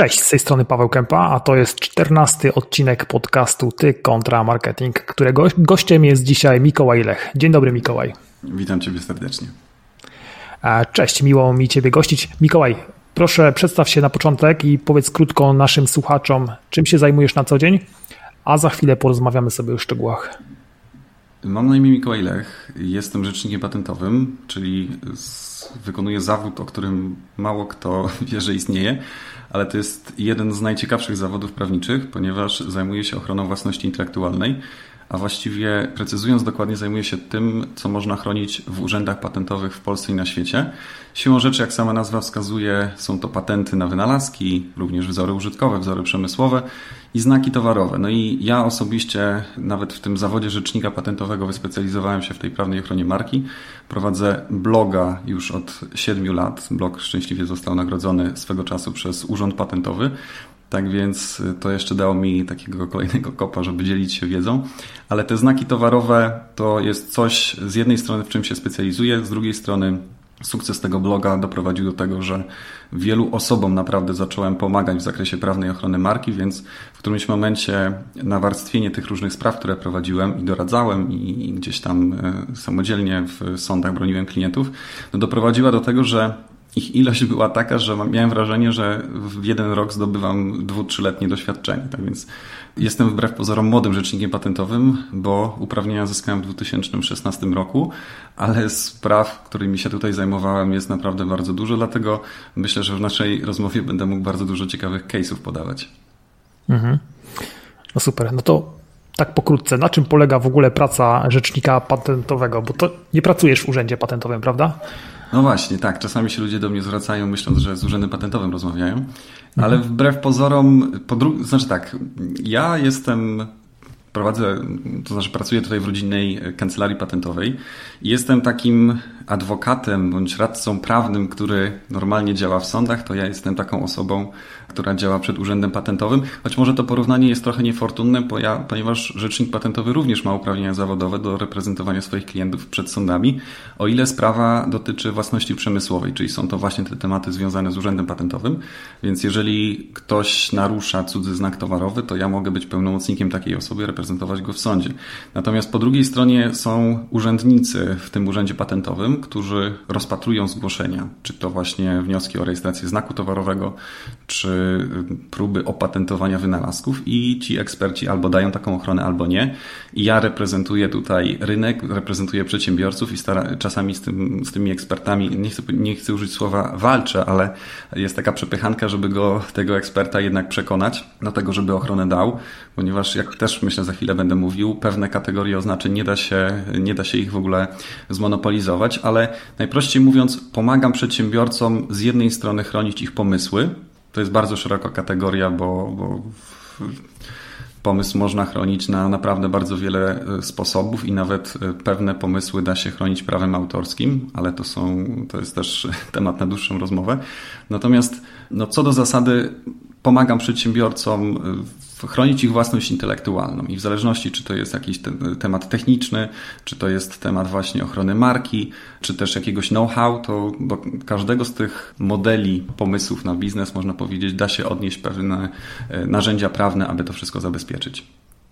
Cześć, z tej strony Paweł Kępa, a to jest 14 odcinek podcastu Ty kontra Marketing, którego gościem jest dzisiaj Mikołaj Lech. Dzień dobry, Mikołaj. Witam Ciebie serdecznie. Cześć, miło mi Ciebie gościć. Mikołaj, proszę przedstaw się na początek i powiedz krótko naszym słuchaczom, czym się zajmujesz na co dzień, a za chwilę porozmawiamy sobie o szczegółach. Mam na imię Mikołaj Lech, jestem rzecznikiem patentowym, czyli wykonuję zawód, o którym mało kto wie, że istnieje, ale to jest jeden z najciekawszych zawodów prawniczych, ponieważ zajmuję się ochroną własności intelektualnej, a właściwie precyzując dokładnie zajmuję się tym, co można chronić w urzędach patentowych w Polsce i na świecie. Siłą rzeczy, jak sama nazwa wskazuje, są to patenty na wynalazki, również wzory użytkowe, wzory przemysłowe i znaki towarowe. No i ja osobiście nawet w tym zawodzie rzecznika patentowego wyspecjalizowałem się w tej prawnej ochronie marki. Prowadzę bloga już od 7 lat. Blog szczęśliwie został nagrodzony swego czasu przez Urząd Patentowy. Tak więc to jeszcze dało mi takiego kolejnego kopa, żeby dzielić się wiedzą. Ale te znaki towarowe to jest coś z jednej strony, w czym się specjalizuję, z drugiej strony sukces tego bloga doprowadził do tego, że wielu osobom naprawdę zacząłem pomagać w zakresie prawnej ochrony marki, więc w którymś momencie nawarstwienie tych różnych spraw, które prowadziłem i doradzałem i gdzieś tam samodzielnie w sądach broniłem klientów, doprowadziła do tego, że ich ilość była taka, że miałem wrażenie, że w jeden rok zdobywam 2-3-letnie doświadczenie. Tak więc jestem wbrew pozorom młodym rzecznikiem patentowym, bo uprawnienia zyskałem w 2016 roku, ale spraw, którymi się tutaj zajmowałem, jest naprawdę bardzo dużo, dlatego myślę, że w naszej rozmowie będę mógł bardzo dużo ciekawych case'ów podawać. No super, no to tak pokrótce, na czym polega w ogóle praca rzecznika patentowego? Bo to nie pracujesz w urzędzie patentowym, prawda? No właśnie, tak. Czasami się ludzie do mnie zwracają, myśląc, że z urzędem patentowym rozmawiają, ale wbrew pozorom, ja pracuję tutaj w rodzinnej kancelarii patentowej i jestem takim adwokatem bądź radcą prawnym, który normalnie działa w sądach, to ja jestem taką osobą, która działa przed urzędem patentowym, choć może to porównanie jest trochę niefortunne, ponieważ rzecznik patentowy również ma uprawnienia zawodowe do reprezentowania swoich klientów przed sądami, o ile sprawa dotyczy własności przemysłowej, czyli są to właśnie te tematy związane z urzędem patentowym, więc jeżeli ktoś narusza cudzy znak towarowy, to ja mogę być pełnomocnikiem takiej osoby, reprezentować go w sądzie. Natomiast po drugiej stronie są urzędnicy w tym urzędzie patentowym, którzy rozpatrują zgłoszenia, czy to właśnie wnioski o rejestrację znaku towarowego, czy próby opatentowania wynalazków i ci eksperci albo dają taką ochronę, albo nie. I ja reprezentuję tutaj rynek, reprezentuję przedsiębiorców i czasami z tymi ekspertami, nie chcę użyć słowa walczę, ale jest taka przepychanka, żeby tego eksperta jednak przekonać do tego, żeby ochronę dał, ponieważ jak też myślę za chwilę będę mówił, pewne kategorie oznaczeń nie da się ich w ogóle zmonopolizować, ale najprościej mówiąc pomagam przedsiębiorcom z jednej strony chronić ich pomysły. To jest bardzo szeroka kategoria, bo pomysł można chronić na naprawdę bardzo wiele sposobów i nawet pewne pomysły da się chronić prawem autorskim, ale to jest też temat na dłuższą rozmowę. Natomiast co do zasady pomagam przedsiębiorcom chronić ich własność intelektualną i w zależności, czy to jest jakiś temat techniczny, czy to jest temat właśnie ochrony marki, czy też jakiegoś know-how, to do każdego z tych modeli pomysłów na biznes, można powiedzieć, da się odnieść pewne narzędzia prawne, aby to wszystko zabezpieczyć.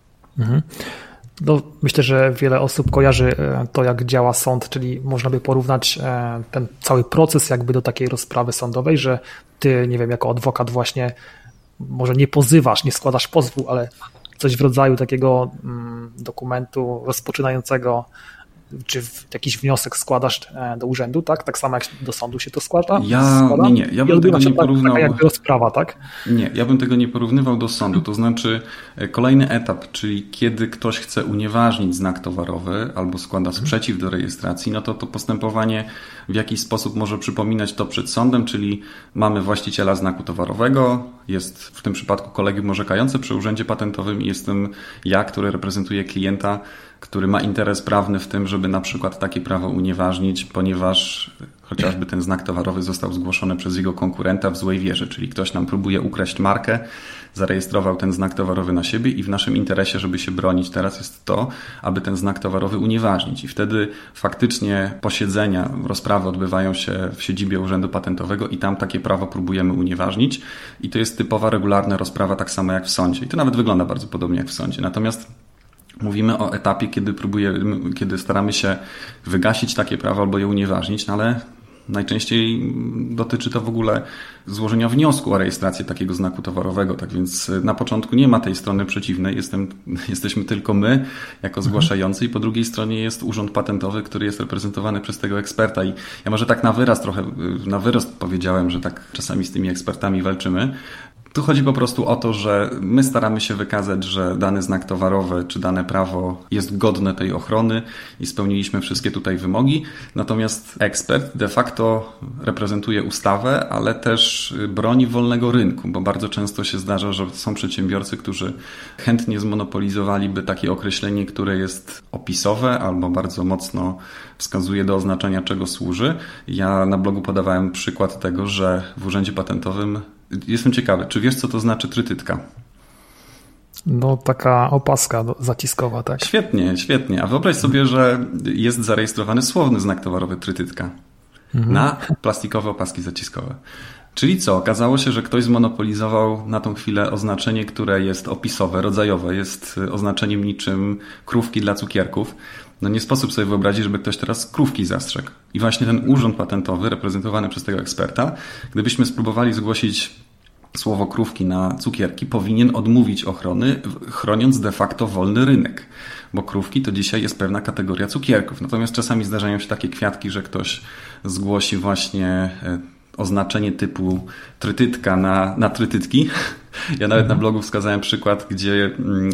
No, myślę, że wiele osób kojarzy to, jak działa sąd, czyli można by porównać ten cały proces jakby do takiej rozprawy sądowej, że ty, nie wiem, jako adwokat właśnie może nie pozywasz, nie składasz pozwu, ale coś w rodzaju takiego dokumentu rozpoczynającego, czy jakiś wniosek składasz do urzędu, tak? Tak samo jak do sądu się to składa? Nie. Ja bym tego nie porównał. Taka jakby rozprawa, tak? Nie, ja bym tego nie porównywał do sądu. To znaczy kolejny etap, czyli kiedy ktoś chce unieważnić znak towarowy albo składa sprzeciw do rejestracji, no to postępowanie w jakiś sposób może przypominać to przed sądem, czyli mamy właściciela znaku towarowego, jest w tym przypadku kolegium orzekające przy urzędzie patentowym i jestem ja, który reprezentuję klienta, który ma interes prawny w tym, żeby na przykład takie prawo unieważnić, ponieważ chociażby ten znak towarowy został zgłoszony przez jego konkurenta w złej wierze, czyli ktoś nam próbuje ukraść markę, zarejestrował ten znak towarowy na siebie i w naszym interesie, żeby się bronić teraz jest to, aby ten znak towarowy unieważnić. I wtedy faktycznie posiedzenia, rozprawy odbywają się w siedzibie Urzędu Patentowego i tam takie prawo próbujemy unieważnić. I to jest typowa, regularna rozprawa, tak samo jak w sądzie. I to nawet wygląda bardzo podobnie jak w sądzie. Natomiast mówimy o etapie, kiedy staramy się wygasić takie prawo albo je unieważnić, no ale najczęściej dotyczy to w ogóle złożenia wniosku o rejestrację takiego znaku towarowego. Tak więc na początku nie ma tej strony przeciwnej. Jesteśmy tylko my jako zgłaszający i po drugiej stronie jest Urząd Patentowy, który jest reprezentowany przez tego eksperta. I ja może tak na wyrost powiedziałem, że tak czasami z tymi ekspertami walczymy. Tu chodzi po prostu o to, że my staramy się wykazać, że dany znak towarowy czy dane prawo jest godne tej ochrony i spełniliśmy wszystkie tutaj wymogi. Natomiast ekspert de facto reprezentuje ustawę, ale też broni wolnego rynku, bo bardzo często się zdarza, że są przedsiębiorcy, którzy chętnie zmonopolizowaliby takie określenie, które jest opisowe albo bardzo mocno wskazuje do oznaczenia, czego służy. Ja na blogu podawałem przykład tego, że w Urzędzie Patentowym jestem ciekawy, czy wiesz, co to znaczy trytytka? No taka opaska zaciskowa, tak? Świetnie, świetnie. A wyobraź sobie, że jest zarejestrowany słowny znak towarowy trytytka na plastikowe opaski zaciskowe. Czyli co? Okazało się, że ktoś zmonopolizował na tą chwilę oznaczenie, które jest opisowe, rodzajowe, jest oznaczeniem niczym krówki dla cukierków. No nie sposób sobie wyobrazić, żeby ktoś teraz krówki zastrzegł. I właśnie ten Urząd Patentowy, reprezentowany przez tego eksperta, gdybyśmy spróbowali zgłosić słowo krówki na cukierki, powinien odmówić ochrony, chroniąc de facto wolny rynek. Bo krówki to dzisiaj jest pewna kategoria cukierków. Natomiast czasami zdarzają się takie kwiatki, że ktoś zgłosi właśnie oznaczenie typu trytytka na trytytki. Ja nawet na blogu wskazałem przykład, gdzie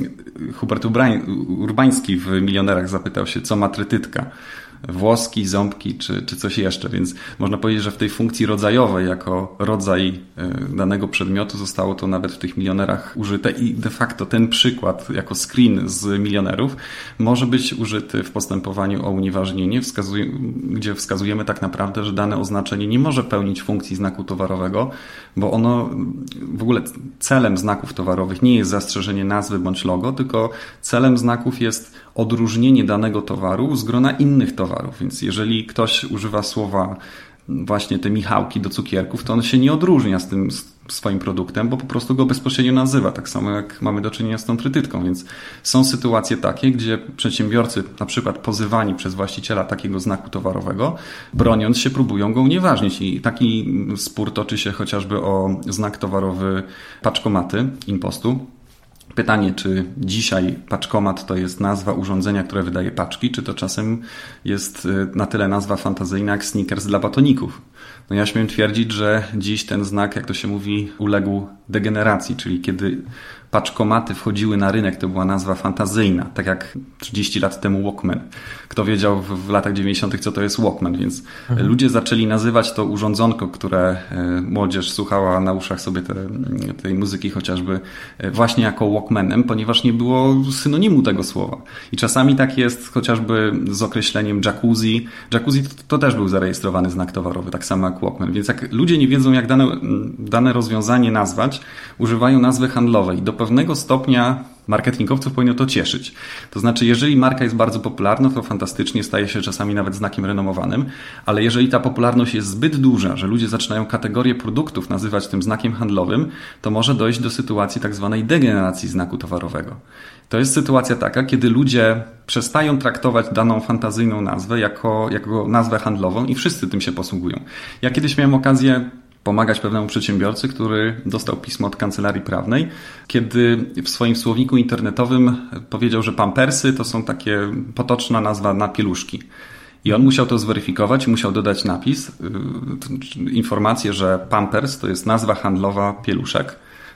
Hubert Urbański w Milionerach zapytał się, co ma trytytka. Włoski, ząbki czy coś jeszcze, więc można powiedzieć, że w tej funkcji rodzajowej jako rodzaj danego przedmiotu zostało to nawet w tych Milionerach użyte i de facto ten przykład jako screen z Milionerów może być użyty w postępowaniu o unieważnienie, gdzie wskazujemy tak naprawdę, że dane oznaczenie nie może pełnić funkcji znaku towarowego, bo ono w ogóle celem znaków towarowych nie jest zastrzeżenie nazwy bądź logo, tylko celem znaków jest odróżnienie danego towaru z grona innych towarów. Więc jeżeli ktoś używa słowa właśnie te Michałki do cukierków, to on się nie odróżnia z tym swoim produktem, bo po prostu go bezpośrednio nazywa, tak samo jak mamy do czynienia z tą trytytką. Więc są sytuacje takie, gdzie przedsiębiorcy, na przykład pozywani przez właściciela takiego znaku towarowego, broniąc się, próbują go unieważnić. I taki spór toczy się chociażby o znak towarowy paczkomaty Impostu. Pytanie, czy dzisiaj paczkomat to jest nazwa urządzenia, które wydaje paczki, czy to czasem jest na tyle nazwa fantazyjna jak Snickers dla batoników. No ja śmiem twierdzić, że dziś ten znak, jak to się mówi, uległ degeneracji, czyli kiedy paczkomaty wchodziły na rynek, to była nazwa fantazyjna, tak jak 30 lat temu Walkman. Kto wiedział w latach 90. co to jest Walkman, więc ludzie zaczęli nazywać to urządzonko, które młodzież słuchała na uszach sobie tej muzyki chociażby właśnie jako Walkmanem, ponieważ nie było synonimu tego słowa. I czasami tak jest chociażby z określeniem jacuzzi. Jacuzzi to też był zarejestrowany znak towarowy, tak samo jak Walkman. Więc jak ludzie nie wiedzą, jak dane rozwiązanie nazwać, używają nazwy handlowej. Do pewnego stopnia marketingowców powinno to cieszyć. To znaczy, jeżeli marka jest bardzo popularna, to fantastycznie, staje się czasami nawet znakiem renomowanym, ale jeżeli ta popularność jest zbyt duża, że ludzie zaczynają kategorię produktów nazywać tym znakiem handlowym, to może dojść do sytuacji tak zwanej degeneracji znaku towarowego. To jest sytuacja taka, kiedy ludzie przestają traktować daną fantazyjną nazwę jako nazwę handlową i wszyscy tym się posługują. Ja kiedyś miałem okazję pomagać pewnemu przedsiębiorcy, który dostał pismo od kancelarii prawnej, kiedy w swoim słowniku internetowym powiedział, że pampersy to są takie potoczna nazwa na pieluszki. I on musiał to zweryfikować, musiał dodać napis, informację, że pampers to jest nazwa handlowa pieluszek.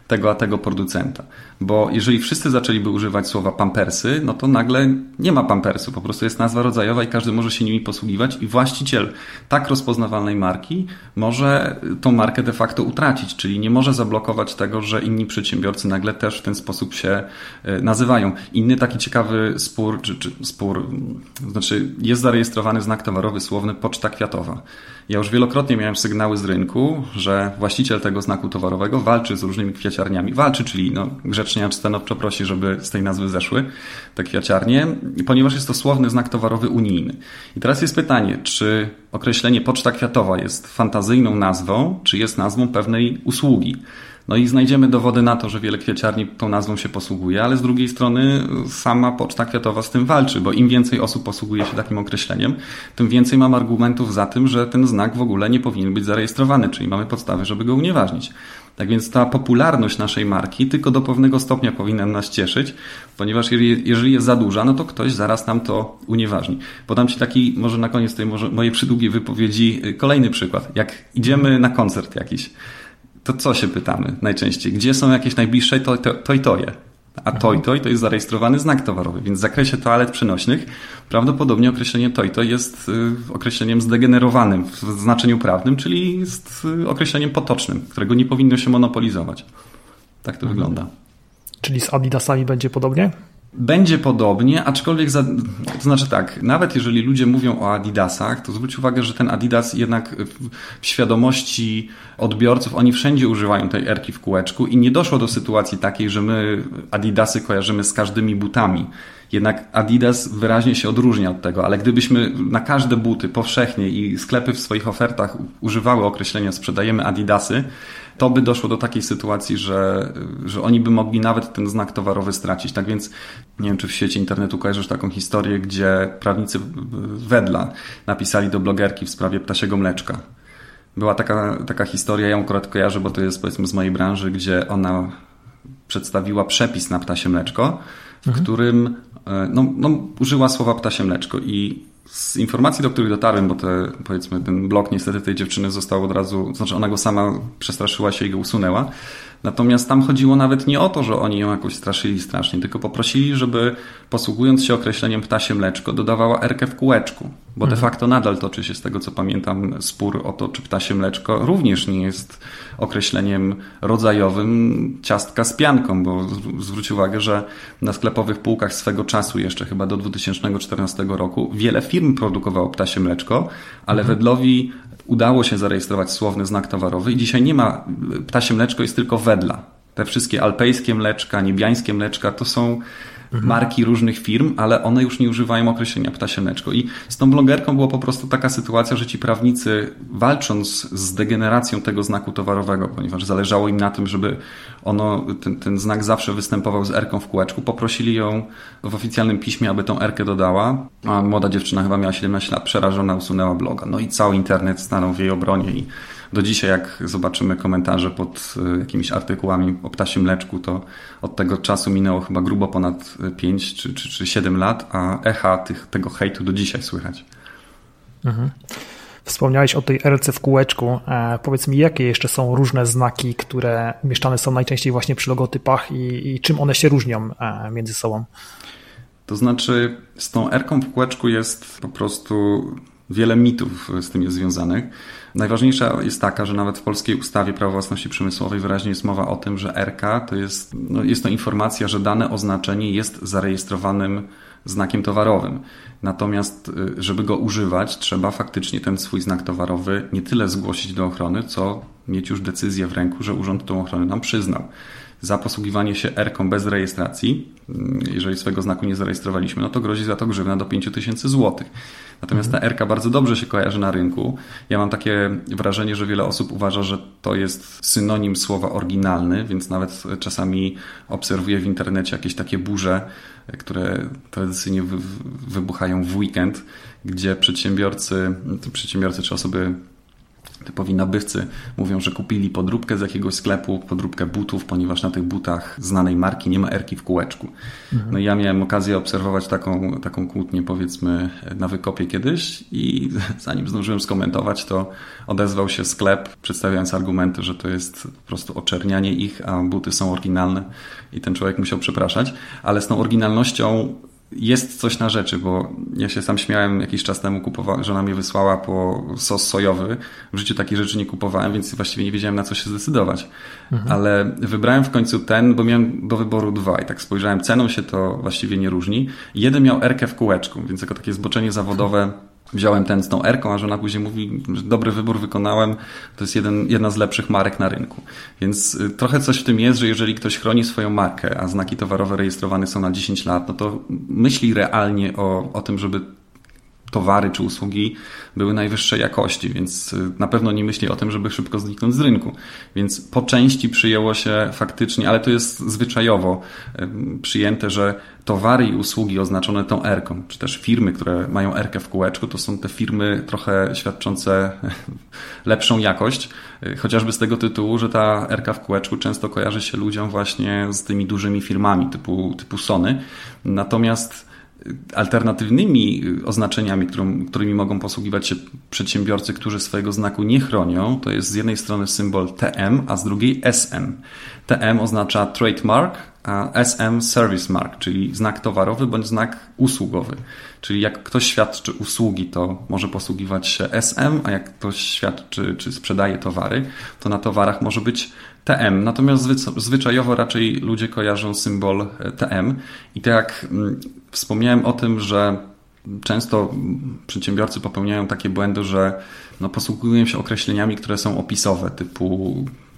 tego a tego producenta. Bo jeżeli wszyscy zaczęliby używać słowa pampersy, no to nagle nie ma pampersu, po prostu jest nazwa rodzajowa i każdy może się nimi posługiwać i właściciel tak rozpoznawalnej marki może tą markę de facto utracić, czyli nie może zablokować tego, że inni przedsiębiorcy nagle też w ten sposób się nazywają. Inny taki ciekawy spór, znaczy jest zarejestrowany znak towarowy słowny poczta kwiatowa. Ja już wielokrotnie miałem sygnały z rynku, że właściciel tego znaku towarowego walczy z różnymi kwiaciarniami. Walczy, czyli grzecznie, a stanowczo prosi, żeby z tej nazwy zeszły te kwiaciarnie, ponieważ jest to słowny znak towarowy unijny. I teraz jest pytanie, czy określenie poczta kwiatowa jest fantazyjną nazwą, czy jest nazwą pewnej usługi. No i znajdziemy dowody na to, że wiele kwiaciarni tą nazwą się posługuje, ale z drugiej strony sama poczta kwiatowa z tym walczy, bo im więcej osób posługuje się takim określeniem, tym więcej mam argumentów za tym, że ten znak w ogóle nie powinien być zarejestrowany, czyli mamy podstawy, żeby go unieważnić. Tak więc ta popularność naszej marki tylko do pewnego stopnia powinna nas cieszyć, ponieważ jeżeli jest za duża, no to ktoś zaraz nam to unieważni. Podam Ci taki, może na koniec tej mojej przydługiej wypowiedzi, kolejny przykład. Jak idziemy na koncert jakiś, to co się pytamy najczęściej? Gdzie są jakieś najbliższe toje? A toj to jest zarejestrowany znak towarowy, więc w zakresie toalet przenośnych prawdopodobnie określenie toj jest określeniem zdegenerowanym w znaczeniu prawnym, czyli jest określeniem potocznym, którego nie powinno się monopolizować. Tak to wygląda. Czyli z Adidasami będzie podobnie? Będzie podobnie, aczkolwiek, to znaczy tak, nawet jeżeli ludzie mówią o Adidasach, to zwróć uwagę, że ten Adidas jednak w świadomości odbiorców, oni wszędzie używają tej erki w kółeczku i nie doszło do sytuacji takiej, że my Adidasy kojarzymy z każdymi butami. Jednak Adidas wyraźnie się odróżnia od tego, ale gdybyśmy na każde buty powszechnie i sklepy w swoich ofertach używały określenia sprzedajemy Adidasy, to by doszło do takiej sytuacji, że oni by mogli nawet ten znak towarowy stracić. Tak więc nie wiem, czy w sieci internetu kojarzysz taką historię, gdzie prawnicy Wedla napisali do blogerki w sprawie ptasiego mleczka. Była taka historia, ja ją akurat kojarzę, bo to jest powiedzmy z mojej branży, gdzie ona przedstawiła przepis na ptasie mleczko, w którym użyła słowa ptasie mleczko i z informacji, do których dotarłem, bo powiedzmy ten blog niestety tej dziewczyny został od razu, znaczy ona go sama przestraszyła się i go usunęła. Natomiast tam chodziło nawet nie o to, że oni ją jakoś straszyli strasznie, tylko poprosili, żeby posługując się określeniem ptasie mleczko dodawała erkę w kółeczku, bo de facto nadal toczy się z tego co pamiętam spór o to, czy ptasie mleczko również nie jest określeniem rodzajowym ciastka z pianką, bo zwróć uwagę, że na sklepowych półkach swego czasu jeszcze chyba do 2014 roku wiele firm produkowało ptasie mleczko, ale Wedlowi udało się zarejestrować słowny znak towarowy i dzisiaj nie ma, ptasie mleczko jest tylko Wedla. Te wszystkie alpejskie mleczka, niebiańskie mleczka to są marki różnych firm, ale one już nie używają określenia ptasie mleczko. I z tą blogerką była po prostu taka sytuacja, że ci prawnicy walcząc z degeneracją tego znaku towarowego, ponieważ zależało im na tym, żeby ten znak zawsze występował z erką w kółeczku, poprosili ją w oficjalnym piśmie, aby tą erkę dodała, a młoda dziewczyna chyba miała 17 lat, przerażona usunęła bloga. No i cały internet stanął w jej obronie i do dzisiaj jak zobaczymy komentarze pod jakimiś artykułami o ptasim mleczku, to od tego czasu minęło chyba grubo ponad 5 czy 7 lat, a echa tego hejtu do dzisiaj słychać. Wspomniałeś o tej erce w kółeczku. Powiedz mi, jakie jeszcze są różne znaki, które umieszczane są najczęściej właśnie przy logotypach i czym one się różnią między sobą? To znaczy z tą erką w kółeczku jest po prostu wiele mitów z tym jest związanych. Najważniejsza jest taka, że nawet w polskiej ustawie prawa własności przemysłowej wyraźnie jest mowa o tym, że erka to jest to informacja, że dane oznaczenie jest zarejestrowanym znakiem towarowym. Natomiast, żeby go używać, trzeba faktycznie ten swój znak towarowy nie tyle zgłosić do ochrony, co mieć już decyzję w ręku, że urząd tą ochronę nam przyznał. Za posługiwanie się erką bez rejestracji, jeżeli swojego znaku nie zarejestrowaliśmy, no to grozi za to grzywna do 5000 zł. Natomiast ta erka bardzo dobrze się kojarzy na rynku. Ja mam takie wrażenie, że wiele osób uważa, że to jest synonim słowa oryginalny, więc nawet czasami obserwuję w internecie jakieś takie burze, które tradycyjnie wybuchają w weekend, gdzie przedsiębiorcy czy osoby typowi nabywcy mówią, że kupili podróbkę z jakiegoś sklepu, podróbkę butów, ponieważ na tych butach znanej marki nie ma R-ki w kółeczku. No i ja miałem okazję obserwować taką kłótnię, powiedzmy, na Wykopie kiedyś i zanim zdążyłem skomentować, to odezwał się sklep, przedstawiając argumenty, że to jest po prostu oczernianie ich, a buty są oryginalne i ten człowiek musiał przepraszać, ale z tą oryginalnością jest coś na rzeczy, bo ja się sam śmiałem jakiś czas temu, żona mnie wysłała po sos sojowy. W życiu takich rzeczy nie kupowałem, więc właściwie nie wiedziałem, na co się zdecydować. Ale wybrałem w końcu ten, bo miałem do wyboru dwa i tak spojrzałem, ceną się to właściwie nie różni. Jeden miał R-kę w kółeczku, więc jako takie zboczenie zawodowe wziąłem ten z tą R-ką, a żona później mówi, że dobry wybór wykonałem, to jest jedna z lepszych marek na rynku. Więc trochę coś w tym jest, że jeżeli ktoś chroni swoją markę, a znaki towarowe rejestrowane są na 10 lat, no to myśli realnie o tym, żeby towary czy usługi były najwyższej jakości, więc na pewno nie myśli o tym, żeby szybko zniknąć z rynku. Więc po części przyjęło się faktycznie, ale to jest zwyczajowo przyjęte, że towary i usługi oznaczone tą R-ką, czy też firmy, które mają R-kę w kółeczku, to są te firmy trochę świadczące lepszą jakość, chociażby z tego tytułu, że ta R-ka w kółeczku często kojarzy się ludziom właśnie z tymi dużymi firmami typu Sony. Natomiast alternatywnymi oznaczeniami, którymi mogą posługiwać się przedsiębiorcy, którzy swojego znaku nie chronią, to jest z jednej strony symbol TM, a z drugiej SM. TM oznacza trademark, a SM service mark, czyli znak towarowy bądź znak usługowy. Czyli jak ktoś świadczy usługi, to może posługiwać się SM, a jak ktoś świadczy czy sprzedaje towary, to na towarach może być TM. Natomiast zwyczajowo raczej ludzie kojarzą symbol TM. I tak jak wspomniałem o tym, że często przedsiębiorcy popełniają takie błędy, że posługują się określeniami, które są opisowe, typu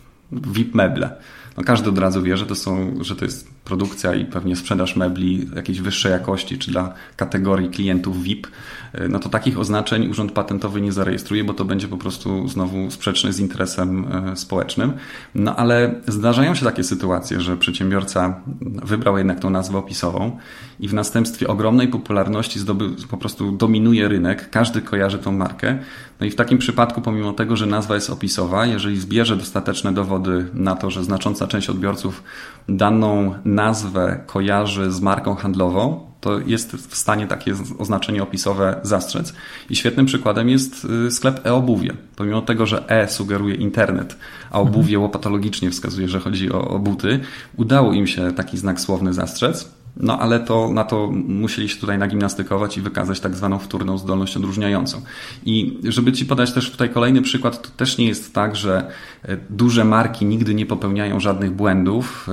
VIP meble. Każdy od razu wie, że to jest produkcja i pewnie sprzedaż mebli jakiejś wyższej jakości, czy dla kategorii klientów VIP. No to takich oznaczeń Urząd Patentowy nie zarejestruje, bo to będzie po prostu znowu sprzeczne z interesem społecznym. No ale zdarzają się takie sytuacje, że przedsiębiorca wybrał jednak tą nazwę opisową i w następstwie ogromnej popularności po prostu dominuje rynek, każdy kojarzy tą markę. No i w takim przypadku, pomimo tego, że nazwa jest opisowa, jeżeli zbierze dostateczne dowody na to, że znacząca część odbiorców daną nazwę kojarzy z marką handlową, to jest w stanie takie oznaczenie opisowe zastrzec. I świetnym przykładem jest sklep e-obuwie. Pomimo tego, że e sugeruje internet, a obuwie łopatologicznie wskazuje, że chodzi o buty, udało im się taki znak słowny zastrzec. No ale na to musieli się tutaj nagimnastykować i wykazać tak zwaną wtórną zdolność odróżniającą. I żeby Ci podać też tutaj kolejny przykład, to też nie jest tak, że duże marki nigdy nie popełniają żadnych błędów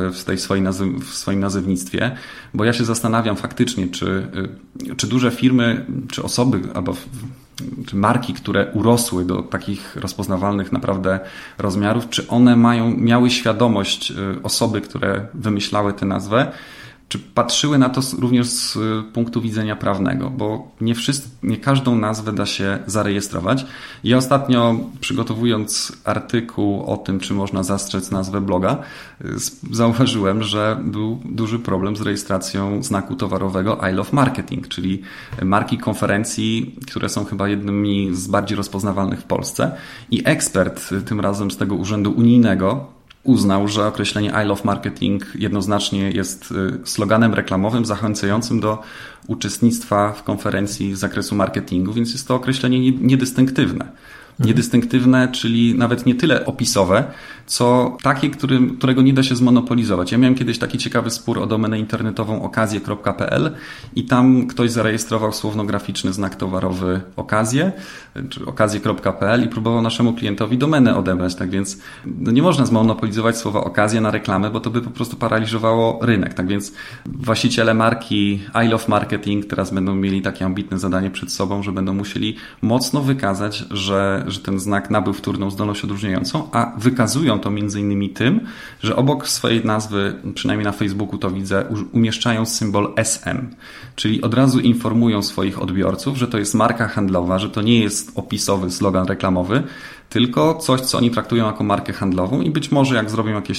w swoim nazewnictwie, bo ja się zastanawiam faktycznie, czy duże firmy, czy osoby, czy marki, które urosły do takich rozpoznawalnych naprawdę rozmiarów, czy one miały świadomość osoby, które wymyślały tę nazwę, czy patrzyły na to również z punktu widzenia prawnego, bo nie każdą nazwę da się zarejestrować. Ja ostatnio, przygotowując artykuł o tym, czy można zastrzec nazwę bloga, zauważyłem, że był duży problem z rejestracją znaku towarowego I Love Marketing, czyli marki konferencji, które są chyba jednymi z bardziej rozpoznawalnych w Polsce. I ekspert, tym razem z tego urzędu unijnego, uznał, że określenie I Love Marketing jednoznacznie jest sloganem reklamowym zachęcającym do uczestnictwa w konferencji z zakresu marketingu, więc jest to określenie niedystynktywne. Niedystynktywne, czyli nawet nie tyle opisowe, co takie, którego nie da się zmonopolizować. Ja miałem kiedyś taki ciekawy spór o domenę internetową okazje.pl i tam ktoś zarejestrował słowno-graficzny znak towarowy okazje, czy okazje.pl i próbował naszemu klientowi domenę odebrać. Tak więc nie można zmonopolizować słowa okazja na reklamę, bo to by po prostu paraliżowało rynek. Tak więc właściciele marki I Love Marketing teraz będą mieli takie ambitne zadanie przed sobą, że będą musieli mocno wykazać, że ten znak nabył wtórną zdolność odróżniającą, a wykazują to między innymi tym, że obok swojej nazwy, przynajmniej na Facebooku to widzę, umieszczają symbol SM, czyli od razu informują swoich odbiorców, że to jest marka handlowa, że to nie jest opisowy slogan reklamowy, tylko coś, co oni traktują jako markę handlową i być może jak zrobią jakieś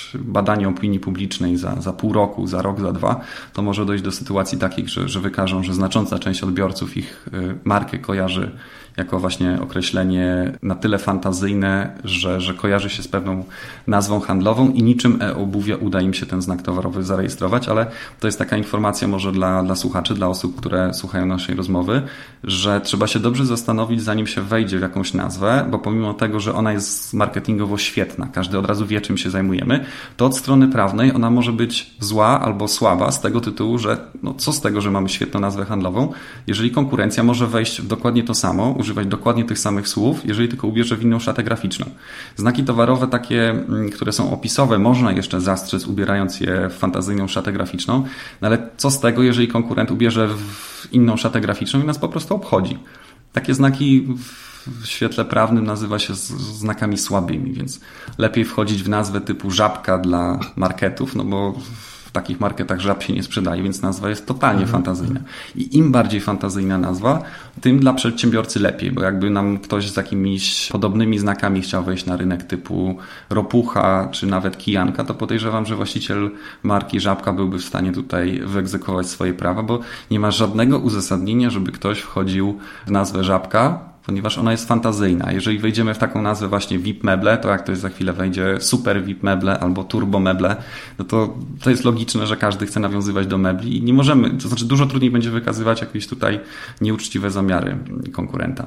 badanie opinii publicznej za pół roku, za rok, za 2, to może dojść do sytuacji takich, że wykażą, że znacząca część odbiorców ich markę kojarzy jako właśnie określenie na tyle fantazyjne, że kojarzy się z pewną nazwą handlową i niczym e-obuwie uda im się ten znak towarowy zarejestrować, ale to jest taka informacja może dla słuchaczy, dla osób, które słuchają naszej rozmowy, że trzeba się dobrze zastanowić, zanim się wejdzie w jakąś nazwę, bo pomimo tego, że ona jest marketingowo świetna, każdy od razu wie, czym się zajmujemy, to od strony prawnej ona może być zła albo słaba z tego tytułu, że no co z tego, że mamy świetną nazwę handlową, jeżeli konkurencja może wejść w dokładnie to samo, używać dokładnie tych samych słów, jeżeli tylko ubierze w inną szatę graficzną. Znaki towarowe takie, które są opisowe, można jeszcze zastrzec, ubierając je w fantazyjną szatę graficzną, no ale co z tego, jeżeli konkurent ubierze w inną szatę graficzną i nas po prostu obchodzi. Takie znaki w świetle prawnym nazywa się znakami słabymi, więc lepiej wchodzić w nazwę typu żabka dla marketów, no bo w takich marketach żab się nie sprzedaje, więc nazwa jest totalnie fantazyjna. I im bardziej fantazyjna nazwa, tym dla przedsiębiorcy lepiej, bo jakby nam ktoś z jakimiś podobnymi znakami chciał wejść na rynek typu ropucha, czy nawet kijanka, to podejrzewam, że właściciel marki żabka byłby w stanie tutaj wyegzekwować swoje prawa, bo nie ma żadnego uzasadnienia, żeby ktoś wchodził w nazwę żabka, ponieważ ona jest fantazyjna. Jeżeli wejdziemy w taką nazwę właśnie VIP meble, to jak to jest za chwilę wejdzie super VIP meble albo turbo meble, no to jest logiczne, że każdy chce nawiązywać do mebli i nie możemy, to znaczy dużo trudniej będzie wykazywać jakieś tutaj nieuczciwe zamiary konkurenta.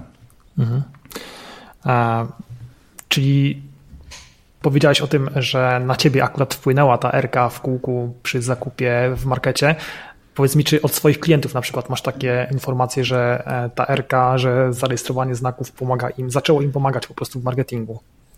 Czyli powiedziałeś o tym, że na ciebie akurat wpłynęła ta R-ka w kółku przy zakupie w markecie. Powiedz mi, czy od swoich klientów na przykład masz takie informacje, że ta R-ka, że zarejestrowanie znaków zaczęło im pomagać po prostu w marketingu?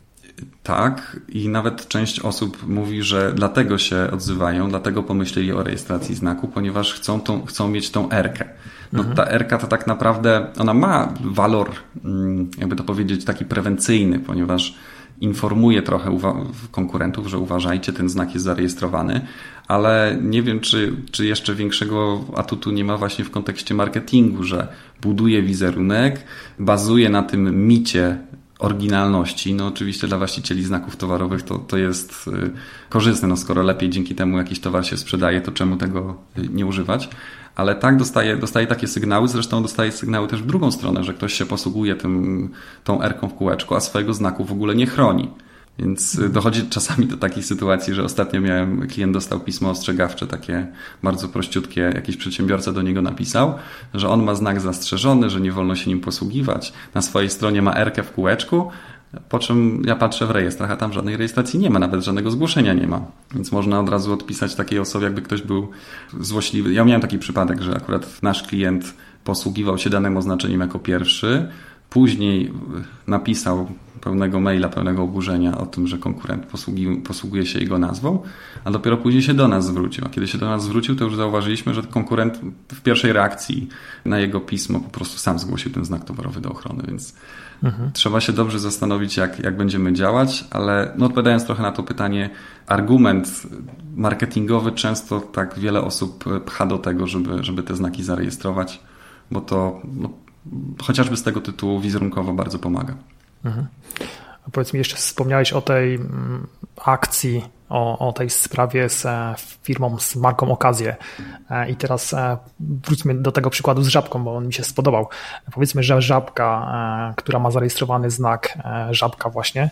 Tak, i nawet część osób mówi, że dlatego się odzywają, dlatego pomyśleli o rejestracji znaku, ponieważ chcą mieć tą R-kę. No, ta R-ka to tak naprawdę, ona ma walor, jakby to powiedzieć, taki prewencyjny, ponieważ informuje trochę konkurentów, że uważajcie, ten znak jest zarejestrowany, ale nie wiem, czy jeszcze większego atutu nie ma właśnie w kontekście marketingu, że buduje wizerunek, bazuje na tym micie oryginalności. No oczywiście dla właścicieli znaków towarowych to jest korzystne, no skoro lepiej dzięki temu jakiś towar się sprzedaje, to czemu tego nie używać? Ale tak, dostaje takie sygnały, zresztą dostaje sygnały też w drugą stronę, że ktoś się posługuje tą R-ką w kółeczku, a swojego znaku w ogóle nie chroni. Więc dochodzi czasami do takiej sytuacji, że ostatnio klient dostał pismo ostrzegawcze, takie bardzo prościutkie, jakiś przedsiębiorca do niego napisał, że on ma znak zastrzeżony, że nie wolno się nim posługiwać. Na swojej stronie ma R-kę w kółeczku, po czym ja patrzę w rejestrach, a tam żadnej rejestracji nie ma, nawet żadnego zgłoszenia nie ma. Więc można od razu odpisać takiej osobie, jakby ktoś był złośliwy. Ja miałem taki przypadek, że akurat nasz klient posługiwał się danym oznaczeniem jako pierwszy, później napisał pełnego maila, pełnego oburzenia o tym, że konkurent posługuje się jego nazwą, a dopiero później się do nas zwrócił. A kiedy się do nas zwrócił, to już zauważyliśmy, że konkurent w pierwszej reakcji na jego pismo po prostu sam zgłosił ten znak towarowy do ochrony, więc trzeba się dobrze zastanowić, jak będziemy działać, ale no, odpowiadając trochę na to pytanie, argument marketingowy często tak wiele osób pcha do tego, żeby te znaki zarejestrować, bo to chociażby z tego tytułu wizerunkowo bardzo pomaga. Powiedz mi, jeszcze wspomniałeś o tej akcji, o tej sprawie z firmą, z marką Okazję. I teraz wróćmy do tego przykładu z żabką, bo on mi się spodobał. Powiedzmy, że żabka, która ma zarejestrowany znak żabka właśnie,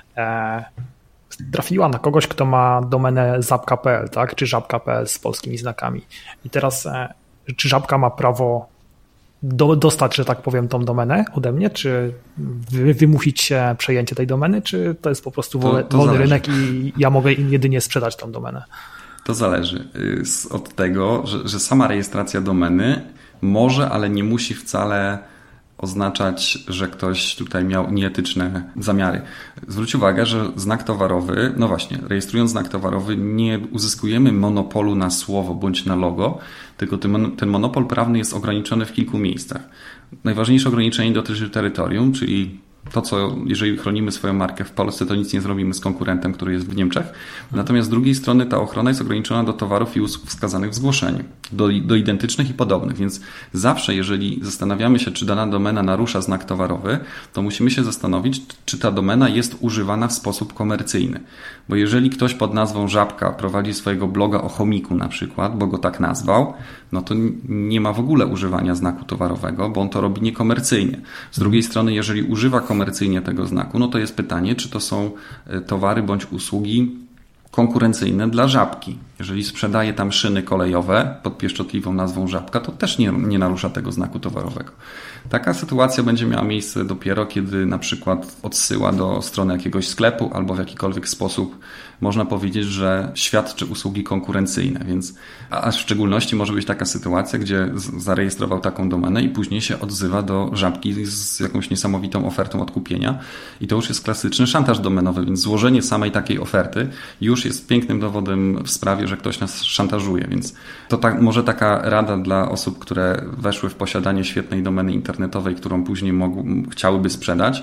trafiła na kogoś, kto ma domenę zapka.pl, tak? Czy żabka.pl z polskimi znakami. I teraz czy żabka ma prawo dostać, że tak powiem, tą domenę ode mnie, czy wymusić przejęcie tej domeny, czy to jest po prostu wolny rynek i ja mogę im jedynie sprzedać tą domenę? To zależy od tego, że sama rejestracja domeny może, ale nie musi wcale oznaczać, że ktoś tutaj miał nieetyczne zamiary. Zwróć uwagę, że znak towarowy, no właśnie, rejestrując znak towarowy nie uzyskujemy monopolu na słowo bądź na logo, tylko ten monopol prawny jest ograniczony w kilku miejscach. Najważniejsze ograniczenie dotyczy terytorium, czyli to, co jeżeli chronimy swoją markę w Polsce, to nic nie zrobimy z konkurentem, który jest w Niemczech. Natomiast z drugiej strony ta ochrona jest ograniczona do towarów i usług wskazanych w zgłoszeniu, do identycznych i podobnych. Więc zawsze, jeżeli zastanawiamy się, czy dana domena narusza znak towarowy, to musimy się zastanowić, czy ta domena jest używana w sposób komercyjny. Bo jeżeli ktoś pod nazwą Żabka prowadzi swojego bloga o chomiku na przykład, bo go tak nazwał, no to nie ma w ogóle używania znaku towarowego, bo on to robi niekomercyjnie. Z drugiej strony, jeżeli używa komercyjnie tego znaku, no to jest pytanie, czy to są towary bądź usługi konkurencyjne dla Żabki. Jeżeli sprzedaje tam szyny kolejowe pod pieszczotliwą nazwą Żabka, to też nie narusza tego znaku towarowego. Taka sytuacja będzie miała miejsce dopiero, kiedy na przykład odsyła do strony jakiegoś sklepu albo w jakikolwiek sposób można powiedzieć, że świadczy usługi konkurencyjne. Więc, a w szczególności może być taka sytuacja, gdzie zarejestrował taką domenę i później się odzywa do Żabki z jakąś niesamowitą ofertą odkupienia. I to już jest klasyczny szantaż domenowy, więc złożenie samej takiej oferty już jest pięknym dowodem w sprawie, że ktoś nas szantażuje. Więc to może taka rada dla osób, które weszły w posiadanie świetnej domeny internetowej, którą później chciałyby sprzedać.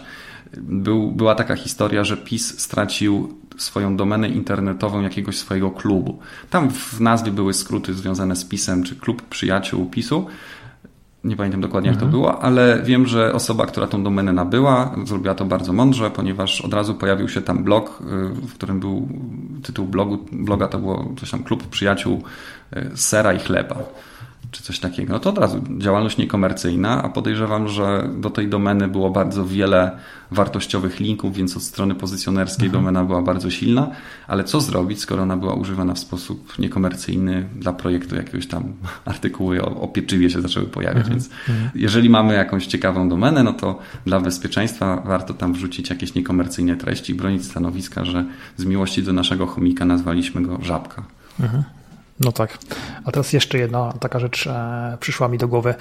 Była taka historia, że PiS stracił swoją domenę internetową jakiegoś swojego klubu. Tam w nazwie były skróty związane z PiS-em, czy Klub Przyjaciół PiS-u. Nie pamiętam dokładnie jak to było, ale wiem, że osoba, która tą domenę nabyła, zrobiła to bardzo mądrze, ponieważ od razu pojawił się tam blog, w którym był tytuł bloga to było coś tam Klub Przyjaciół Sera i Chleba, czy coś takiego. No to od razu działalność niekomercyjna, a podejrzewam, że do tej domeny było bardzo wiele wartościowych linków, więc od strony pozycjonerskiej domena była bardzo silna, ale co zrobić, skoro ona była używana w sposób niekomercyjny dla projektu jakiegoś tam artykuły o pieczywie się zaczęły pojawiać, więc jeżeli mamy jakąś ciekawą domenę, no to dla bezpieczeństwa warto tam wrzucić jakieś niekomercyjne treści i bronić stanowiska, że z miłości do naszego chomika nazwaliśmy go Żabka. No tak. A teraz jeszcze jedna taka rzecz przyszła mi do głowy.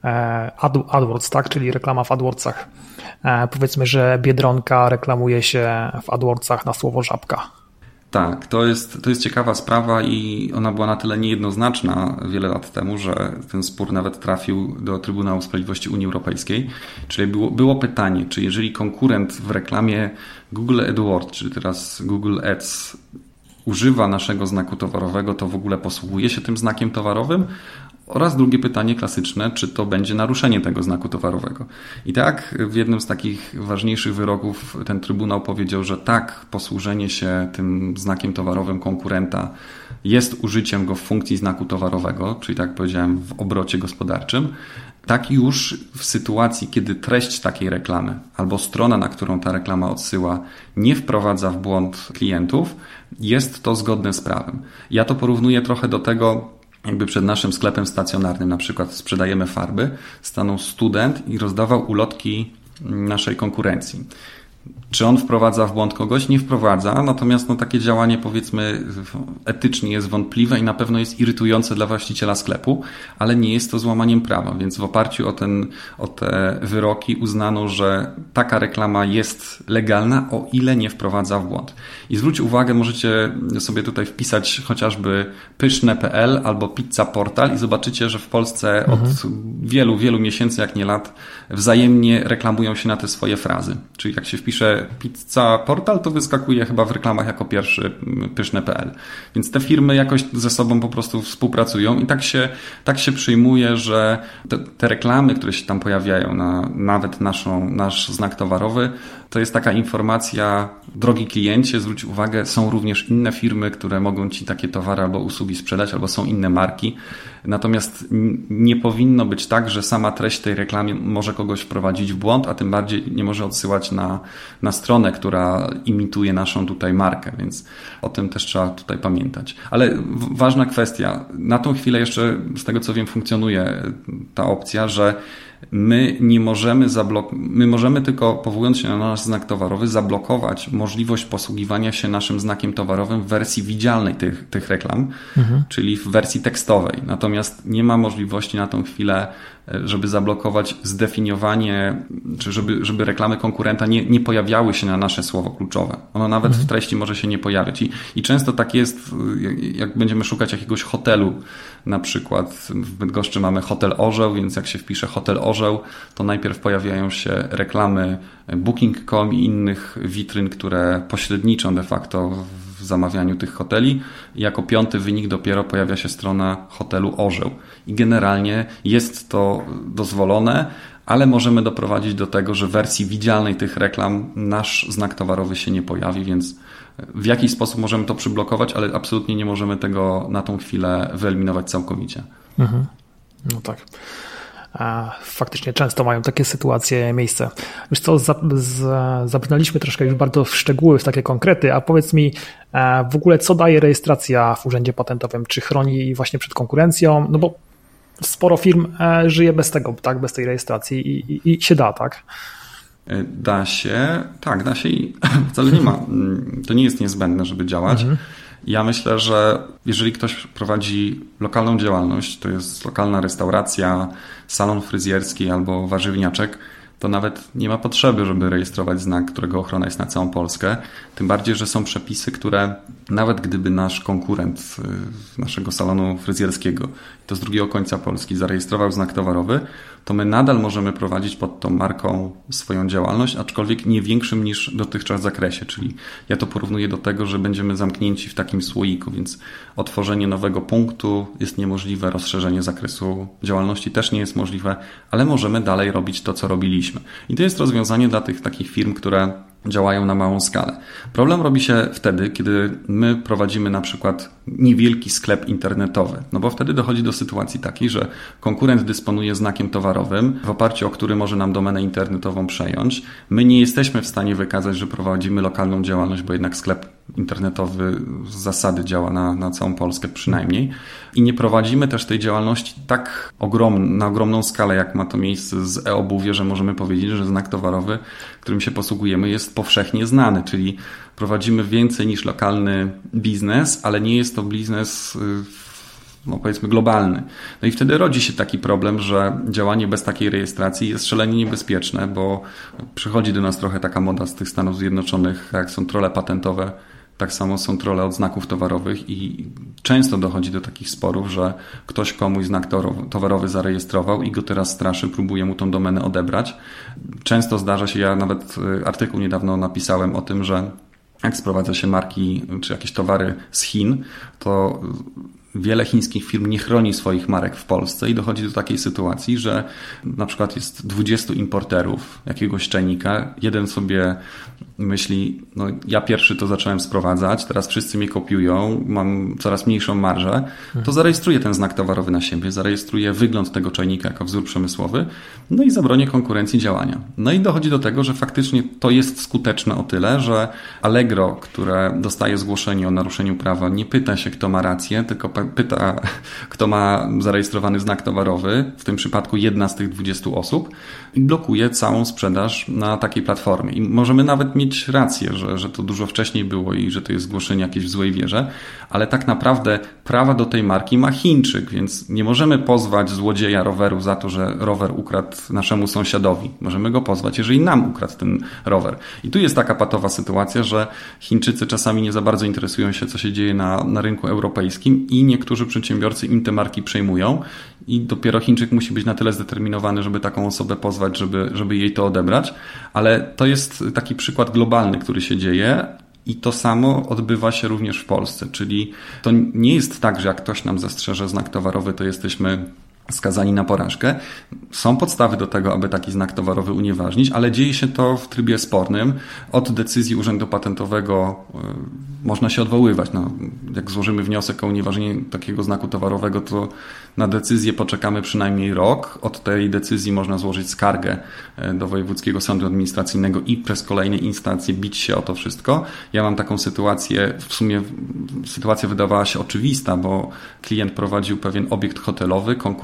AdWords, tak? Czyli reklama w AdWordsach. Powiedzmy, że Biedronka reklamuje się w AdWordsach na słowo Żabka. Tak, to jest ciekawa sprawa i ona była na tyle niejednoznaczna wiele lat temu, że ten spór nawet trafił do Trybunału Sprawiedliwości Unii Europejskiej. Czyli było pytanie, czy jeżeli konkurent w reklamie Google AdWords, czyli teraz Google Ads, używa naszego znaku towarowego, to w ogóle posługuje się tym znakiem towarowym? Oraz drugie pytanie klasyczne, czy to będzie naruszenie tego znaku towarowego? I tak w jednym z takich ważniejszych wyroków ten Trybunał powiedział, że tak, posłużenie się tym znakiem towarowym konkurenta jest użyciem go w funkcji znaku towarowego, czyli tak jak powiedziałem w obrocie gospodarczym, tak już w sytuacji, kiedy treść takiej reklamy albo strona, na którą ta reklama odsyła, nie wprowadza w błąd klientów, jest to zgodne z prawem. Ja to porównuję trochę do tego, jakby przed naszym sklepem stacjonarnym, na przykład sprzedajemy farby, stanął student i rozdawał ulotki naszej konkurencji. Czy on wprowadza w błąd kogoś? Nie wprowadza, natomiast takie działanie, powiedzmy, etycznie jest wątpliwe i na pewno jest irytujące dla właściciela sklepu, ale nie jest to złamaniem prawa, więc w oparciu o te wyroki uznano, że taka reklama jest legalna, o ile nie wprowadza w błąd. I zwróć uwagę, możecie sobie tutaj wpisać chociażby pyszne.pl albo Pizza Portal i zobaczycie, że w Polsce od wielu, wielu miesięcy, jak nie lat, wzajemnie reklamują się na te swoje frazy. Czyli jak się wpisze Pizza Portal, to wyskakuje chyba w reklamach jako pierwszy pyszne.pl. Więc te firmy jakoś ze sobą po prostu współpracują i tak się przyjmuje, że te reklamy, które się tam pojawiają, nawet nasz znak towarowy, to jest taka informacja, drogi kliencie, zwróć uwagę, są również inne firmy, które mogą Ci takie towary albo usługi sprzedać, albo są inne marki. Natomiast nie powinno być tak, że sama treść tej reklamy może kogoś wprowadzić w błąd, a tym bardziej nie może odsyłać na stronę, która imituje naszą tutaj markę, więc o tym też trzeba tutaj pamiętać. Ale ważna kwestia, na tą chwilę jeszcze z tego co wiem funkcjonuje ta opcja, że my możemy tylko, powołując się na nasz znak towarowy, zablokować możliwość posługiwania się naszym znakiem towarowym w wersji widzialnej tych reklam, czyli w wersji tekstowej. Natomiast nie ma możliwości na tą chwilę żeby zablokować zdefiniowanie, czy żeby reklamy konkurenta nie pojawiały się na nasze słowo kluczowe. Ono nawet w treści może się nie pojawiać. I często tak jest, jak będziemy szukać jakiegoś hotelu, na przykład w Bydgoszczy mamy hotel Orzeł, więc jak się wpisze hotel Orzeł, to najpierw pojawiają się reklamy Booking.com i innych witryn, które pośredniczą de facto w zamawianiu tych hoteli. I jako 5. wynik dopiero pojawia się strona hotelu Orzeł. I generalnie jest to dozwolone, ale możemy doprowadzić do tego, że w wersji widzialnej tych reklam nasz znak towarowy się nie pojawi, więc w jakiś sposób możemy to przyblokować, ale absolutnie nie możemy tego na tą chwilę wyeliminować całkowicie. No tak. Faktycznie często mają takie sytuacje miejsce. Wiesz co, zabrnęliśmy troszkę już bardzo w szczegóły, w takie konkrety, a powiedz mi w ogóle, co daje rejestracja w Urzędzie Patentowym? Czy chroni właśnie przed konkurencją? No bo sporo firm żyje bez tego, tak, bez tej rejestracji i się da, tak? Da się i wcale nie ma. To nie jest niezbędne, żeby działać. Ja myślę, że jeżeli ktoś prowadzi lokalną działalność, to jest lokalna restauracja, salon fryzjerski albo warzywniaczek, to nawet nie ma potrzeby, żeby rejestrować znak, którego ochrona jest na całą Polskę. Tym bardziej, że są przepisy, które nawet gdyby nasz konkurent naszego salonu fryzjerskiego, to z drugiego końca Polski, zarejestrował znak towarowy, to my nadal możemy prowadzić pod tą marką swoją działalność, aczkolwiek nie większym niż dotychczas zakresie. Czyli ja to porównuję do tego, że będziemy zamknięci w takim słoiku, więc otworzenie nowego punktu jest niemożliwe, rozszerzenie zakresu działalności też nie jest możliwe, ale możemy dalej robić to, co robiliśmy. I to jest rozwiązanie dla tych takich firm, które działają na małą skalę. Problem robi się wtedy, kiedy my prowadzimy na przykład niewielki sklep internetowy, no bo wtedy dochodzi do sytuacji takiej, że konkurent dysponuje znakiem towarowym, w oparciu o który może nam domenę internetową przejąć. My nie jesteśmy w stanie wykazać, że prowadzimy lokalną działalność, bo jednak sklep internetowy z zasady działa na całą Polskę przynajmniej i nie prowadzimy też tej działalności tak na ogromną skalę, jak ma to miejsce z e-obuwie, że możemy powiedzieć, że znak towarowy, którym się posługujemy, jest powszechnie znany, czyli prowadzimy więcej niż lokalny biznes, ale nie jest to biznes powiedzmy globalny. No i wtedy rodzi się taki problem, że działanie bez takiej rejestracji jest szalenie niebezpieczne, bo przychodzi do nas trochę taka moda z tych Stanów Zjednoczonych, jak są trolle patentowe, tak samo są trolle od znaków towarowych i często dochodzi do takich sporów, że ktoś komuś znak towarowy zarejestrował i go teraz straszy, próbuje mu tą domenę odebrać. Często zdarza się, ja nawet artykuł niedawno napisałem o tym, że jak sprowadza się marki czy jakieś towary z Chin, to wiele chińskich firm nie chroni swoich marek w Polsce i dochodzi do takiej sytuacji, że na przykład jest 20 importerów jakiegoś czajnika, jeden sobie myśli, no ja pierwszy to zacząłem sprowadzać, teraz wszyscy mnie kopiują, mam coraz mniejszą marżę, to zarejestruję ten znak towarowy na siebie, zarejestruję wygląd tego czajnika jako wzór przemysłowy, no i zabronię konkurencji działania. No i dochodzi do tego, że faktycznie to jest skuteczne o tyle, że Allegro, które dostaje zgłoszenie o naruszeniu prawa, nie pyta się, kto ma rację, tylko pyta, kto ma zarejestrowany znak towarowy, w tym przypadku jedna z tych 20 osób i blokuje całą sprzedaż na takiej platformie. I możemy nawet mieć rację, że to dużo wcześniej było i że to jest zgłoszenie jakieś w złej wierze, ale tak naprawdę prawa do tej marki ma Chińczyk, więc nie możemy pozwać złodzieja roweru za to, że rower ukradł naszemu sąsiadowi. Możemy go pozwać, jeżeli nam ukradł ten rower. I tu jest taka patowa sytuacja, że Chińczycy czasami nie za bardzo interesują się, co się dzieje na rynku europejskim i niektórzy przedsiębiorcy im te marki przejmują i dopiero Chińczyk musi być na tyle zdeterminowany, żeby taką osobę pozwać, żeby jej to odebrać. Ale to jest taki przykład globalny, który się dzieje i to samo odbywa się również w Polsce. Czyli to nie jest tak, że jak ktoś nam zastrzeże znak towarowy, to jesteśmy skazani na porażkę. Są podstawy do tego, aby taki znak towarowy unieważnić, ale dzieje się to w trybie spornym. Od decyzji Urzędu Patentowego można się odwoływać. No, jak złożymy wniosek o unieważnienie takiego znaku towarowego, to na decyzję poczekamy przynajmniej rok. Od tej decyzji można złożyć skargę do Wojewódzkiego Sądu Administracyjnego i przez kolejne instancje bić się o to wszystko. Ja mam taką sytuację, w sumie sytuacja wydawała się oczywista, bo klient prowadził pewien obiekt hotelowy, konkurent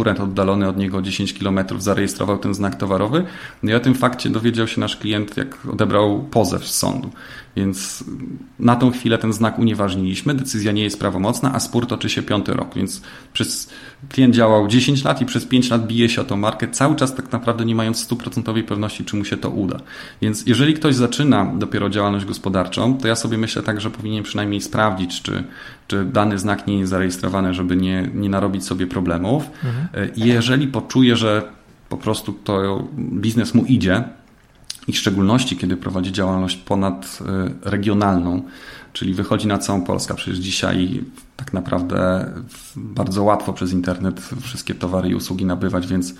konkurent oddalony od niego 10 km zarejestrował ten znak towarowy. No i o tym fakcie dowiedział się nasz klient, jak odebrał pozew z sądu. Więc na tą chwilę ten znak unieważniliśmy, decyzja nie jest prawomocna, a spór toczy się 5. rok, więc klient działał 10 lat i przez 5 lat bije się o tą markę, cały czas tak naprawdę nie mając 100% pewności, czy mu się to uda. Więc jeżeli ktoś zaczyna dopiero działalność gospodarczą, to ja sobie myślę tak, że powinien przynajmniej sprawdzić, czy dany znak nie jest zarejestrowany, żeby nie narobić sobie problemów. I jeżeli poczuje, że po prostu to biznes mu idzie, i w szczególności, kiedy prowadzi działalność ponadregionalną, czyli wychodzi na całą Polskę. Przecież dzisiaj tak naprawdę bardzo łatwo przez internet wszystkie towary i usługi nabywać, więc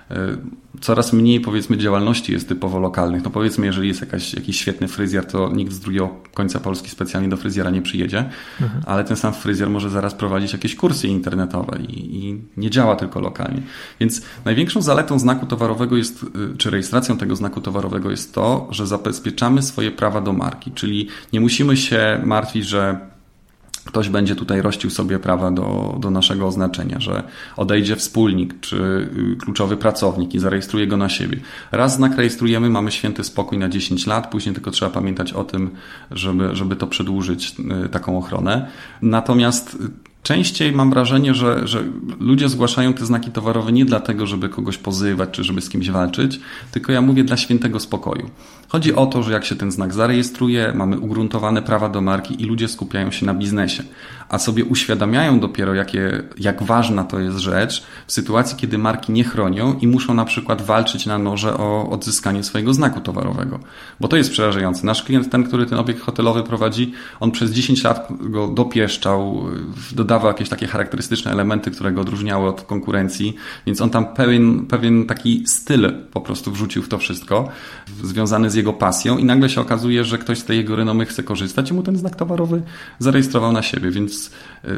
coraz mniej, powiedzmy, działalności jest typowo lokalnych. No powiedzmy, jeżeli jest jakiś świetny fryzjer, to nikt z drugiego końca Polski specjalnie do fryzjera nie przyjedzie, ale ten sam fryzjer może zaraz prowadzić jakieś kursy internetowe i nie działa tylko lokalnie. Więc największą zaletą znaku towarowego jest, czy rejestracją tego znaku towarowego jest to, że zabezpieczamy swoje prawa do marki, czyli nie musimy się martwić, że ktoś będzie tutaj rościł sobie prawa do naszego oznaczenia, że odejdzie wspólnik czy kluczowy pracownik i zarejestruje go na siebie. Raz znak rejestrujemy, mamy święty spokój na 10 lat, później tylko trzeba pamiętać o tym, żeby to przedłużyć, taką ochronę. Natomiast częściej mam wrażenie, że ludzie zgłaszają te znaki towarowe nie dlatego, żeby kogoś pozywać, czy żeby z kimś walczyć, tylko ja mówię dla świętego spokoju. Chodzi o to, że jak się ten znak zarejestruje, mamy ugruntowane prawa do marki i ludzie skupiają się na biznesie, a sobie uświadamiają dopiero, jak ważna to jest rzecz w sytuacji, kiedy marki nie chronią i muszą na przykład walczyć na noże o odzyskanie swojego znaku towarowego. Bo to jest przerażające. Nasz klient, ten, który ten obiekt hotelowy prowadzi, on przez 10 lat go dopieszczał, dodawał jakieś takie charakterystyczne elementy, które go odróżniały od konkurencji, więc on tam pewien taki styl po prostu wrzucił w to wszystko, związany z jego pasją i nagle się okazuje, że ktoś z tej jego renomy chce korzystać i mu ten znak towarowy zarejestrował na siebie, więc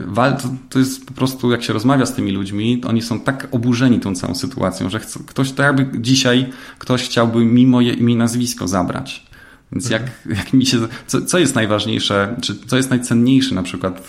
to jest po prostu, jak się rozmawia z tymi ludźmi, oni są tak oburzeni tą całą sytuacją, że ktoś, to jakby dzisiaj ktoś chciałby mi moje imię i nazwisko zabrać. Więc jak mi się, co jest najważniejsze, czy co jest najcenniejsze na przykład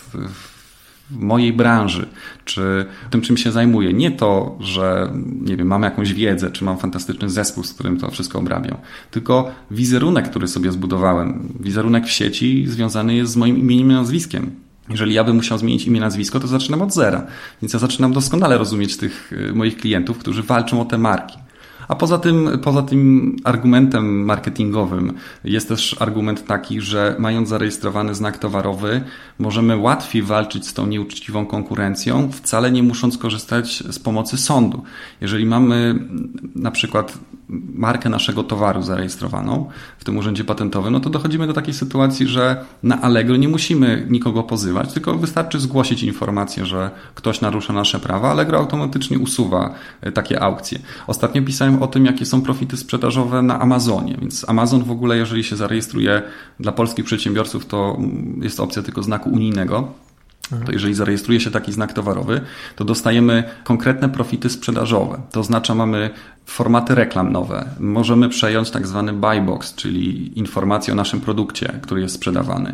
w mojej branży, czy tym, czym się zajmuję. Nie to, że nie wiem, mam jakąś wiedzę, czy mam fantastyczny zespół, z którym to wszystko obrabiam, tylko wizerunek, który sobie zbudowałem. Wizerunek w sieci związany jest z moim imieniem i nazwiskiem. Jeżeli ja bym musiał zmienić imię, nazwisko, to zaczynam od zera. Więc ja zaczynam doskonale rozumieć tych moich klientów, którzy walczą o te marki. A poza tym argumentem marketingowym jest też argument taki, że mając zarejestrowany znak towarowy, możemy łatwiej walczyć z tą nieuczciwą konkurencją, wcale nie musząc korzystać z pomocy sądu. Jeżeli mamy na przykład markę naszego towaru zarejestrowaną w tym urzędzie patentowym, no to dochodzimy do takiej sytuacji, że na Allegro nie musimy nikogo pozywać, tylko wystarczy zgłosić informację, że ktoś narusza nasze prawa. Allegro automatycznie usuwa takie aukcje. Ostatnio pisałem o tym, jakie są profity sprzedażowe na Amazonie, więc Amazon w ogóle, jeżeli się zarejestruje dla polskich przedsiębiorców, to jest opcja tylko znaku unijnego. To jeżeli zarejestruje się taki znak towarowy, to dostajemy konkretne profity sprzedażowe. To oznacza, mamy formaty reklam nowe. Możemy przejąć tak zwany buy box, czyli informacje o naszym produkcie, który jest sprzedawany.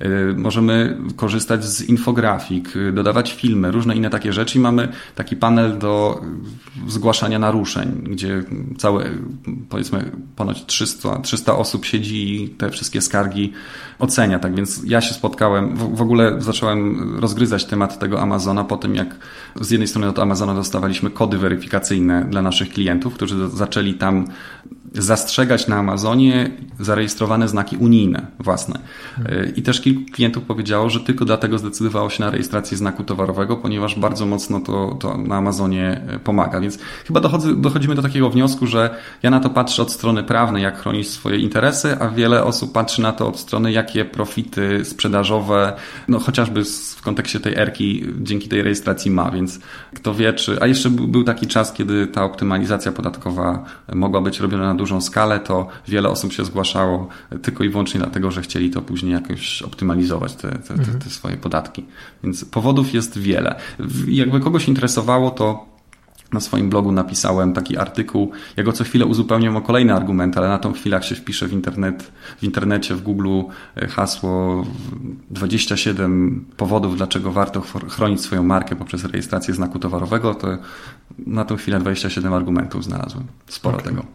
Możemy korzystać z infografik, dodawać filmy, różne inne takie rzeczy i mamy taki panel do zgłaszania naruszeń, gdzie powiedzmy ponad 300 osób siedzi i te wszystkie skargi ocenia. Tak więc ja się spotkałem, w ogóle zacząłem rozgryzać temat tego Amazona po tym, jak z jednej strony od Amazona dostawaliśmy kody weryfikacyjne dla naszych klientów, którzy zaczęli tam zastrzegać na Amazonie zarejestrowane znaki unijne własne. I też kilku klientów powiedziało, że tylko dlatego zdecydowało się na rejestrację znaku towarowego, ponieważ bardzo mocno to na Amazonie pomaga. Więc chyba dochodzimy do takiego wniosku, że ja na to patrzę od strony prawnej, jak chronić swoje interesy, a wiele osób patrzy na to od strony, jakie profity sprzedażowe, no chociażby w kontekście tej erki dzięki tej rejestracji ma, więc kto wie, a jeszcze był taki czas, kiedy ta optymalizacja podatkowa mogła być robiona na dużą skalę, to wiele osób się zgłaszało tylko i wyłącznie dlatego, że chcieli to później jakoś optymalizować te swoje podatki. Więc powodów jest wiele. Jakby kogoś interesowało, to na swoim blogu napisałem taki artykuł. Ja go co chwilę uzupełniam o kolejne argumenty, ale na tą chwilę, jak się wpisze w internecie, w Google hasło 27 powodów, dlaczego warto chronić swoją markę poprzez rejestrację znaku towarowego, to na tą chwilę 27 argumentów znalazłem. Sporo tego.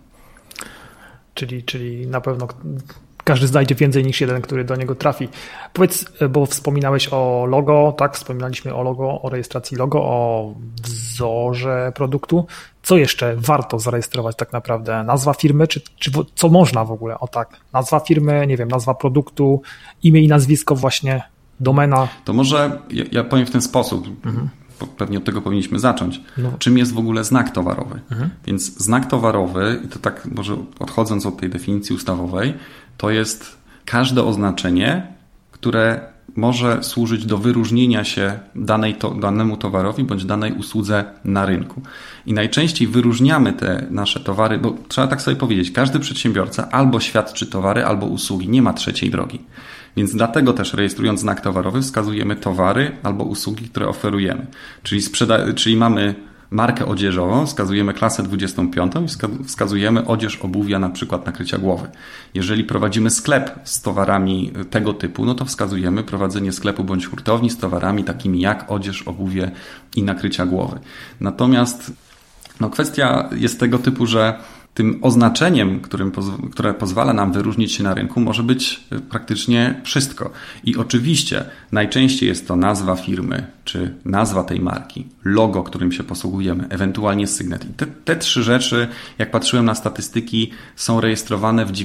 Czyli na pewno każdy znajdzie więcej niż jeden, który do niego trafi. Powiedz, bo wspominałeś o logo, tak? Wspominaliśmy o logo, o rejestracji logo, o wzorze produktu. Co jeszcze warto zarejestrować tak naprawdę? Nazwa firmy, czy co można w ogóle? O tak, nazwa firmy, nie wiem, nazwa produktu, imię i nazwisko właśnie, domena. To może ja powiem w ten sposób. Pewnie od tego powinniśmy zacząć. No. Czym jest w ogóle znak towarowy? Więc znak towarowy, i to tak może odchodząc od tej definicji ustawowej, to jest każde oznaczenie, które może służyć do wyróżnienia się danemu towarowi bądź danej usłudze na rynku. I najczęściej wyróżniamy te nasze towary, bo trzeba tak sobie powiedzieć, każdy przedsiębiorca albo świadczy towary, albo usługi, nie ma trzeciej drogi. Więc dlatego też rejestrując znak towarowy wskazujemy towary albo usługi, które oferujemy. Czyli mamy markę odzieżową, wskazujemy klasę 25 i wskazujemy odzież, obuwia, na przykład nakrycia głowy. Jeżeli prowadzimy sklep z towarami tego typu, no to wskazujemy prowadzenie sklepu bądź hurtowni z towarami takimi jak odzież, obuwie i nakrycia głowy. Natomiast kwestia jest tego typu, że tym oznaczeniem, które pozwala nam wyróżnić się na rynku, może być praktycznie wszystko. I oczywiście najczęściej jest to nazwa firmy, czy nazwa tej marki, logo, którym się posługujemy, ewentualnie sygnet. I te trzy rzeczy, jak patrzyłem na statystyki, są rejestrowane w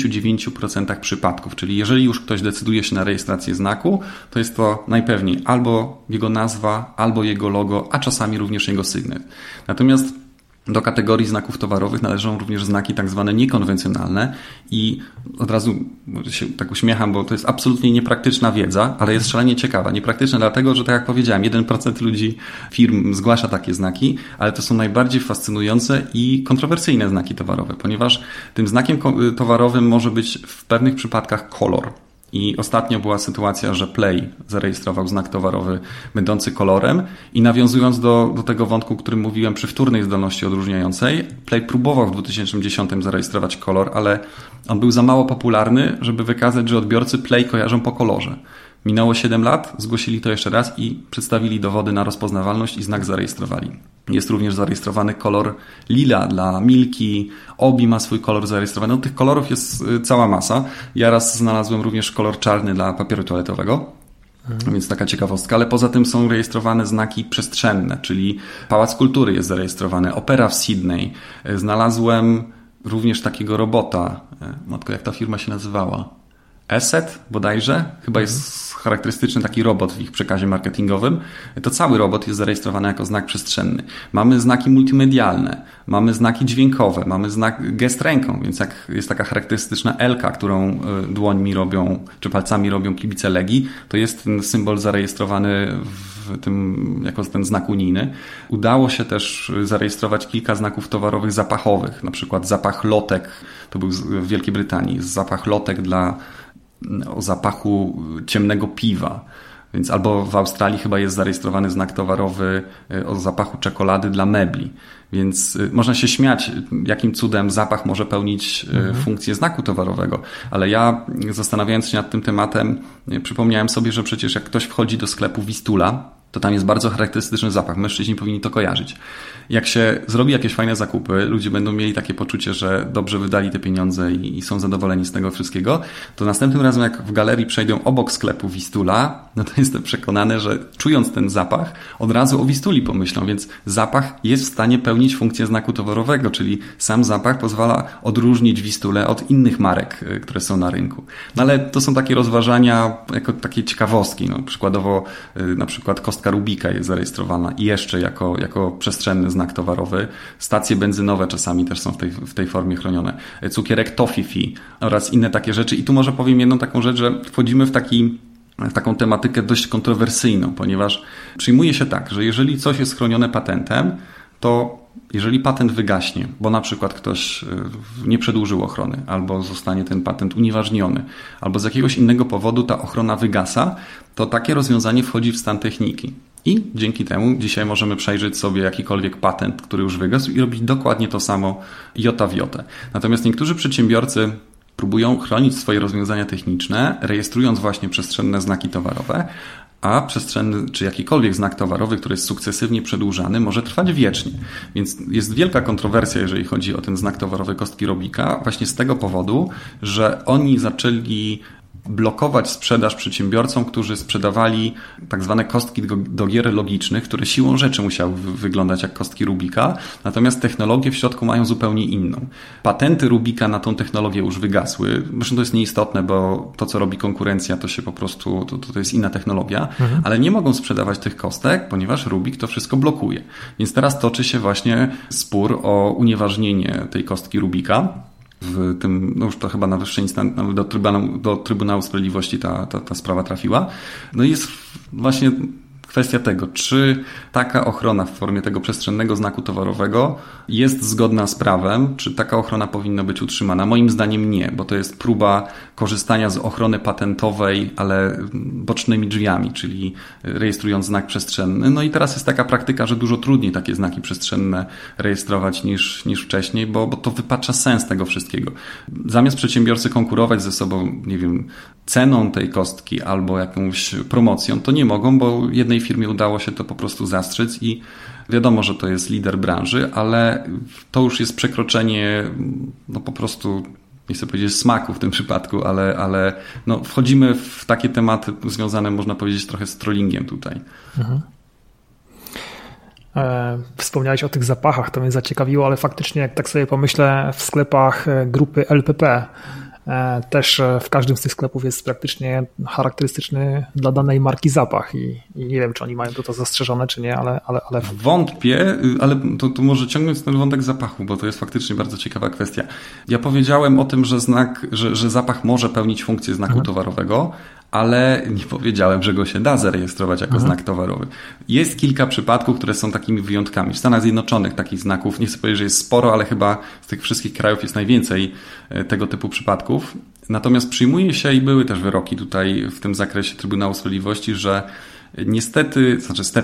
99% przypadków. Czyli jeżeli już ktoś decyduje się na rejestrację znaku, to jest to najpewniej albo jego nazwa, albo jego logo, a czasami również jego sygnet. Natomiast do kategorii znaków towarowych należą również znaki tak zwane niekonwencjonalne i od razu się tak uśmiecham, bo to jest absolutnie niepraktyczna wiedza, ale jest szalenie ciekawa. Niepraktyczna dlatego, że tak jak powiedziałem, 1% ludzi, firm zgłasza takie znaki, ale to są najbardziej fascynujące i kontrowersyjne znaki towarowe, ponieważ tym znakiem towarowym może być w pewnych przypadkach kolor. I ostatnio była sytuacja, że Play zarejestrował znak towarowy będący kolorem i nawiązując do tego wątku, o którym mówiłem przy wtórnej zdolności odróżniającej, Play próbował w 2010 zarejestrować kolor, ale on był za mało popularny, żeby wykazać, że odbiorcy Play kojarzą po kolorze. Minęło 7 lat, zgłosili to jeszcze raz i przedstawili dowody na rozpoznawalność i znak zarejestrowali. Jest również zarejestrowany kolor lila dla Milki, Obi ma swój kolor zarejestrowany. No, tych kolorów jest cała masa. Ja raz znalazłem również kolor czarny dla papieru toaletowego, więc taka ciekawostka. Ale poza tym są rejestrowane znaki przestrzenne, czyli Pałac Kultury jest zarejestrowany, Opera w Sydney. Znalazłem również takiego robota. Matko, jak ta firma się nazywała? Asset bodajże, chyba jest charakterystyczny taki robot w ich przekazie marketingowym. To cały robot jest zarejestrowany jako znak przestrzenny. Mamy znaki multimedialne, mamy znaki dźwiękowe, mamy znak gest ręką, więc jak jest taka charakterystyczna L-ka, którą dłońmi robią, czy palcami robią kibice Legii, to jest ten symbol zarejestrowany w tym, jako ten znak unijny. Udało się też zarejestrować kilka znaków towarowych zapachowych, na przykład zapach lotek, to był w Wielkiej Brytanii, zapach lotek o zapachu ciemnego piwa. Więc albo w Australii chyba jest zarejestrowany znak towarowy o zapachu czekolady dla mebli. Więc można się śmiać, jakim cudem zapach może pełnić funkcję znaku towarowego. Ale ja, zastanawiając się nad tym tematem, przypomniałem sobie, że przecież jak ktoś wchodzi do sklepu Wistula, to tam jest bardzo charakterystyczny zapach. Mężczyźni powinni to kojarzyć. Jak się zrobi jakieś fajne zakupy, ludzie będą mieli takie poczucie, że dobrze wydali te pieniądze i są zadowoleni z tego wszystkiego, to następnym razem jak w galerii przejdą obok sklepu Wistula, no to jestem przekonany, że czując ten zapach, od razu o Wistuli pomyślą, więc zapach jest w stanie pełnić funkcję znaku towarowego, czyli sam zapach pozwala odróżnić Wistulę od innych marek, które są na rynku. No ale to są takie rozważania jako takie ciekawostki. No, przykładowo na przykład kostka Rubika jest zarejestrowana i jeszcze jako przestrzenny znak towarowy. Stacje benzynowe czasami też są w tej formie chronione. Cukierek Toffifee oraz inne takie rzeczy. I tu może powiem jedną taką rzecz, że wchodzimy w taką tematykę dość kontrowersyjną, ponieważ przyjmuje się tak, że jeżeli coś jest chronione patentem, to jeżeli patent wygaśnie, bo na przykład ktoś nie przedłużył ochrony, albo zostanie ten patent unieważniony, albo z jakiegoś innego powodu ta ochrona wygasa, to takie rozwiązanie wchodzi w stan techniki. I dzięki temu dzisiaj możemy przejrzeć sobie jakikolwiek patent, który już wygasł i robić dokładnie to samo jota w jotę. Natomiast niektórzy przedsiębiorcy próbują chronić swoje rozwiązania techniczne, rejestrując właśnie przestrzenne znaki towarowe, a przestrzenny czy jakikolwiek znak towarowy, który jest sukcesywnie przedłużany, może trwać wiecznie. Więc jest wielka kontrowersja, jeżeli chodzi o ten znak towarowy kostki Rubika, właśnie z tego powodu, że oni zaczęli blokować sprzedaż przedsiębiorcom, którzy sprzedawali tak zwane kostki do gier logicznych, które siłą rzeczy musiały wyglądać jak kostki Rubika, natomiast technologie w środku mają zupełnie inną. Patenty Rubika na tą technologię już wygasły. Zresztą to jest nieistotne, bo to, co robi konkurencja, to się po prostu, to jest inna technologia, ale nie mogą sprzedawać tych kostek, ponieważ Rubik to wszystko blokuje. Więc teraz toczy się właśnie spór o unieważnienie tej kostki Rubika. W tym, no już to chyba na wyższej instancji, do Trybunału Sprawiedliwości ta sprawa trafiła. No i jest właśnie kwestia tego, czy taka ochrona w formie tego przestrzennego znaku towarowego jest zgodna z prawem, czy taka ochrona powinna być utrzymana. Moim zdaniem nie, bo to jest próba korzystania z ochrony patentowej, ale bocznymi drzwiami, czyli rejestrując znak przestrzenny. No i teraz jest taka praktyka, że dużo trudniej takie znaki przestrzenne rejestrować niż wcześniej, bo to wypacza sens tego wszystkiego. Zamiast przedsiębiorcy konkurować ze sobą, nie wiem, ceną tej kostki albo jakąś promocją, to nie mogą, bo jednej firmie udało się to po prostu zastrzec i wiadomo, że to jest lider branży, ale to już jest przekroczenie no po prostu, nie chcę powiedzieć smaku w tym przypadku, ale no wchodzimy w takie tematy związane, można powiedzieć, trochę z trollingiem tutaj. Mhm. Wspomniałeś o tych zapachach, to mnie zaciekawiło, ale faktycznie jak tak sobie pomyślę, w sklepach grupy LPP też w każdym z tych sklepów jest praktycznie charakterystyczny dla danej marki zapach i nie wiem, czy oni mają to zastrzeżone, czy nie, ale... Wątpię, ale to może ciągnąć ten wątek zapachu, bo to jest faktycznie bardzo ciekawa kwestia. Ja powiedziałem o tym, że zapach może pełnić funkcję znaku towarowego, ale nie powiedziałem, że go się da zarejestrować jako znak towarowy. Jest kilka przypadków, które są takimi wyjątkami. W Stanach Zjednoczonych takich znaków, nie chcę powiedzieć, że jest sporo, ale chyba z tych wszystkich krajów jest najwięcej tego typu przypadków. Natomiast przyjmuje się i były też wyroki tutaj w tym zakresie Trybunału Sprawiedliwości, że niestety,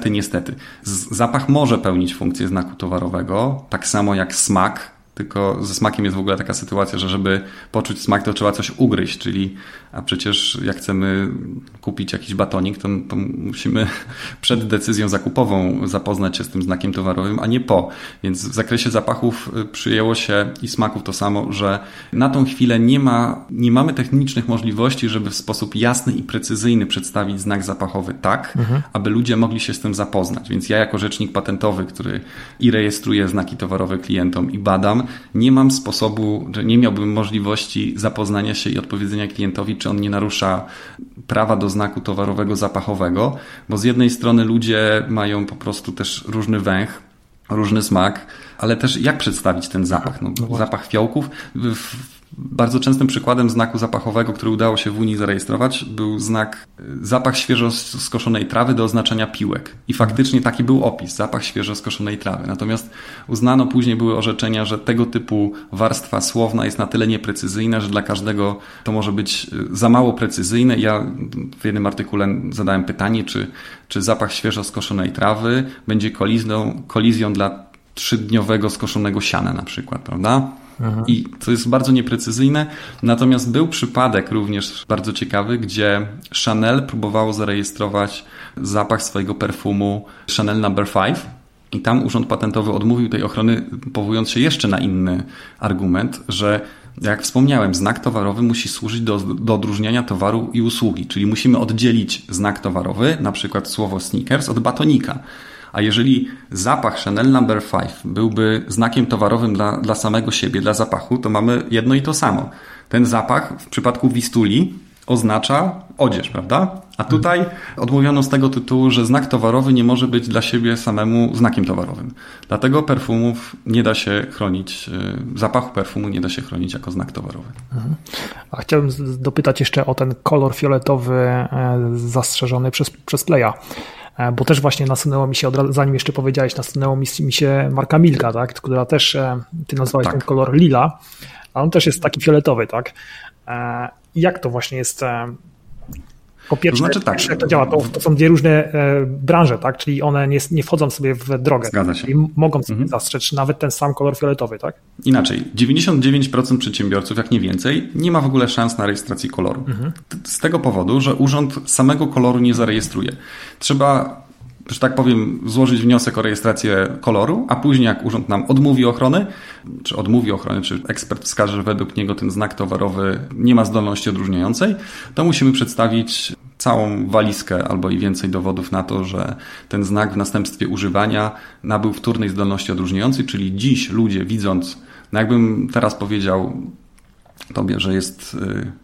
zapach może pełnić funkcję znaku towarowego, tak samo jak smak. Tylko ze smakiem jest w ogóle taka sytuacja, że żeby poczuć smak, to trzeba coś ugryźć, czyli a przecież jak chcemy kupić jakiś batonik, to musimy przed decyzją zakupową zapoznać się z tym znakiem towarowym, a nie po. Więc w zakresie zapachów przyjęło się i smaków to samo, że na tą chwilę nie mamy technicznych możliwości, żeby w sposób jasny i precyzyjny przedstawić znak zapachowy tak, aby ludzie mogli się z tym zapoznać. Więc ja jako rzecznik patentowy, który i rejestruje znaki towarowe klientom i badam, nie mam sposobu, że nie miałbym możliwości zapoznania się i odpowiedzenia klientowi, czy on nie narusza prawa do znaku towarowego zapachowego, bo z jednej strony ludzie mają po prostu też różny węch, różny smak, ale też jak przedstawić ten zapach? No, zapach fiołków. Bardzo częstym przykładem znaku zapachowego, który udało się w Unii zarejestrować, był zapach świeżo skoszonej trawy do oznaczania piłek. I faktycznie taki był opis, zapach świeżo skoszonej trawy. Natomiast uznano później, były orzeczenia, że tego typu warstwa słowna jest na tyle nieprecyzyjna, że dla każdego to może być za mało precyzyjne. Ja w jednym artykule zadałem pytanie, czy zapach świeżo skoszonej trawy będzie kolizją dla 3-dniowego skoszonego siana na przykład, prawda? I to jest bardzo nieprecyzyjne. Natomiast był przypadek również bardzo ciekawy, gdzie Chanel próbowało zarejestrować zapach swojego perfumu Chanel No. 5 i tam Urząd Patentowy odmówił tej ochrony, powołując się jeszcze na inny argument, że jak wspomniałem, znak towarowy musi służyć do odróżniania towaru i usługi, czyli musimy oddzielić znak towarowy, na przykład słowo sneakers, od batonika. A jeżeli zapach Chanel No. 5 byłby znakiem towarowym dla samego siebie, dla zapachu, to mamy jedno i to samo. Ten zapach w przypadku Wistuli oznacza odzież, prawda? A tutaj odmówiono z tego tytułu, że znak towarowy nie może być dla siebie samemu znakiem towarowym. Dlatego perfumów nie da się chronić, zapachu perfumu nie da się chronić jako znak towarowy. A chciałbym dopytać jeszcze o ten kolor fioletowy zastrzeżony przez Playa. Bo też właśnie nasunęło mi się, zanim jeszcze powiedziałeś, nasunęło mi się marka Milka, tak? Która też, ty nazwałeś ten kolor lila, a on też jest taki fioletowy, tak? Jak to właśnie jest? Po pierwsze, to znaczy tak, jak to działa, to są dwie różne branże, tak? Czyli one nie wchodzą sobie w drogę. Zgadza się. Czyli mogą sobie zastrzec nawet ten sam kolor fioletowy, tak? Inaczej, 99% przedsiębiorców, jak nie więcej, nie ma w ogóle szans na rejestrację koloru. Z tego powodu, że urząd samego koloru nie zarejestruje. Trzeba, że tak powiem, złożyć wniosek o rejestrację koloru, a później jak urząd nam odmówi ochrony, czy ekspert wskaże, że według niego ten znak towarowy nie ma zdolności odróżniającej, to musimy przedstawić całą walizkę albo i więcej dowodów na to, że ten znak w następstwie używania nabył wtórnej zdolności odróżniającej, czyli dziś ludzie widząc, jakbym teraz powiedział tobie, że jest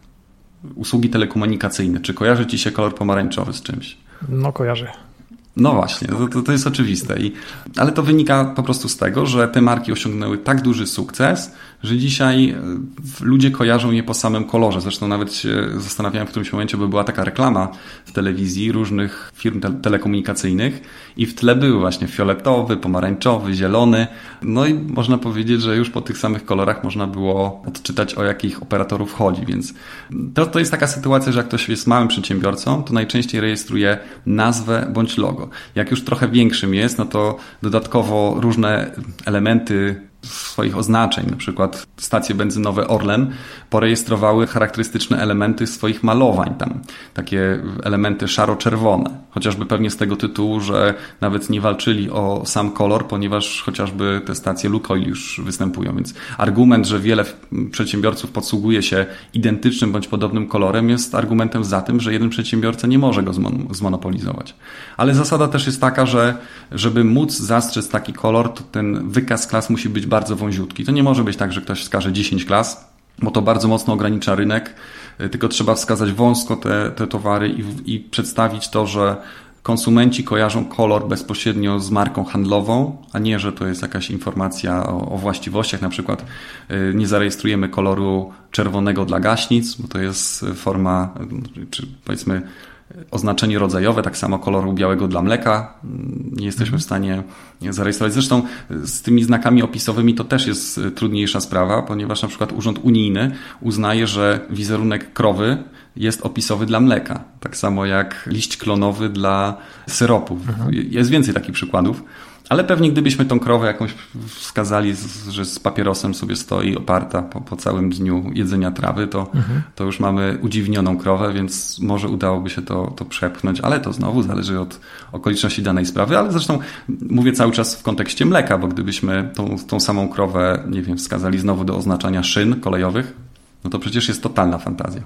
usługi telekomunikacyjne. Czy kojarzy ci się kolor pomarańczowy z czymś? No kojarzy. No właśnie, to jest oczywiste. Ale to wynika po prostu z tego, że te marki osiągnęły tak duży sukces, że dzisiaj ludzie kojarzą je po samym kolorze. Zresztą nawet się zastanawiałem w którymś momencie, bo była taka reklama w telewizji różnych firm telekomunikacyjnych i w tle były właśnie fioletowy, pomarańczowy, zielony. No i można powiedzieć, że już po tych samych kolorach można było odczytać, o jakich operatorów chodzi. Więc to jest taka sytuacja, że jak ktoś jest małym przedsiębiorcą, to najczęściej rejestruje nazwę bądź logo. Jak już trochę większym jest, no to dodatkowo różne elementy swoich oznaczeń, na przykład stacje benzynowe Orlen porejestrowały charakterystyczne elementy swoich malowań tam. Takie elementy szaro-czerwone. Chociażby pewnie z tego tytułu, że nawet nie walczyli o sam kolor, ponieważ chociażby te stacje Lukoil już występują. Więc argument, że wiele przedsiębiorców posługuje się identycznym bądź podobnym kolorem, jest argumentem za tym, że jeden przedsiębiorca nie może go zmonopolizować. Ale zasada też jest taka, że żeby móc zastrzec taki kolor, to ten wykaz klas musi być bardzo wąziutki. To nie może być tak, że ktoś wskaże 10 klas, bo to bardzo mocno ogranicza rynek, tylko trzeba wskazać wąsko te towary i przedstawić to, że konsumenci kojarzą kolor bezpośrednio z marką handlową, a nie, że to jest jakaś informacja o właściwościach. Na przykład nie zarejestrujemy koloru czerwonego dla gaśnic, bo to jest forma, czy powiedzmy oznaczenie rodzajowe, tak samo koloru białego dla mleka nie jesteśmy w stanie zarejestrować. Zresztą z tymi znakami opisowymi to też jest trudniejsza sprawa, ponieważ na przykład Urząd Unijny uznaje, że wizerunek krowy jest opisowy dla mleka. Tak samo jak liść klonowy dla syropów. Jest więcej takich przykładów. Ale pewnie gdybyśmy tą krowę jakąś wskazali, że z papierosem sobie stoi oparta po całym dniu jedzenia trawy, to już mamy udziwnioną krowę, więc może udałoby się to przepchnąć, ale to znowu zależy od okoliczności danej sprawy, ale zresztą mówię cały czas w kontekście mleka, bo gdybyśmy tą samą krowę, nie wiem, wskazali znowu do oznaczania szyn kolejowych, no to przecież jest totalna fantazja.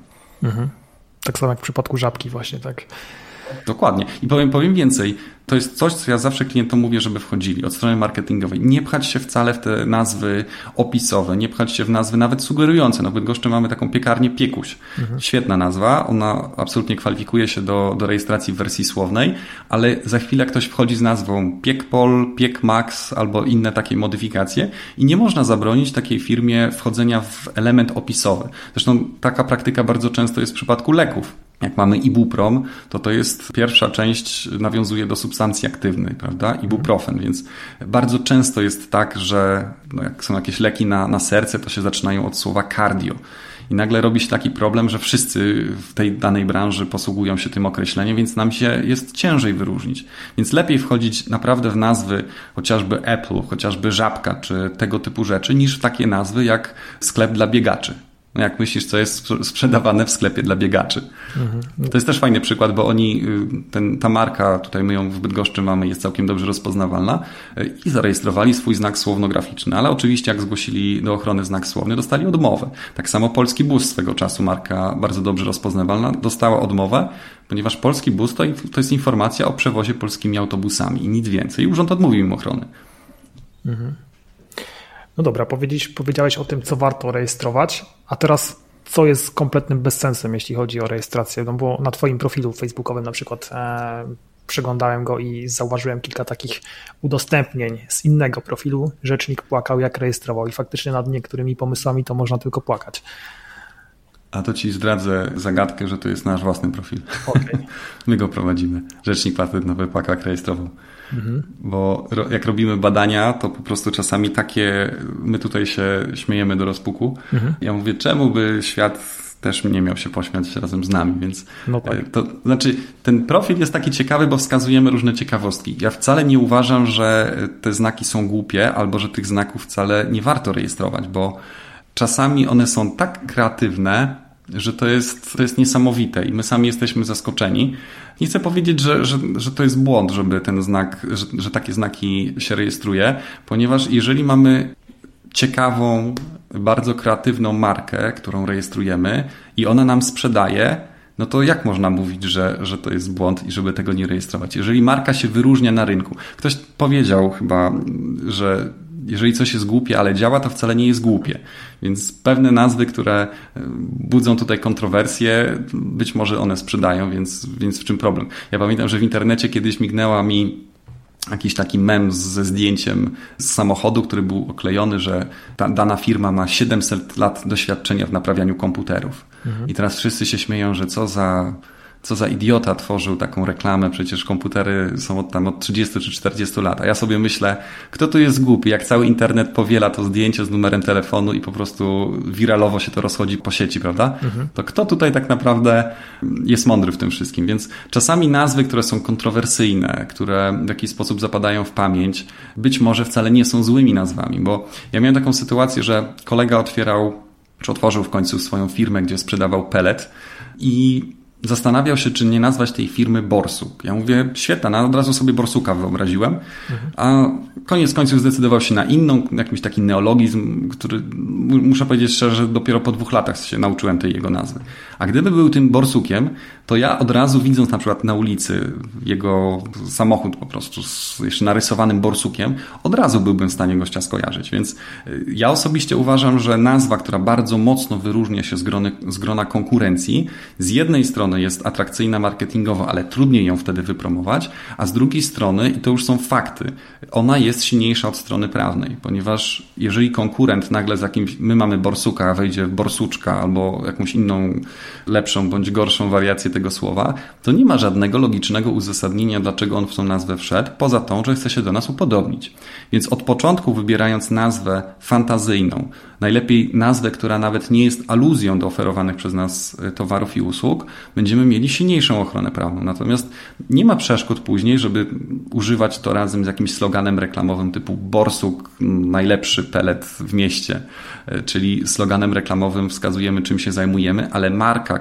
Tak samo jak w przypadku żabki właśnie, tak. Dokładnie. I powiem więcej. To jest coś, co ja zawsze klientom mówię, żeby wchodzili od strony marketingowej. Nie pchać się wcale w te nazwy opisowe, nie pchać się w nazwy nawet sugerujące. No w Bydgoszczy mamy taką piekarnię Piekuś. Świetna nazwa. Ona absolutnie kwalifikuje się do rejestracji w wersji słownej, ale za chwilę ktoś wchodzi z nazwą Piekpol, Piekmax albo inne takie modyfikacje i nie można zabronić takiej firmie wchodzenia w element opisowy. Zresztą taka praktyka bardzo często jest w przypadku leków. Jak mamy ibuprom, to jest pierwsza część nawiązuje do substancji aktywnej, prawda? Ibuprofen, więc bardzo często jest tak, że jak są jakieś leki na serce, to się zaczynają od słowa cardio. I nagle robi się taki problem, że wszyscy w tej danej branży posługują się tym określeniem, więc nam się jest ciężej wyróżnić. Więc lepiej wchodzić naprawdę w nazwy chociażby Apple, chociażby Żabka, czy tego typu rzeczy, niż w takie nazwy jak sklep dla biegaczy. No jak myślisz, co jest sprzedawane w sklepie dla biegaczy. To jest też fajny przykład, bo ta marka, tutaj my ją w Bydgoszczy mamy, jest całkiem dobrze rozpoznawalna i zarejestrowali swój znak słownograficzny, ale oczywiście jak zgłosili do ochrony znak słowny, dostali odmowę. Tak samo Polski Bus swego czasu, marka bardzo dobrze rozpoznawalna, dostała odmowę, ponieważ Polski Bus to jest informacja o przewozie polskimi autobusami i nic więcej. I urząd odmówił im ochrony. No dobra, powiedziałeś o tym, co warto rejestrować, a teraz co jest kompletnym bezsensem, jeśli chodzi o rejestrację, no bo na twoim profilu facebookowym na przykład przeglądałem go i zauważyłem kilka takich udostępnień z innego profilu. Rzecznik płakał, jak rejestrował i faktycznie nad niektórymi pomysłami to można tylko płakać. A to ci zdradzę zagadkę, że to jest nasz własny profil. Okay. My go prowadzimy. Rzecznik Patentowy płakał, jak rejestrował. Bo jak robimy badania, to po prostu czasami my tutaj się śmiejemy do rozpuku. Ja mówię, czemu by świat też nie miał się pośmiać razem z nami, więc no tak. To znaczy ten profil jest taki ciekawy, bo wskazujemy różne ciekawostki. Ja wcale nie uważam, że te znaki są głupie albo że tych znaków wcale nie warto rejestrować, bo czasami one są tak kreatywne, że to jest niesamowite i my sami jesteśmy zaskoczeni. Nie chcę powiedzieć, że to jest błąd, żeby ten znak, że takie znaki się rejestruje, ponieważ jeżeli mamy ciekawą, bardzo kreatywną markę, którą rejestrujemy i ona nam sprzedaje, no to jak można mówić, że to jest błąd i żeby tego nie rejestrować? Jeżeli marka się wyróżnia na rynku. Ktoś powiedział chyba, że jeżeli coś jest głupie, ale działa, to wcale nie jest głupie. Więc pewne nazwy, które budzą tutaj kontrowersje, być może one sprzedają, więc w czym problem? Ja pamiętam, że w internecie kiedyś mignęła mi jakiś taki mem ze zdjęciem z samochodu, który był oklejony, że dana firma ma 700 lat doświadczenia w naprawianiu komputerów. I teraz wszyscy się śmieją, że co za idiota tworzył taką reklamę, przecież komputery są od 30 czy 40 lat. A ja sobie myślę, kto tu jest głupi, jak cały internet powiela to zdjęcie z numerem telefonu i po prostu wiralowo się to rozchodzi po sieci, prawda? To kto tutaj tak naprawdę jest mądry w tym wszystkim? Więc czasami nazwy, które są kontrowersyjne, które w jakiś sposób zapadają w pamięć, być może wcale nie są złymi nazwami, bo ja miałem taką sytuację, że kolega otworzył w końcu swoją firmę, gdzie sprzedawał pellet i zastanawiał się, czy nie nazwać tej firmy Borsuk. Ja mówię, świetna, od razu sobie Borsuka wyobraziłem, a koniec końców zdecydował się na inną, jakiś taki neologizm, który, muszę powiedzieć szczerze, dopiero po 2 latach się nauczyłem tej jego nazwy. A gdyby był tym Borsukiem, to ja od razu widząc na przykład na ulicy jego samochód po prostu z jeszcze narysowanym Borsukiem, od razu byłbym w stanie gościa skojarzyć. Więc ja osobiście uważam, że nazwa, która bardzo mocno wyróżnia się z grona konkurencji, z jednej strony jest atrakcyjna marketingowo, ale trudniej ją wtedy wypromować, a z drugiej strony, i to już są fakty, ona jest silniejsza od strony prawnej, ponieważ jeżeli konkurent nagle z jakimś, my mamy Borsuka, a wejdzie Borsuczka albo jakąś inną, lepszą bądź gorszą wariację tego słowa, to nie ma żadnego logicznego uzasadnienia, dlaczego on w tą nazwę wszedł, poza tą, że chce się do nas upodobnić. Więc od początku wybierając nazwę fantazyjną, najlepiej nazwę, która nawet nie jest aluzją do oferowanych przez nas towarów i usług, będziemy mieli silniejszą ochronę prawną. Natomiast nie ma przeszkód później, żeby używać to razem z jakimś sloganem reklamowym typu Borsuk, najlepszy pellet w mieście, czyli sloganem reklamowym wskazujemy, czym się zajmujemy, ale marka,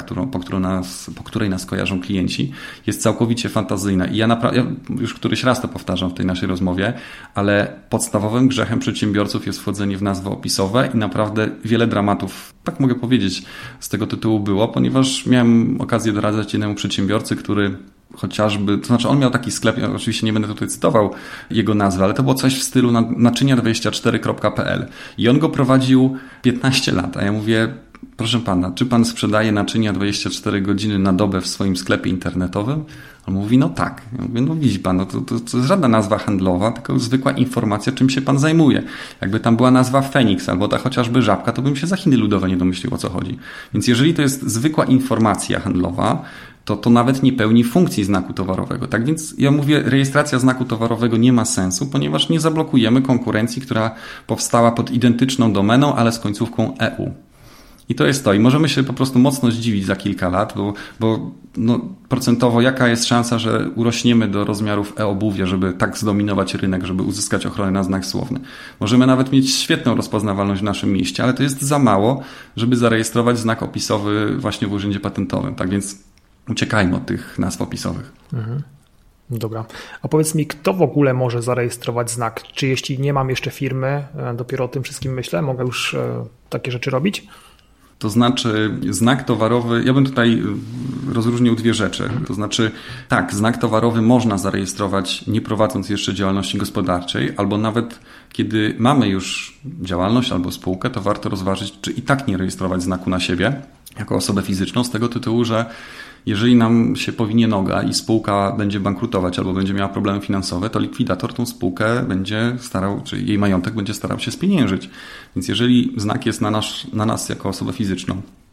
po której nas kojarzą klienci, jest całkowicie fantazyjna. I ja już któryś raz to powtarzam w tej naszej rozmowie, ale podstawowym grzechem przedsiębiorców jest wchodzenie w nazwy opisowe i naprawdę wiele dramatów, tak mogę powiedzieć, z tego tytułu było, ponieważ miałem okazję doradzać jednemu przedsiębiorcy, który chociażby, to znaczy on miał taki sklep, ja oczywiście nie będę tutaj cytował jego nazwy, ale to było coś w stylu naczynia24.pl i on go prowadził 15 lat, a ja mówię, proszę pana, czy pan sprzedaje naczynia 24 godziny na dobę w swoim sklepie internetowym? On mówi, no tak. Ja mówię, no widzi pan, to jest żadna nazwa handlowa, tylko zwykła informacja, czym się pan zajmuje. Jakby tam była nazwa Feniks albo ta chociażby Żabka, to bym się za Chiny Ludowe nie domyślił, o co chodzi. Więc jeżeli to jest zwykła informacja handlowa, to nawet nie pełni funkcji znaku towarowego. Tak więc ja mówię, rejestracja znaku towarowego nie ma sensu, ponieważ nie zablokujemy konkurencji, która powstała pod identyczną domeną, ale z końcówką EU. I to jest to. I możemy się po prostu mocno zdziwić za kilka lat, bo procentowo jaka jest szansa, że urośniemy do rozmiarów e-obuwia, żeby tak zdominować rynek, żeby uzyskać ochronę na znak słowny. Możemy nawet mieć świetną rozpoznawalność w naszym mieście, ale to jest za mało, żeby zarejestrować znak opisowy właśnie w Urzędzie Patentowym. Tak więc uciekajmy od tych nazw opisowych. Mhm. Dobra. A powiedz mi, kto w ogóle może zarejestrować znak? Czy jeśli nie mam jeszcze firmy, dopiero o tym wszystkim myślę, mogę już takie rzeczy robić? To znaczy znak towarowy, ja bym tutaj rozróżnił 2 rzeczy. To znaczy tak, znak towarowy można zarejestrować nie prowadząc jeszcze działalności gospodarczej, albo nawet kiedy mamy już działalność albo spółkę, to warto rozważyć, czy i tak nie rejestrować znaku na siebie jako osobę fizyczną z tego tytułu, że jeżeli nam się powinie noga i spółka będzie bankrutować albo będzie miała problemy finansowe, to likwidator tą spółkę będzie starał, czy jej majątek będzie starał się spieniężyć. Więc jeżeli znak jest na nas jako osobę fizyczną,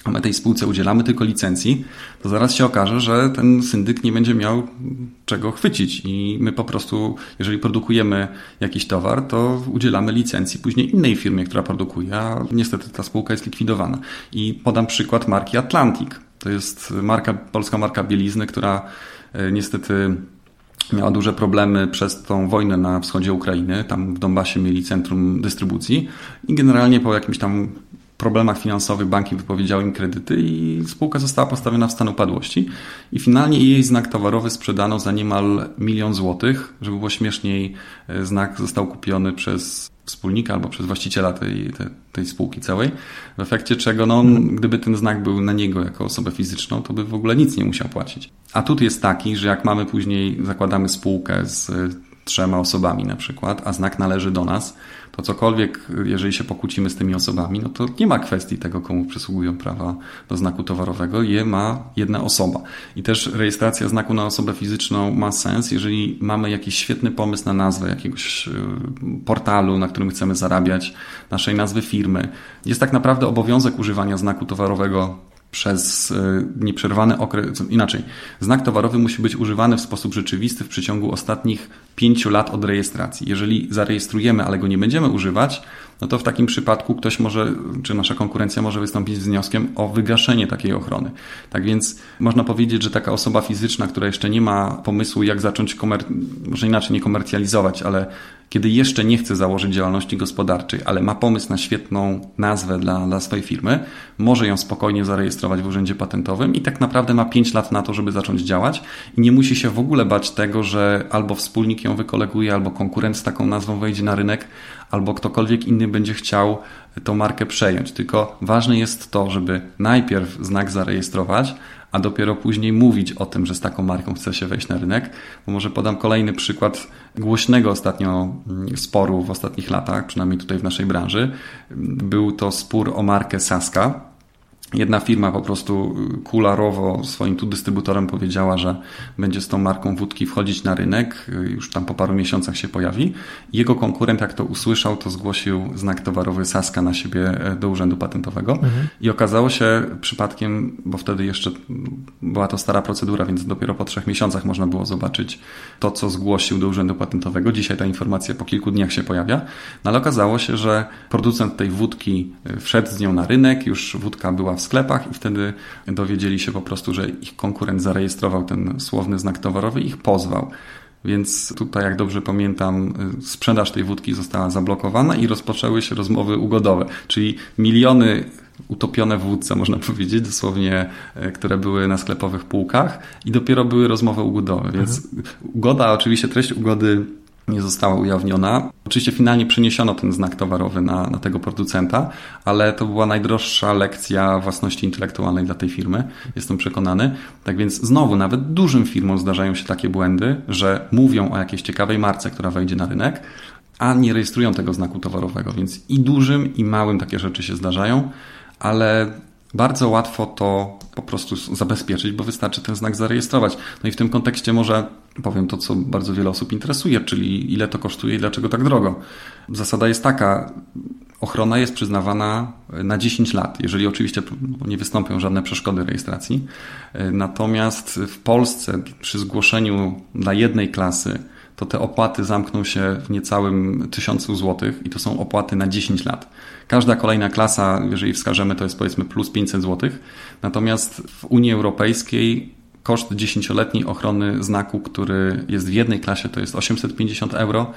a my tej spółce udzielamy tylko licencji, to zaraz się okaże, że ten syndyk nie będzie miał czego chwycić i my po prostu, jeżeli produkujemy jakiś towar, to udzielamy licencji później innej firmie, która produkuje, a niestety ta spółka jest likwidowana. I podam przykład marki Atlantic. To jest polska marka bielizny, która niestety miała duże problemy przez tą wojnę na wschodzie Ukrainy. Tam w Donbasie mieli centrum dystrybucji i generalnie po jakimś tam problemach finansowych banki wypowiedziały im kredyty i spółka została postawiona w stan upadłości i finalnie jej znak towarowy sprzedano za niemal 1 000 000 złotych. Żeby było śmieszniej, znak został kupiony przez wspólnika albo przez właściciela tej spółki całej, w efekcie czego, gdyby ten znak był na niego jako osobę fizyczną, to by w ogóle nic nie musiał płacić. Atut jest taki, że jak mamy później, zakładamy spółkę z 3 osobami na przykład, a znak należy do nas, to cokolwiek, jeżeli się pokłócimy z tymi osobami, no to nie ma kwestii tego, komu przysługują prawa do znaku towarowego, je ma jedna osoba. I też rejestracja znaku na osobę fizyczną ma sens, jeżeli mamy jakiś świetny pomysł na nazwę jakiegoś portalu, na którym chcemy zarabiać, naszej nazwy firmy. Jest tak naprawdę obowiązek używania znaku towarowego przez nieprzerwany okres, inaczej, znak towarowy musi być używany w sposób rzeczywisty w przeciągu ostatnich 5 lat od rejestracji. Jeżeli zarejestrujemy, ale go nie będziemy używać, no to w takim przypadku ktoś może, czy nasza konkurencja może wystąpić z wnioskiem o wygaszenie takiej ochrony. Tak więc można powiedzieć, że taka osoba fizyczna, która jeszcze nie ma pomysłu, jak zacząć może inaczej nie komercjalizować, ale kiedy jeszcze nie chce założyć działalności gospodarczej, ale ma pomysł na świetną nazwę dla swojej firmy, może ją spokojnie zarejestrować w Urzędzie Patentowym i tak naprawdę ma 5 lat na to, żeby zacząć działać i nie musi się w ogóle bać tego, że albo wspólnik ją wykoleguje, albo konkurent z taką nazwą wejdzie na rynek, albo ktokolwiek inny będzie chciał tą markę przejąć. Tylko ważne jest to, żeby najpierw znak zarejestrować, a dopiero później mówić o tym, że z taką marką chce się wejść na rynek. Bo może podam kolejny przykład głośnego ostatnio sporu w ostatnich latach, przynajmniej tutaj w naszej branży. Był to spór o markę Saska. Jedna firma po prostu kularowo swoim tu dystrybutorem powiedziała, że będzie z tą marką wódki wchodzić na rynek, już tam po paru miesiącach się pojawi. Jego konkurent, jak to usłyszał, to zgłosił znak towarowy Saska na siebie do Urzędu Patentowego. I okazało się przypadkiem, bo wtedy jeszcze była to stara procedura, więc dopiero po 3 miesiącach można było zobaczyć to, co zgłosił do Urzędu Patentowego. Dzisiaj ta informacja po kilku dniach się pojawia. No ale okazało się, że producent tej wódki wszedł z nią na rynek, już wódka była w sklepach i wtedy dowiedzieli się po prostu, że ich konkurent zarejestrował ten słowny znak towarowy i ich pozwał. Więc tutaj, jak dobrze pamiętam, sprzedaż tej wódki została zablokowana i rozpoczęły się rozmowy ugodowe, czyli miliony utopione w wódce, można powiedzieć, dosłownie, które były na sklepowych półkach i dopiero były rozmowy ugodowe. Więc ugoda, oczywiście treść ugody nie została ujawniona. Oczywiście finalnie przeniesiono ten znak towarowy na tego producenta, ale to była najdroższa lekcja własności intelektualnej dla tej firmy, jestem przekonany. Tak więc znowu, nawet dużym firmom zdarzają się takie błędy, że mówią o jakiejś ciekawej marce, która wejdzie na rynek, a nie rejestrują tego znaku towarowego. Więc i dużym, i małym takie rzeczy się zdarzają, ale bardzo łatwo to po prostu zabezpieczyć, bo wystarczy ten znak zarejestrować. No i w tym kontekście może powiem to, co bardzo wiele osób interesuje, czyli ile to kosztuje i dlaczego tak drogo. Zasada jest taka, ochrona jest przyznawana na 10 lat, jeżeli oczywiście nie wystąpią żadne przeszkody rejestracji. Natomiast w Polsce przy zgłoszeniu dla jednej klasy to te opłaty zamkną się w niecałym 1000 złotych i to są opłaty na 10 lat. Każda kolejna klasa, jeżeli wskażemy, to jest powiedzmy plus 500 złotych. Natomiast w Unii Europejskiej koszt 10-letniej ochrony znaku, który jest w jednej klasie, to jest 850 euro.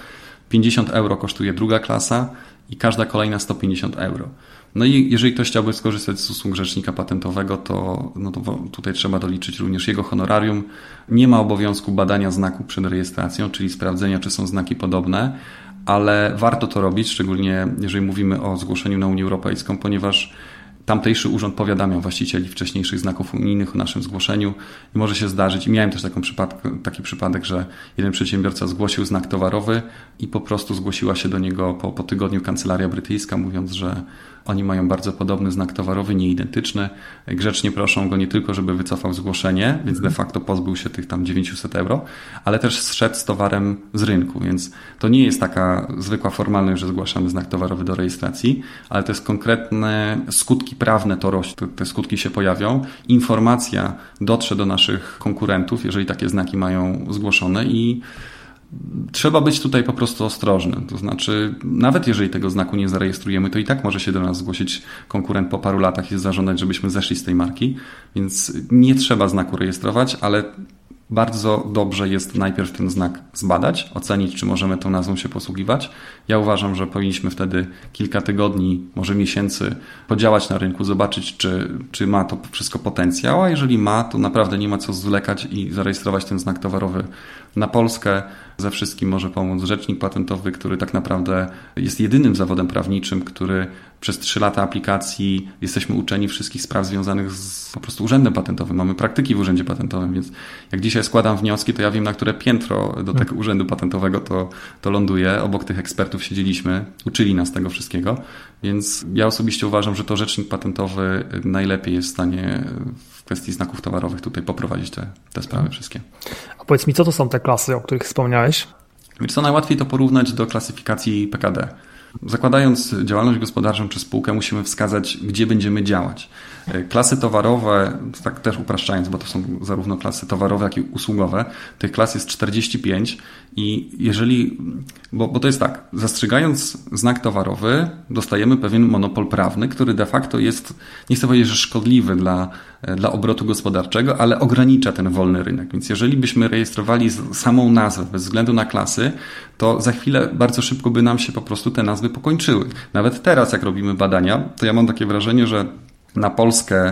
50 euro kosztuje druga klasa i każda kolejna 150 euro. No i jeżeli ktoś chciałby skorzystać z usług rzecznika patentowego, to tutaj trzeba doliczyć również jego honorarium. Nie ma obowiązku badania znaku przed rejestracją, czyli sprawdzenia, czy są znaki podobne, ale warto to robić, szczególnie jeżeli mówimy o zgłoszeniu na Unię Europejską, ponieważ tamtejszy urząd powiadamia właścicieli wcześniejszych znaków unijnych o naszym zgłoszeniu i może się zdarzyć, i miałem też taki przypadek, że jeden przedsiębiorca zgłosił znak towarowy i po prostu zgłosiła się do niego po tygodniu kancelaria brytyjska, mówiąc, że Oni mają bardzo podobny znak towarowy, nieidentyczny. Grzecznie proszą go nie tylko, żeby wycofał zgłoszenie, więc de facto pozbył się tych tam 900 euro, ale też zszedł z towarem z rynku, więc to nie jest taka zwykła formalność, że zgłaszamy znak towarowy do rejestracji, ale to jest konkretne skutki prawne, te skutki się pojawią. Informacja dotrze do naszych konkurentów, jeżeli takie znaki mają zgłoszone i trzeba być tutaj po prostu ostrożnym. To znaczy, nawet jeżeli tego znaku nie zarejestrujemy, to i tak może się do nas zgłosić konkurent po paru latach i zażądać, żebyśmy zeszli z tej marki, więc nie trzeba znaku rejestrować, ale bardzo dobrze jest najpierw ten znak zbadać, ocenić, czy możemy tą nazwą się posługiwać. Ja uważam, że powinniśmy wtedy kilka tygodni, może miesięcy podziałać na rynku, zobaczyć, czy ma to wszystko potencjał, a jeżeli ma, to naprawdę nie ma co zwlekać i zarejestrować ten znak towarowy na Polskę. Ze wszystkim może pomóc rzecznik patentowy, który tak naprawdę jest jedynym zawodem prawniczym, który przez 3 lata aplikacji jesteśmy uczeni wszystkich spraw związanych z po prostu urzędem patentowym. Mamy praktyki w urzędzie patentowym, więc jak dzisiaj składam wnioski, to ja wiem, na które piętro do tego urzędu patentowego to ląduje. Obok tych ekspertów siedzieliśmy, uczyli nas tego wszystkiego, więc ja osobiście uważam, że to rzecznik patentowy najlepiej jest w stanie w kwestii znaków towarowych tutaj poprowadzić te sprawy wszystkie. A powiedz mi, co to są te klasy, o których wspomniałeś? Wiesz co, najłatwiej to porównać do klasyfikacji PKD. Zakładając działalność gospodarczą czy spółkę, musimy wskazać, gdzie będziemy działać. Klasy towarowe, tak też upraszczając, bo to są zarówno klasy towarowe, jak i usługowe, tych klas jest 45 i jeżeli, bo to jest tak, zastrzegając znak towarowy, dostajemy pewien monopol prawny, który de facto jest, nie chcę powiedzieć, że szkodliwy dla obrotu gospodarczego, ale ogranicza ten wolny rynek. Więc jeżeli byśmy rejestrowali samą nazwę bez względu na klasy, to za chwilę bardzo szybko by nam się po prostu te nazwy pokończyły. Nawet teraz, jak robimy badania, to ja mam takie wrażenie, że na Polskę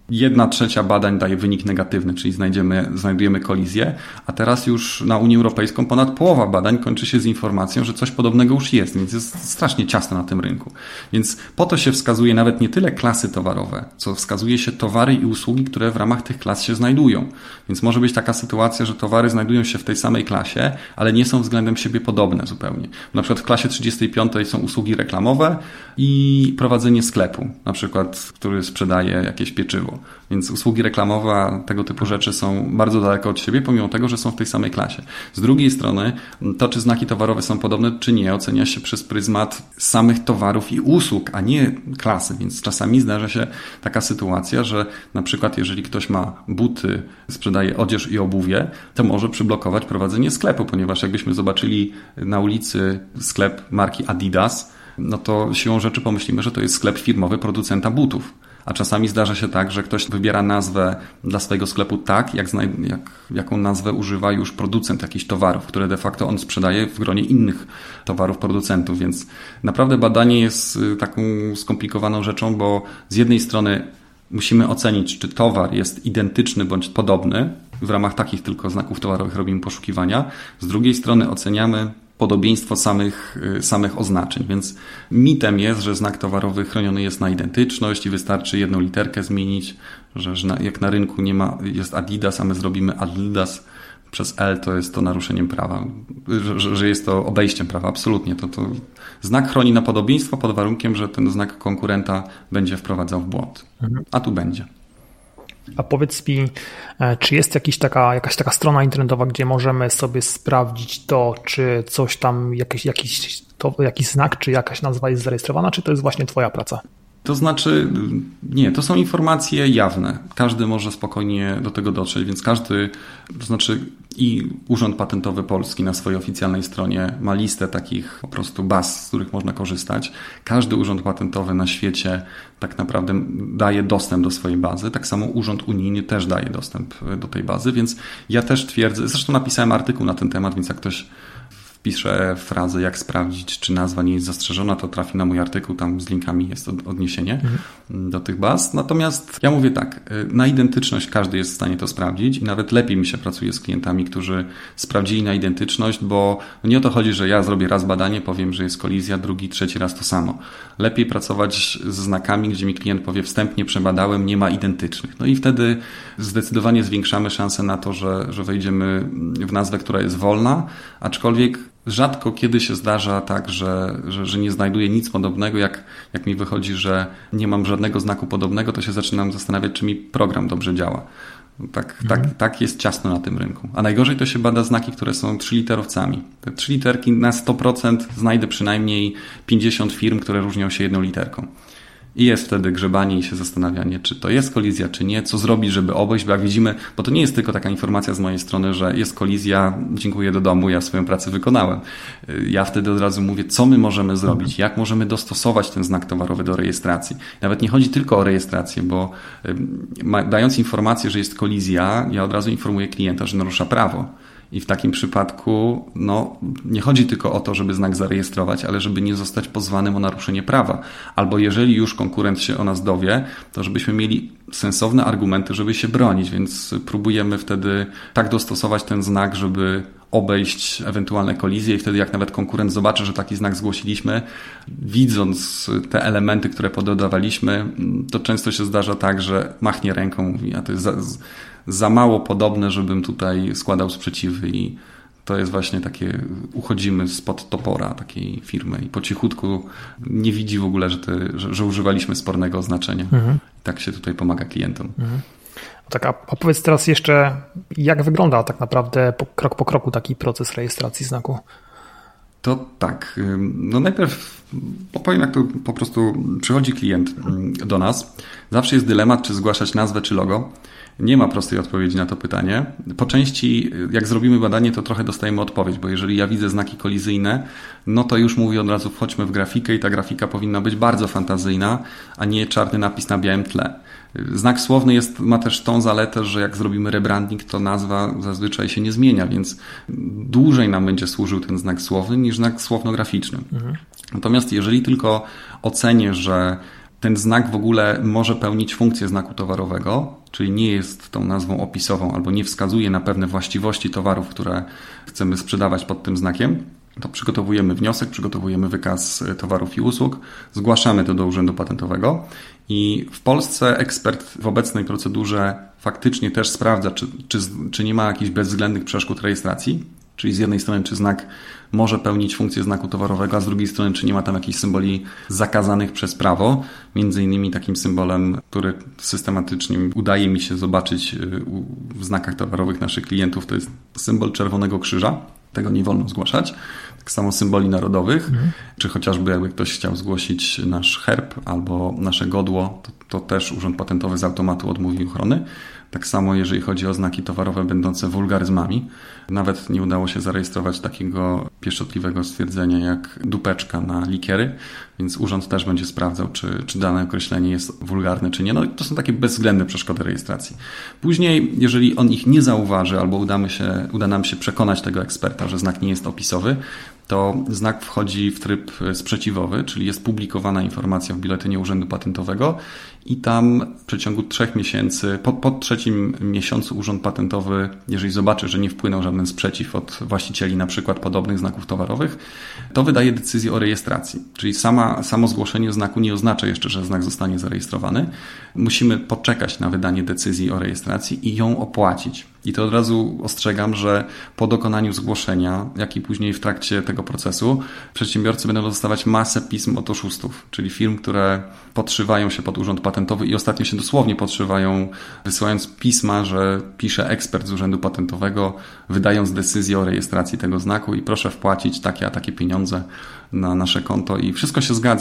1/3 badań daje wynik negatywny, czyli znajdujemy kolizję, a teraz już na Unię Europejską ponad połowa badań kończy się z informacją, że coś podobnego już jest, więc jest strasznie ciasno na tym rynku. Więc po to się wskazuje nawet nie tyle klasy towarowe, co wskazuje się towary i usługi, które w ramach tych klas się znajdują. Więc może być taka sytuacja, że towary znajdują się w tej samej klasie, ale nie są względem siebie podobne zupełnie. Na przykład w klasie 35 są usługi reklamowe i prowadzenie sklepu, na przykład, który sprzedaje jakieś pieczywo. Więc usługi reklamowe, a tego typu rzeczy są bardzo daleko od siebie, pomimo tego, że są w tej samej klasie. Z drugiej strony, to czy znaki towarowe są podobne, czy nie, ocenia się przez pryzmat samych towarów i usług, a nie klasy. Więc czasami zdarza się taka sytuacja, że na przykład jeżeli ktoś ma buty, sprzedaje odzież i obuwie, to może przyblokować prowadzenie sklepu, ponieważ jakbyśmy zobaczyli na ulicy sklep marki Adidas, no to siłą rzeczy pomyślimy, że to jest sklep firmowy producenta butów. A czasami zdarza się tak, że ktoś wybiera nazwę dla swojego sklepu tak, jaką nazwę używa już producent jakichś towarów, które de facto on sprzedaje w gronie innych towarów producentów. Więc naprawdę badanie jest taką skomplikowaną rzeczą, bo z jednej strony musimy ocenić, czy towar jest identyczny bądź podobny. W ramach takich tylko znaków towarowych robimy poszukiwania. Z drugiej strony oceniamy podobieństwo samych oznaczeń. Więc mitem jest, że znak towarowy chroniony jest na identyczność i wystarczy jedną literkę zmienić, że jak na rynku jest Adidas, a my zrobimy Adidas przez L, to jest to naruszeniem prawa, że jest to obejściem prawa. Absolutnie. To znak chroni na podobieństwo pod warunkiem, że ten znak konkurenta będzie wprowadzał w błąd. A tu będzie. A powiedz mi, czy jest jakaś taka strona internetowa, gdzie możemy sobie sprawdzić to, czy coś tam, jakiś znak, czy jakaś nazwa jest zarejestrowana, czy to jest właśnie twoja praca? To znaczy, nie, to są informacje jawne. Każdy może spokojnie do tego dotrzeć, więc i Urząd Patentowy Polski na swojej oficjalnej stronie ma listę takich po prostu baz, z których można korzystać. Każdy urząd patentowy na świecie tak naprawdę daje dostęp do swojej bazy. Tak samo Urząd Unijny też daje dostęp do tej bazy, więc ja też twierdzę, zresztą napisałem artykuł na ten temat, więc jak ktoś wpiszę frazę, jak sprawdzić, czy nazwa nie jest zastrzeżona, to trafi na mój artykuł, tam z linkami jest odniesienie do tych baz. Natomiast ja mówię tak, na identyczność każdy jest w stanie to sprawdzić i nawet lepiej mi się pracuje z klientami, którzy sprawdzili na identyczność, bo nie o to chodzi, że ja zrobię raz badanie, powiem, że jest kolizja, drugi, trzeci raz to samo. Lepiej pracować z znakami, gdzie mi klient powie, wstępnie przebadałem, nie ma identycznych. No i wtedy zdecydowanie zwiększamy szanse na to, że wejdziemy w nazwę, która jest wolna, aczkolwiek rzadko kiedy się zdarza tak, że nie znajduję nic podobnego. Jak mi wychodzi, że nie mam żadnego znaku podobnego, to się zaczynam zastanawiać, czy mi program dobrze działa. Tak jest ciasno na tym rynku. A najgorzej to się bada znaki, które są 3-literowcami. Te 3 literki na 100% znajdę przynajmniej 50 firm, które różnią się 1 literką. I jest wtedy grzebanie i się zastanawianie, czy to jest kolizja, czy nie, co zrobić, żeby obejść, bo jak widzimy, bo to nie jest tylko taka informacja z mojej strony, że jest kolizja, dziękuję, do domu, ja swoją pracę wykonałem. Ja wtedy od razu mówię, co my możemy zrobić, jak możemy dostosować ten znak towarowy do rejestracji. Nawet nie chodzi tylko o rejestrację, bo dając informację, że jest kolizja, ja od razu informuję klienta, że narusza prawo. I w takim przypadku nie chodzi tylko o to, żeby znak zarejestrować, ale żeby nie zostać pozwanym o naruszenie prawa. Albo jeżeli już konkurent się o nas dowie, to żebyśmy mieli sensowne argumenty, żeby się bronić, więc próbujemy wtedy tak dostosować ten znak, żeby obejść ewentualne kolizje i wtedy jak nawet konkurent zobaczy, że taki znak zgłosiliśmy, widząc te elementy, które pododawaliśmy, to często się zdarza tak, że machnie ręką, mówi, a to jest za mało podobne, żebym tutaj składał sprzeciwy i to jest właśnie takie, uchodzimy spod topora takiej firmy i po cichutku nie widzi w ogóle, że używaliśmy spornego oznaczenia. I tak się tutaj pomaga klientom. Tak, a powiedz teraz jeszcze, jak wygląda tak naprawdę krok po kroku taki proces rejestracji znaku? To tak, najpierw opowiem, jak to po prostu przychodzi klient do nas. Zawsze jest dylemat, czy zgłaszać nazwę, czy logo. Nie ma prostej odpowiedzi na to pytanie. Po części, jak zrobimy badanie, to trochę dostajemy odpowiedź, bo jeżeli ja widzę znaki kolizyjne, to już mówię od razu, wchodźmy w grafikę i ta grafika powinna być bardzo fantazyjna, a nie czarny napis na białym tle. Znak słowny ma też tą zaletę, że jak zrobimy rebranding, to nazwa zazwyczaj się nie zmienia, więc dłużej nam będzie służył ten znak słowny niż znak słowno-graficzny. Natomiast jeżeli tylko ocenię, że ten znak w ogóle może pełnić funkcję znaku towarowego, czyli nie jest tą nazwą opisową albo nie wskazuje na pewne właściwości towarów, które chcemy sprzedawać pod tym znakiem, to przygotowujemy wniosek, przygotowujemy wykaz towarów i usług, zgłaszamy to do Urzędu Patentowego i w Polsce ekspert w obecnej procedurze faktycznie też sprawdza, czy nie ma jakichś bezwzględnych przeszkód rejestracji, czyli z jednej strony, czy znak może pełnić funkcję znaku towarowego, a z drugiej strony, czy nie ma tam jakichś symboli zakazanych przez prawo. Między innymi takim symbolem, który systematycznie udaje mi się zobaczyć w znakach towarowych naszych klientów, to jest symbol Czerwonego Krzyża. Tego nie wolno zgłaszać. Tak samo symboli narodowych, czy chociażby jakby ktoś chciał zgłosić nasz herb albo nasze godło, to też Urząd Patentowy z automatu odmówi ochrony. Tak samo jeżeli chodzi o znaki towarowe będące wulgaryzmami. Nawet nie udało się zarejestrować takiego pieszczotliwego stwierdzenia jak dupeczka na likiery, więc urząd też będzie sprawdzał, czy dane określenie jest wulgarne, czy nie. To są takie bezwzględne przeszkody rejestracji. Później, jeżeli on ich nie zauważy albo uda nam się przekonać tego eksperta, że znak nie jest opisowy, to znak wchodzi w tryb sprzeciwowy, czyli jest publikowana informacja w Biuletynie Urzędu Patentowego i tam w przeciągu 3 miesięcy, po 3. miesiącu Urząd Patentowy, jeżeli zobaczy, że nie wpłynął żaden sprzeciw od właścicieli na przykład podobnych znaków towarowych, to wydaje decyzję o rejestracji. Czyli samo zgłoszenie znaku nie oznacza jeszcze, że znak zostanie zarejestrowany. Musimy poczekać na wydanie decyzji o rejestracji i ją opłacić. I to od razu ostrzegam, że po dokonaniu zgłoszenia, jak i później w trakcie tego procesu, przedsiębiorcy będą dostawać masę pism od oszustów, czyli firm, które podszywają się pod Urząd Patentowy i ostatnio się dosłownie podszywają, wysyłając pisma, że pisze ekspert z Urzędu Patentowego, wydając decyzję o rejestracji tego znaku i proszę wpłacić takie a takie pieniądze na nasze konto i wszystko się zgadza,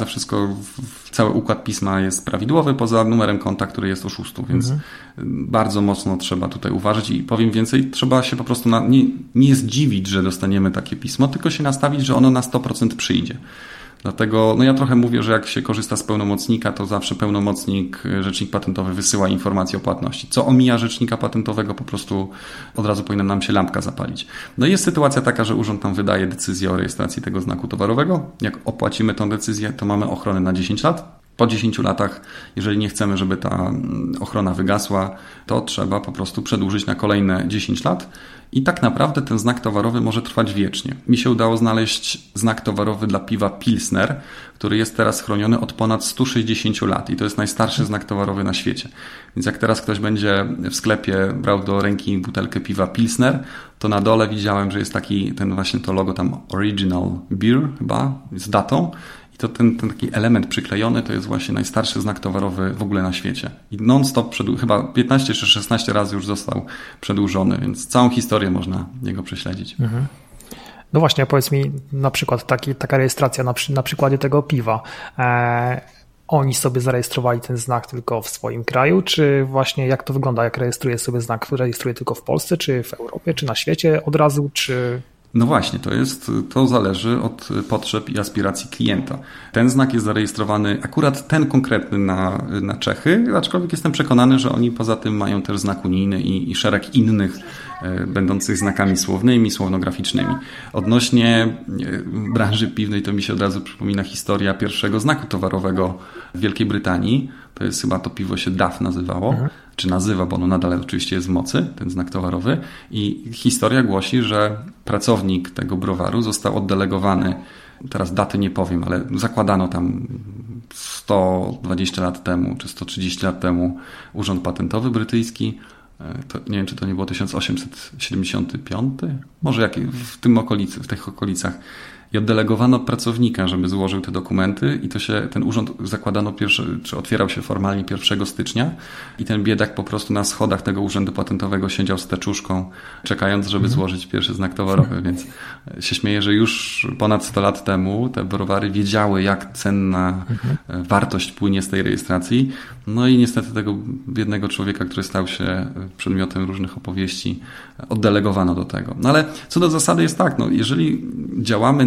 cały układ pisma jest prawidłowy poza numerem konta, który jest oszustów, więc bardzo mocno trzeba tutaj uważać i powiem więcej, trzeba się po prostu nie zdziwić, że dostaniemy takie pismo, tylko się nastawić, że ono na 100% przyjdzie. Dlatego ja trochę mówię, że jak się korzysta z pełnomocnika, to zawsze pełnomocnik, rzecznik patentowy wysyła informację o płatności. Co omija rzecznika patentowego, po prostu od razu powinna nam się lampka zapalić. Jest sytuacja taka, że urząd nam wydaje decyzję o rejestracji tego znaku towarowego. Jak opłacimy tą decyzję, to mamy ochronę na 10 lat. Po 10 latach, jeżeli nie chcemy, żeby ta ochrona wygasła, to trzeba po prostu przedłużyć na kolejne 10 lat i tak naprawdę ten znak towarowy może trwać wiecznie. Mi się udało znaleźć znak towarowy dla piwa Pilsner, który jest teraz chroniony od ponad 160 lat i to jest najstarszy znak towarowy na świecie. Więc jak teraz ktoś będzie w sklepie brał do ręki butelkę piwa Pilsner, to na dole widziałem, że jest to logo tam Original Beer chyba z datą. I to ten taki element przyklejony to jest właśnie najstarszy znak towarowy w ogóle na świecie. I non-stop chyba 15 czy 16 razy już został przedłużony, więc całą historię można jego prześledzić. Mhm. No właśnie, powiedz mi na przykład taka rejestracja na przykładzie tego piwa. Oni sobie zarejestrowali ten znak tylko w swoim kraju, czy właśnie jak to wygląda, jak rejestruje sobie znak, rejestruje tylko w Polsce, czy w Europie, czy na świecie od razu, czy... No właśnie, to zależy od potrzeb i aspiracji klienta. Ten znak jest zarejestrowany, akurat ten konkretny na Czechy, aczkolwiek jestem przekonany, że oni poza tym mają też znak unijny i szereg innych będących znakami słownymi, słownograficznymi. Odnośnie branży piwnej to mi się od razu przypomina historia pierwszego znaku towarowego w Wielkiej Brytanii. To jest chyba to piwo się DAF nazywało, czy nazywa, bo ono nadal oczywiście jest w mocy, ten znak towarowy. I historia głosi, że pracownik tego browaru został oddelegowany, teraz daty nie powiem, ale zakładano tam 120 lat temu, czy 130 lat temu Urząd Patentowy Brytyjski. To, nie wiem, czy to nie było 1875? Może w tych okolicach. I oddelegowano pracownika, żeby złożył te dokumenty i ten urząd zakładano czy otwierał się formalnie 1 stycznia i ten biedak po prostu na schodach tego urzędu patentowego siedział z teczuszką, czekając, żeby złożyć pierwszy znak towarowy, więc się śmieję, że już ponad 100 lat temu te browary wiedziały, jak cenna wartość płynie z tej rejestracji. No i niestety tego biednego człowieka, który stał się przedmiotem różnych opowieści, oddelegowano do tego. No ale co do zasady jest tak, jeżeli działamy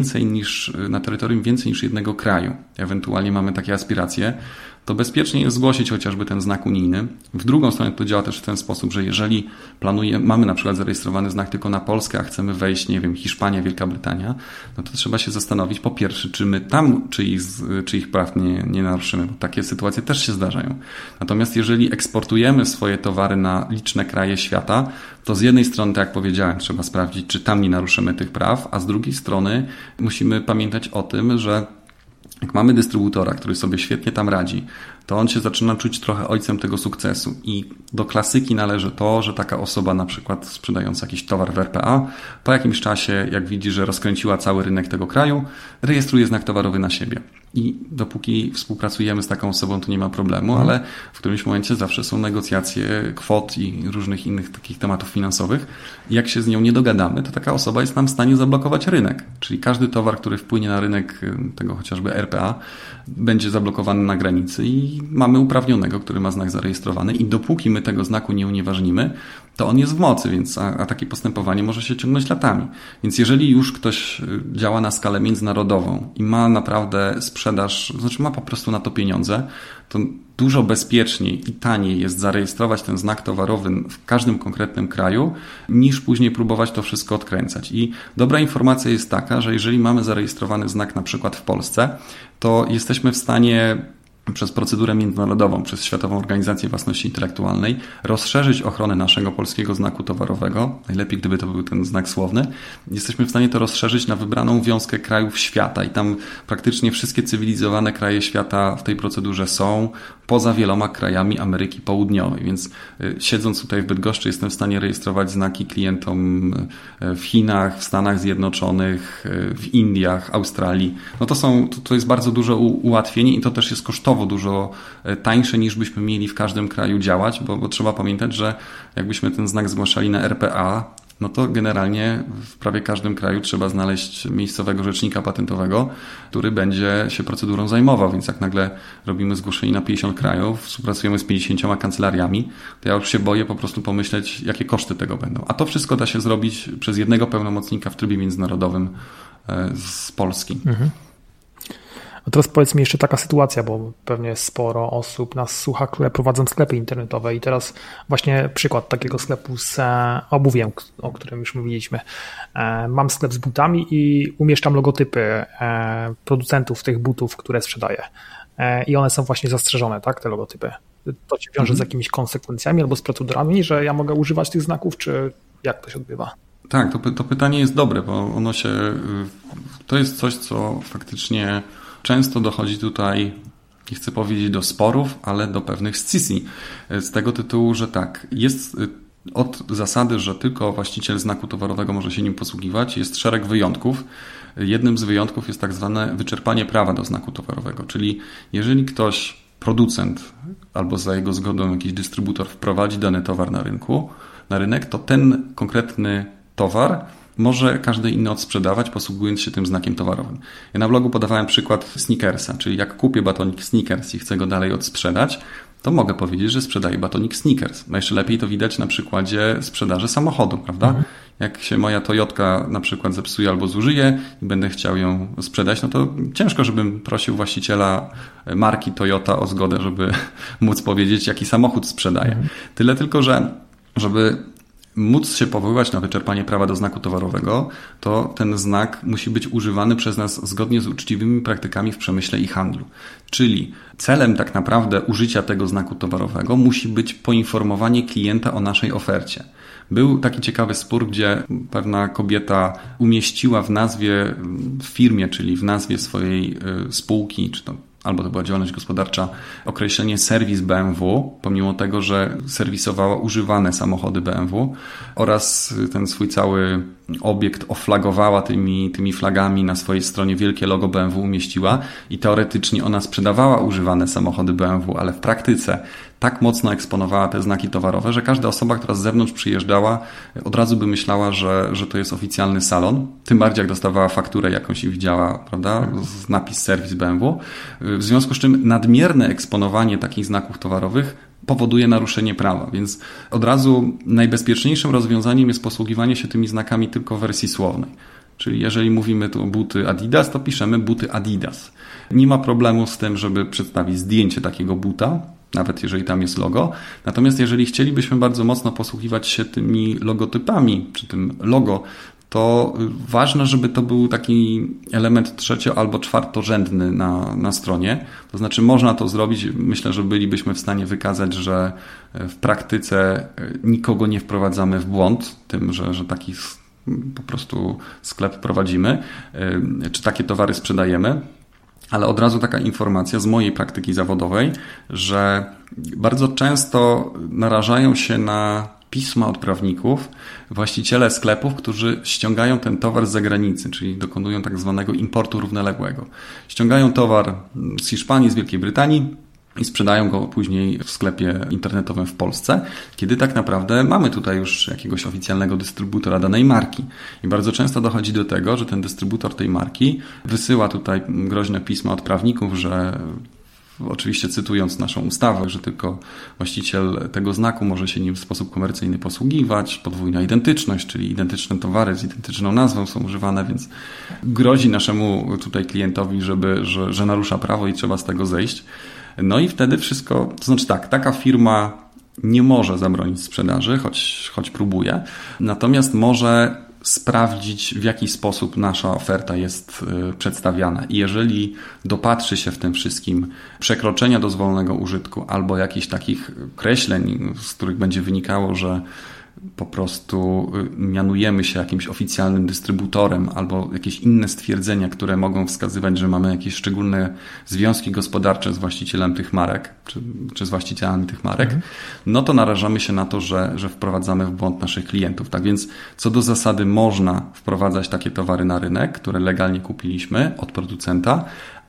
na terytorium więcej niż jednego kraju, ewentualnie mamy takie aspiracje, to bezpiecznie jest zgłosić chociażby ten znak unijny. W drugą stronę to działa też w ten sposób, że jeżeli mamy na przykład zarejestrowany znak tylko na Polskę, a chcemy wejść, nie wiem, Hiszpania, Wielka Brytania, no to trzeba się zastanowić po pierwsze, czy my tam czyich praw nie naruszymy, bo takie sytuacje też się zdarzają. Natomiast jeżeli eksportujemy swoje towary na liczne kraje świata, to z jednej strony, tak jak powiedziałem, trzeba sprawdzić, czy tam nie naruszymy tych praw, a z drugiej strony musimy pamiętać o tym, że jak mamy dystrybutora, który sobie świetnie tam radzi, to on się zaczyna czuć trochę ojcem tego sukcesu i do klasyki należy to, że taka osoba na przykład sprzedająca jakiś towar w RPA po jakimś czasie, jak widzi, że rozkręciła cały rynek tego kraju, rejestruje znak towarowy na siebie. I dopóki współpracujemy z taką osobą, to nie ma problemu, ale w którymś momencie zawsze są negocjacje kwot i różnych innych takich tematów finansowych. I jak się z nią nie dogadamy, to taka osoba jest nam w stanie zablokować rynek. Czyli każdy towar, który wpłynie na rynek tego chociażby RPA, będzie zablokowany na granicy i mamy uprawnionego, który ma znak zarejestrowany i dopóki my tego znaku nie unieważnimy, to on jest w mocy, więc a takie postępowanie może się ciągnąć latami. Więc jeżeli już ktoś działa na skalę międzynarodową i ma naprawdę sprzedaż, znaczy ma po prostu na to pieniądze, to dużo bezpieczniej i taniej jest zarejestrować ten znak towarowy w każdym konkretnym kraju, niż później próbować to wszystko odkręcać. I dobra informacja jest taka, że jeżeli mamy zarejestrowany znak na przykład w Polsce, to jesteśmy w stanie przez procedurę międzynarodową, przez Światową Organizację Własności Intelektualnej rozszerzyć ochronę naszego polskiego znaku towarowego, najlepiej gdyby to był ten znak słowny, jesteśmy w stanie to rozszerzyć na wybraną wiązkę krajów świata i tam praktycznie wszystkie cywilizowane kraje świata w tej procedurze są, poza wieloma krajami Ameryki Południowej, więc siedząc tutaj w Bydgoszczy jestem w stanie rejestrować znaki klientom w Chinach, w Stanach Zjednoczonych, w Indiach, Australii. No to jest bardzo dużo ułatwień i to też jest kosztowo dużo tańsze niż byśmy mieli w każdym kraju działać, bo trzeba pamiętać, że jakbyśmy ten znak zgłaszali na RPA, no to generalnie w prawie każdym kraju trzeba znaleźć miejscowego rzecznika patentowego, który będzie się procedurą zajmował, więc jak nagle robimy zgłoszenie na 50 krajów, współpracujemy z 50 kancelariami, to ja już się boję po prostu pomyśleć, jakie koszty tego będą. A to wszystko da się zrobić przez jednego pełnomocnika w trybie międzynarodowym z Polski. Mhm. A teraz powiedz mi jeszcze taka sytuacja, bo pewnie sporo osób nas słucha, które prowadzą sklepy internetowe i teraz właśnie przykład takiego sklepu z obuwiem, o którym już mówiliśmy. Mam sklep z butami i umieszczam logotypy producentów tych butów, które sprzedaję. i one są właśnie zastrzeżone, tak, te logotypy. To się wiąże z jakimiś konsekwencjami albo z procedurami, że ja mogę używać tych znaków, czy jak to się odbywa? Tak, to pytanie jest dobre, bo to jest coś, co faktycznie często dochodzi tutaj, nie chcę powiedzieć do sporów, ale do pewnych scisji. Z tego tytułu, że tak, jest od zasady, że tylko właściciel znaku towarowego może się nim posługiwać, jest szereg wyjątków. Jednym z wyjątków jest tak zwane wyczerpanie prawa do znaku towarowego, czyli jeżeli ktoś, producent albo za jego zgodą jakiś dystrybutor wprowadzi dany towar na rynek, to ten konkretny towar może każdy inny odsprzedawać, posługując się tym znakiem towarowym. Ja na blogu podawałem przykład Snickersa, czyli jak kupię batonik Snickers i chcę go dalej odsprzedać, to mogę powiedzieć, że sprzedaję batonik Snickers. No jeszcze lepiej to widać na przykładzie sprzedaży samochodu, prawda? Jak się moja Toyotka na przykład zepsuje albo zużyje i będę chciał ją sprzedać, no to ciężko, żebym prosił właściciela marki Toyota o zgodę, żeby móc powiedzieć, jaki samochód sprzedaję. Tyle tylko, że żeby móc się powoływać na wyczerpanie prawa do znaku towarowego, to ten znak musi być używany przez nas zgodnie z uczciwymi praktykami w przemyśle i handlu. Czyli celem tak naprawdę użycia tego znaku towarowego musi być poinformowanie klienta o naszej ofercie. Był taki ciekawy spór, gdzie pewna kobieta umieściła w nazwie firmie, czyli w nazwie swojej spółki, czy to albo to była działalność gospodarcza, określenie serwis BMW, pomimo tego, że serwisowała używane samochody BMW oraz ten swój cały obiekt oflagowała tymi flagami na swojej stronie, wielkie logo BMW umieściła i teoretycznie ona sprzedawała używane samochody BMW, ale w praktyce tak mocno eksponowała te znaki towarowe, że każda osoba, która z zewnątrz przyjeżdżała, od razu by myślała, że to jest oficjalny salon. Tym bardziej jak dostawała fakturę jakąś i widziała, prawda, napis serwis BMW. W związku z czym nadmierne eksponowanie takich znaków towarowych powoduje naruszenie prawa, więc od razu najbezpieczniejszym rozwiązaniem jest posługiwanie się tymi znakami tylko w wersji słownej. Czyli jeżeli mówimy tu o buty Adidas, to piszemy buty Adidas. Nie ma problemu z tym, żeby przedstawić zdjęcie takiego buta, nawet jeżeli tam jest logo. Natomiast jeżeli chcielibyśmy bardzo mocno posługiwać się tymi logotypami, czy tym logo, to ważne, żeby to był taki element trzecio- albo czwartorzędny na stronie. To znaczy można to zrobić. Myślę, że bylibyśmy w stanie wykazać, że w praktyce nikogo nie wprowadzamy w błąd tym, że taki po prostu sklep prowadzimy, czy takie towary sprzedajemy. Ale od razu taka informacja z mojej praktyki zawodowej, że bardzo często narażają się na pisma od prawników właściciele sklepów, którzy ściągają ten towar z zagranicy, czyli dokonują tak zwanego importu równoległego. Ściągają towar z Hiszpanii, z Wielkiej Brytanii i sprzedają go później w sklepie internetowym w Polsce, kiedy tak naprawdę mamy tutaj już jakiegoś oficjalnego dystrybutora danej marki. I bardzo często dochodzi do tego, że ten dystrybutor tej marki wysyła tutaj groźne pisma od prawników, że oczywiście cytując naszą ustawę, że tylko właściciel tego znaku może się nim w sposób komercyjny posługiwać, podwójna identyczność, czyli identyczne towary z identyczną nazwą są używane, więc grozi naszemu tutaj klientowi, że narusza prawo i trzeba z tego zejść. No i wtedy wszystko, to znaczy tak, taka firma nie może zabronić sprzedaży, choć próbuje, natomiast może sprawdzić, w jaki sposób nasza oferta jest przedstawiana. I jeżeli dopatrzy się w tym wszystkim przekroczenia dozwolonego użytku albo jakichś takich kreśleń, z których będzie wynikało, że po prostu mianujemy się jakimś oficjalnym dystrybutorem albo jakieś inne stwierdzenia, które mogą wskazywać, że mamy jakieś szczególne związki gospodarcze z właścicielem tych marek, czy z właścicielami tych marek, no to narażamy się na to, że wprowadzamy w błąd naszych klientów. Tak więc co do zasady można wprowadzać takie towary na rynek, które legalnie kupiliśmy od producenta,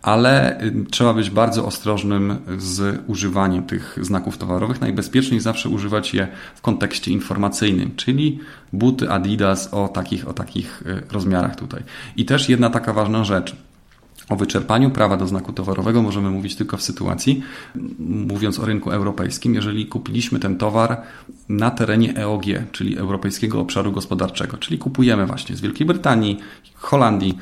ale trzeba być bardzo ostrożnym z używaniem tych znaków towarowych. Najbezpieczniej zawsze używać je w kontekście informacyjnym, czyli buty Adidas o takich rozmiarach tutaj. I też jedna taka ważna rzecz. O wyczerpaniu prawa do znaku towarowego możemy mówić tylko w sytuacji, mówiąc o rynku europejskim, jeżeli kupiliśmy ten towar na terenie EOG, czyli Europejskiego Obszaru Gospodarczego, czyli kupujemy właśnie z Wielkiej Brytanii, Holandii,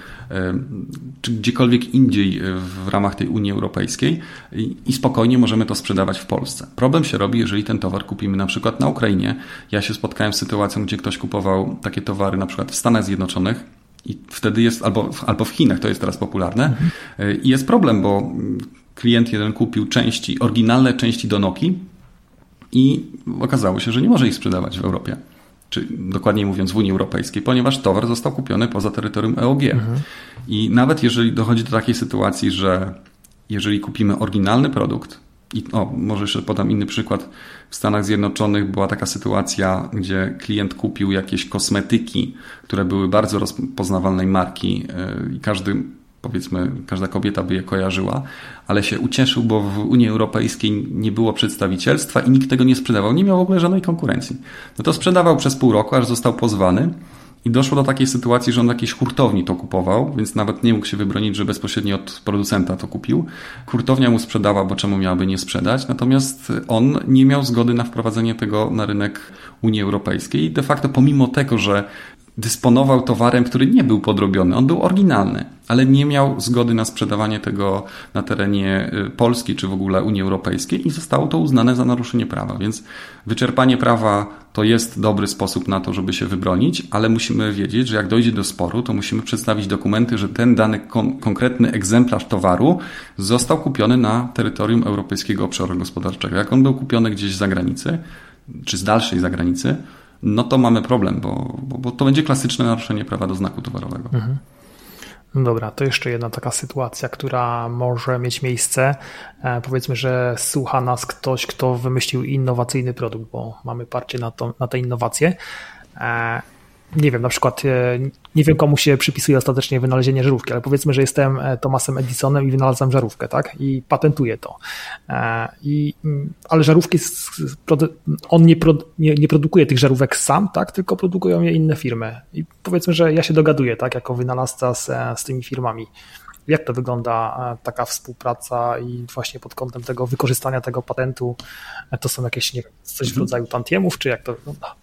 czy gdziekolwiek indziej w ramach tej Unii Europejskiej i spokojnie możemy to sprzedawać w Polsce. Problem się robi, jeżeli ten towar kupimy na przykład na Ukrainie. Ja się spotkałem z sytuacją, gdzie ktoś kupował takie towary na przykład w Stanach Zjednoczonych, i wtedy jest, albo w Chinach, to jest teraz popularne. I jest problem, bo klient jeden kupił oryginalne części do Nokii i okazało się, że nie może ich sprzedawać w Europie, czy dokładniej mówiąc w Unii Europejskiej, ponieważ towar został kupiony poza terytorium EOG. I nawet jeżeli dochodzi do takiej sytuacji, że jeżeli kupimy oryginalny produkt, może jeszcze podam inny przykład, w Stanach Zjednoczonych była taka sytuacja, gdzie klient kupił jakieś kosmetyki, które były bardzo rozpoznawalnej marki i każda kobieta by je kojarzyła, ale się ucieszył, bo w Unii Europejskiej nie było przedstawicielstwa i nikt tego nie sprzedawał, nie miał w ogóle żadnej konkurencji. No to sprzedawał przez pół roku, aż został pozwany i doszło do takiej sytuacji, że on w jakiejś hurtowni to kupował, więc nawet nie mógł się wybronić, że bezpośrednio od producenta to kupił. Hurtownia mu sprzedała, bo czemu miałaby nie sprzedać, natomiast on nie miał zgody na wprowadzenie tego na rynek Unii Europejskiej i de facto pomimo tego, że dysponował towarem, który nie był podrobiony. On był oryginalny, ale nie miał zgody na sprzedawanie tego na terenie Polski czy w ogóle Unii Europejskiej i zostało to uznane za naruszenie prawa. Więc wyczerpanie prawa to jest dobry sposób na to, żeby się wybronić, ale musimy wiedzieć, że jak dojdzie do sporu, to musimy przedstawić dokumenty, że ten dany konkretny egzemplarz towaru został kupiony na terytorium Europejskiego Obszaru Gospodarczego. Jak on był kupiony gdzieś z zagranicy, czy z dalszej zagranicy, no to mamy problem, bo to będzie klasyczne naruszenie prawa do znaku towarowego. Dobra, to jeszcze jedna taka sytuacja, która może mieć miejsce. Powiedzmy, że słucha nas ktoś, kto wymyślił innowacyjny produkt, bo mamy parcie na te innowacje. Nie wiem, na przykład nie wiem, komu się przypisuje ostatecznie wynalezienie żarówki, ale powiedzmy, że jestem Thomasem Edisonem i wynalazłem żarówkę, tak? I patentuję to. Ale żarówki, on nie produkuje tych żarówek sam, tak? Tylko produkują je inne firmy. I powiedzmy, że ja się dogaduję, tak? Jako wynalazca z tymi firmami. Jak to wygląda taka współpraca i właśnie pod kątem tego wykorzystania tego patentu, to są jakieś, nie wiem, coś w rodzaju tantiemów, czy jak to wygląda?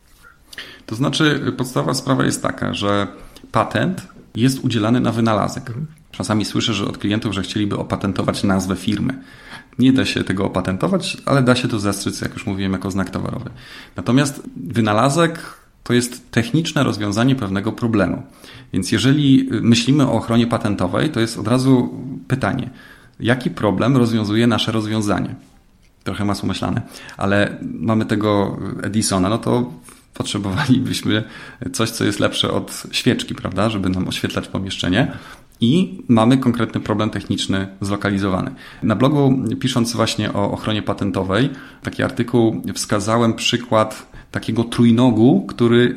To znaczy, podstawowa sprawa jest taka, że patent jest udzielany na wynalazek. Czasami słyszę od klientów, że chcieliby opatentować nazwę firmy. Nie da się tego opatentować, ale da się to zastrzec, jak już mówiłem, jako znak towarowy. Natomiast wynalazek to jest techniczne rozwiązanie pewnego problemu. Więc jeżeli myślimy o ochronie patentowej, to jest od razu pytanie, jaki problem rozwiązuje nasze rozwiązanie? Trochę masło maślane, ale mamy tego Edisona, no to potrzebowalibyśmy coś, co jest lepsze od świeczki, prawda, żeby nam oświetlać pomieszczenie i mamy konkretny problem techniczny zlokalizowany. Na blogu, pisząc właśnie o ochronie patentowej, taki artykuł, wskazałem przykład takiego trójnogu, który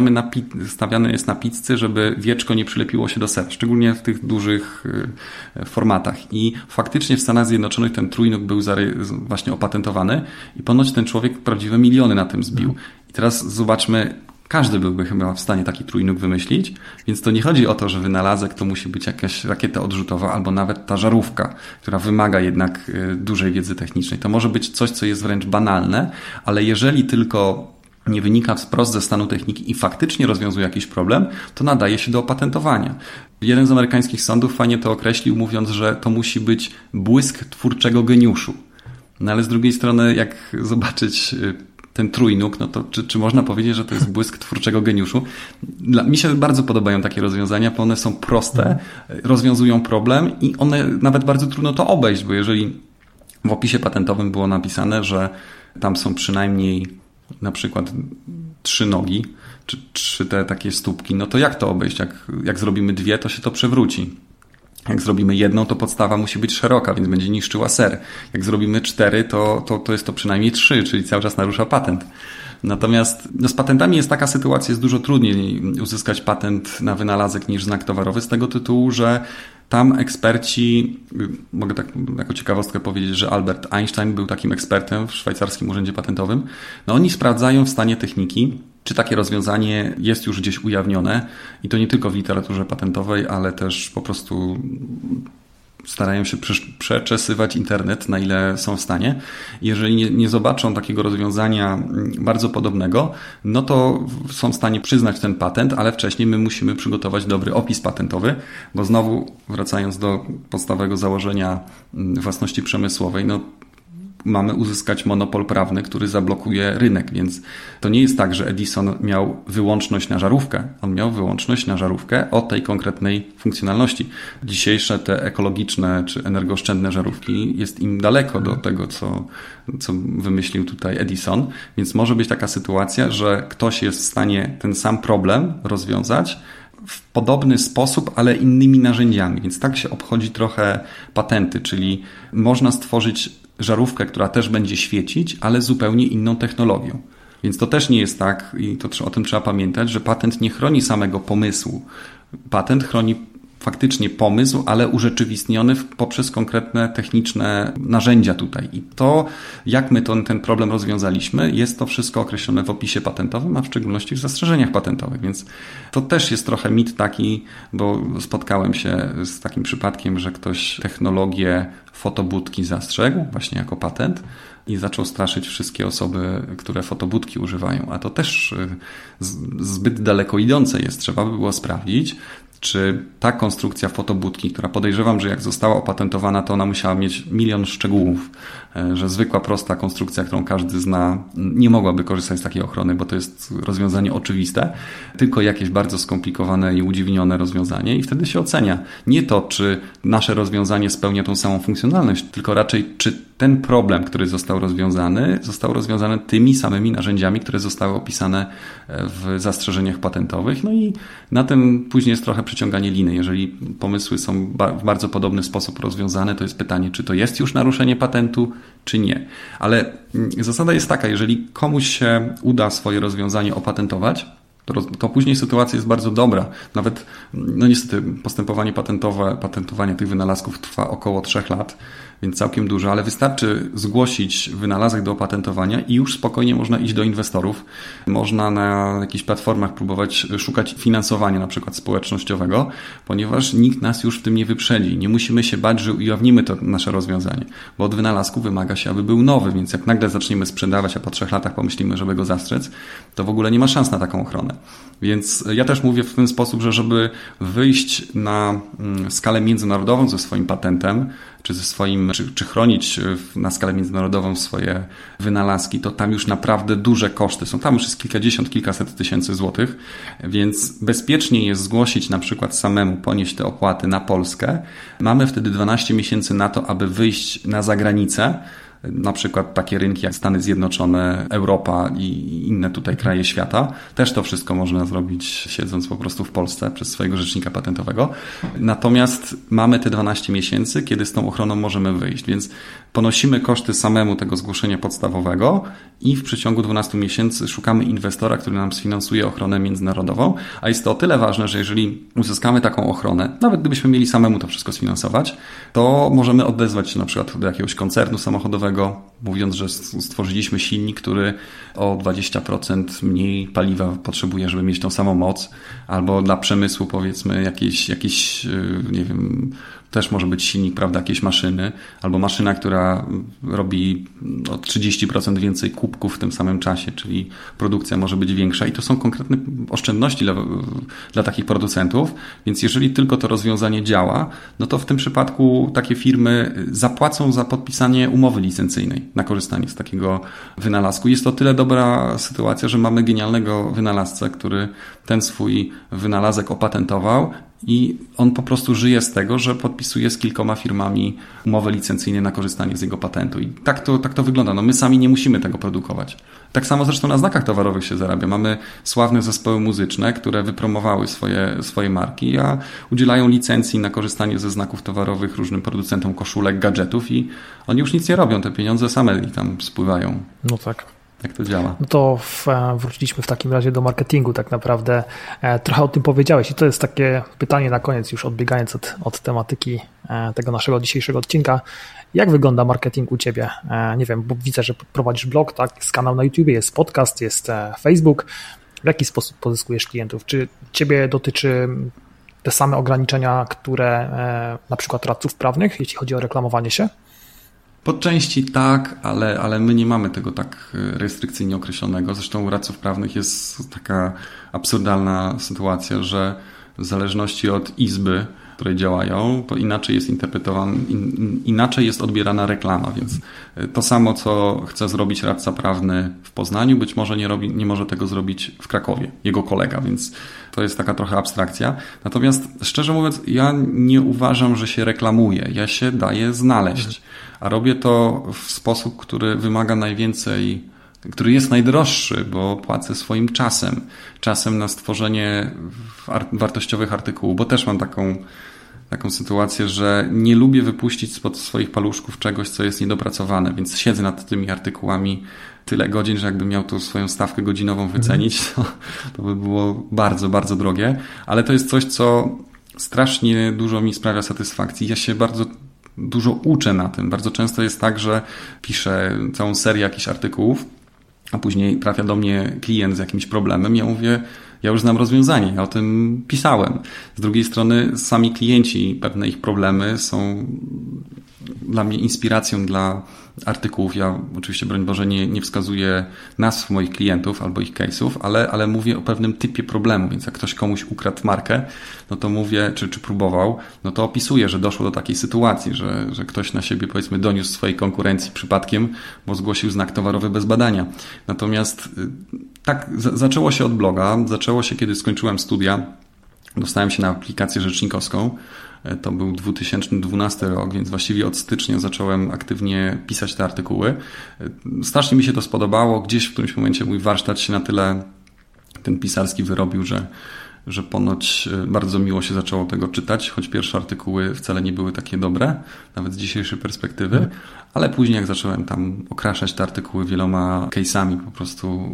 stawiany jest na pizzy, żeby wieczko nie przylepiło się do sera, szczególnie w tych dużych formatach. I faktycznie w Stanach Zjednoczonych ten trójnóg był właśnie opatentowany i ponoć ten człowiek prawdziwe miliony na tym zbił. I teraz zobaczmy, każdy byłby chyba w stanie taki trójnóg wymyślić, więc to nie chodzi o to, że wynalazek to musi być jakaś rakieta odrzutowa albo nawet ta żarówka, która wymaga jednak dużej wiedzy technicznej. To może być coś, co jest wręcz banalne, ale jeżeli tylko nie wynika wprost ze stanu techniki i faktycznie rozwiązuje jakiś problem, to nadaje się do opatentowania. Jeden z amerykańskich sądów fajnie to określił, mówiąc, że to musi być błysk twórczego geniuszu. No ale z drugiej strony, jak zobaczyć ten trójnóg, no to czy można powiedzieć, że to jest błysk twórczego geniuszu? Mi się bardzo podobają takie rozwiązania, bo one są proste, rozwiązują problem i one nawet bardzo trudno to obejść, bo jeżeli w opisie patentowym było napisane, że tam są przynajmniej na przykład 3 nogi, czy 3 te takie stópki, no to jak to obejść? Jak zrobimy 2, to się to przewróci. Jak zrobimy 1, to podstawa musi być szeroka, więc będzie niszczyła ser. Jak zrobimy 4, to jest to przynajmniej 3, czyli cały czas narusza patent. Natomiast z patentami jest taka sytuacja, jest dużo trudniej uzyskać patent na wynalazek niż znak towarowy z tego tytułu, że tam eksperci, mogę tak jako ciekawostkę powiedzieć, że Albert Einstein był takim ekspertem w szwajcarskim urzędzie patentowym. No oni sprawdzają w stanie techniki, czy takie rozwiązanie jest już gdzieś ujawnione i to nie tylko w literaturze patentowej, ale też po prostu starają się przeczesywać internet, na ile są w stanie. Jeżeli nie zobaczą takiego rozwiązania bardzo podobnego, no to są w stanie przyznać ten patent, ale wcześniej my musimy przygotować dobry opis patentowy, bo znowu wracając do podstawowego założenia własności przemysłowej, no mamy uzyskać monopol prawny, który zablokuje rynek, więc to nie jest tak, że Edison miał wyłączność na żarówkę. On miał wyłączność na żarówkę o tej konkretnej funkcjonalności. Dzisiejsze te ekologiczne czy energooszczędne żarówki jest im daleko do tego, co wymyślił tutaj Edison, więc może być taka sytuacja, że ktoś jest w stanie ten sam problem rozwiązać w podobny sposób, ale innymi narzędziami. Więc tak się obchodzi trochę patenty, czyli można stworzyć żarówkę, która też będzie świecić, ale zupełnie inną technologią. Więc to też nie jest tak, i to o tym trzeba pamiętać, że patent nie chroni samego pomysłu. Patent chroni faktycznie pomysł, ale urzeczywistniony poprzez konkretne techniczne narzędzia tutaj. I to, jak my ten problem rozwiązaliśmy, jest to wszystko określone w opisie patentowym, a w szczególności w zastrzeżeniach patentowych. Więc to też jest trochę mit taki, bo spotkałem się z takim przypadkiem, że ktoś technologię fotobudki zastrzegł właśnie jako patent i zaczął straszyć wszystkie osoby, które fotobudki używają. A to też zbyt daleko idące jest. Trzeba by było sprawdzić, czy ta konstrukcja fotobudki, która podejrzewam, że jak została opatentowana, to ona musiała mieć milion szczegółów, że zwykła, prosta konstrukcja, którą każdy zna, nie mogłaby korzystać z takiej ochrony, bo to jest rozwiązanie oczywiste, tylko jakieś bardzo skomplikowane i udziwnione rozwiązanie i wtedy się ocenia. Nie to, czy nasze rozwiązanie spełnia tą samą funkcjonalność, tylko raczej, czy ten problem, który został rozwiązany tymi samymi narzędziami, które zostały opisane w zastrzeżeniach patentowych. No i na tym później jest trochę przyciąganie liny. Jeżeli pomysły są w bardzo podobny sposób rozwiązane, to jest pytanie, czy to jest już naruszenie patentu, czy nie. Ale zasada jest taka, jeżeli komuś się uda swoje rozwiązanie opatentować, to później sytuacja jest bardzo dobra. Nawet, no niestety, postępowanie patentowanie tych wynalazków trwa około 3 lat, więc całkiem dużo, ale wystarczy zgłosić wynalazek do opatentowania i już spokojnie można iść do inwestorów. Można na jakichś platformach próbować szukać finansowania, na przykład społecznościowego, ponieważ nikt nas już w tym nie wyprzedzi. Nie musimy się bać, że ujawnimy to nasze rozwiązanie, bo od wynalazku wymaga się, aby był nowy, więc jak nagle zaczniemy sprzedawać, a po 3 latach pomyślimy, żeby go zastrzec, to w ogóle nie ma szans na taką ochronę. Więc ja też mówię w ten sposób, że żeby wyjść na skalę międzynarodową ze swoim patentem, czy chronić na skalę międzynarodową swoje wynalazki, to tam już naprawdę duże koszty są. Tam już jest kilkaset tysięcy złotych, więc bezpieczniej jest zgłosić na przykład samemu, ponieść te opłaty na Polskę. Mamy wtedy 12 miesięcy na to, aby wyjść na zagranicę, na przykład takie rynki jak Stany Zjednoczone, Europa i inne tutaj kraje świata. Też to wszystko można zrobić siedząc po prostu w Polsce przez swojego rzecznika patentowego. Natomiast mamy te 12 miesięcy, kiedy z tą ochroną możemy wyjść, więc ponosimy koszty samemu tego zgłoszenia podstawowego i w przeciągu 12 miesięcy szukamy inwestora, który nam sfinansuje ochronę międzynarodową, a jest to o tyle ważne, że jeżeli uzyskamy taką ochronę, nawet gdybyśmy mieli samemu to wszystko sfinansować, to możemy odezwać się na przykład do jakiegoś koncernu samochodowego, mówiąc, że stworzyliśmy silnik, który o 20% mniej paliwa potrzebuje, żeby mieć tą samą moc, albo dla przemysłu powiedzmy jakieś nie wiem, też może być silnik, prawda, jakiejś maszyny, albo maszyna, która robi o 30% więcej kubków w tym samym czasie, czyli produkcja może być większa i to są konkretne oszczędności dla takich producentów, więc jeżeli tylko to rozwiązanie działa, no to w tym przypadku takie firmy zapłacą za podpisanie umowy licencyjnej na korzystanie z takiego wynalazku. Jest to tyle dobra sytuacja, że mamy genialnego wynalazcę, który ten swój wynalazek opatentował i on po prostu żyje z tego, że podpisuje z kilkoma firmami umowy licencyjne na korzystanie z jego patentu. I tak to wygląda. No my sami nie musimy tego produkować. Tak samo zresztą na znakach towarowych się zarabia. Mamy sławne zespoły muzyczne, które wypromowały swoje marki, a udzielają licencji na korzystanie ze znaków towarowych różnym producentom koszulek, gadżetów i oni już nic nie robią. Te pieniądze same tam spływają. No tak. Jak to działa? No to wróciliśmy w takim razie do marketingu tak naprawdę. Trochę o tym powiedziałeś i to jest takie pytanie na koniec, już odbiegając od tematyki tego naszego dzisiejszego odcinka. Jak wygląda marketing u Ciebie? Nie wiem, bo widzę, że prowadzisz blog, tak? Jest kanał na YouTube, jest podcast, jest Facebook. W jaki sposób pozyskujesz klientów? Czy Ciebie dotyczy te same ograniczenia, które na przykład radców prawnych, jeśli chodzi o reklamowanie się? Po części tak, ale my nie mamy tego tak restrykcyjnie określonego. Zresztą u radców prawnych jest taka absurdalna sytuacja, że w zależności od izby które działają, to inaczej jest interpretowana, inaczej jest odbierana reklama, więc to samo, co chce zrobić radca prawny w Poznaniu, być może nie może tego zrobić w Krakowie, jego kolega, więc to jest taka trochę abstrakcja. Natomiast szczerze mówiąc, ja nie uważam, że się reklamuję. Ja się daję znaleźć, a robię to w sposób, który wymaga najwięcej, który jest najdroższy, bo płacę swoim czasem na stworzenie wartościowych artykułów, bo też mam taką sytuację, że nie lubię wypuścić spod swoich paluszków czegoś, co jest niedopracowane, więc siedzę nad tymi artykułami tyle godzin, że jakbym miał tu swoją stawkę godzinową wycenić, to by było bardzo, bardzo drogie, ale to jest coś, co strasznie dużo mi sprawia satysfakcji. Ja się bardzo dużo uczę na tym. Bardzo często jest tak, że piszę całą serię jakichś artykułów, a później trafia do mnie klient z jakimś problemem. Ja mówię, ja już znam rozwiązanie, ja o tym pisałem. Z drugiej strony sami klienci, pewne ich problemy są dla mnie inspiracją dla artykułów. Ja oczywiście, broń Boże, nie wskazuję nazw moich klientów albo ich case'ów, ale mówię o pewnym typie problemu, więc jak ktoś komuś ukradł markę, no to mówię, czy próbował, no to opisuję, że doszło do takiej sytuacji, że ktoś na siebie, powiedzmy, doniósł swojej konkurencji przypadkiem, bo zgłosił znak towarowy bez badania. Natomiast tak, zaczęło się od bloga, zaczęło się, kiedy skończyłem studia, dostałem się na aplikację rzecznikowską. To był 2012 rok, więc właściwie od stycznia zacząłem aktywnie pisać te artykuły. Strasznie mi się to spodobało. Gdzieś w którymś momencie mój warsztat się na tyle ten pisarski wyrobił, że ponoć bardzo miło się zaczęło tego czytać, choć pierwsze artykuły wcale nie były takie dobre, nawet z dzisiejszej perspektywy, ale później jak zacząłem tam okraszać te artykuły wieloma case'ami po prostu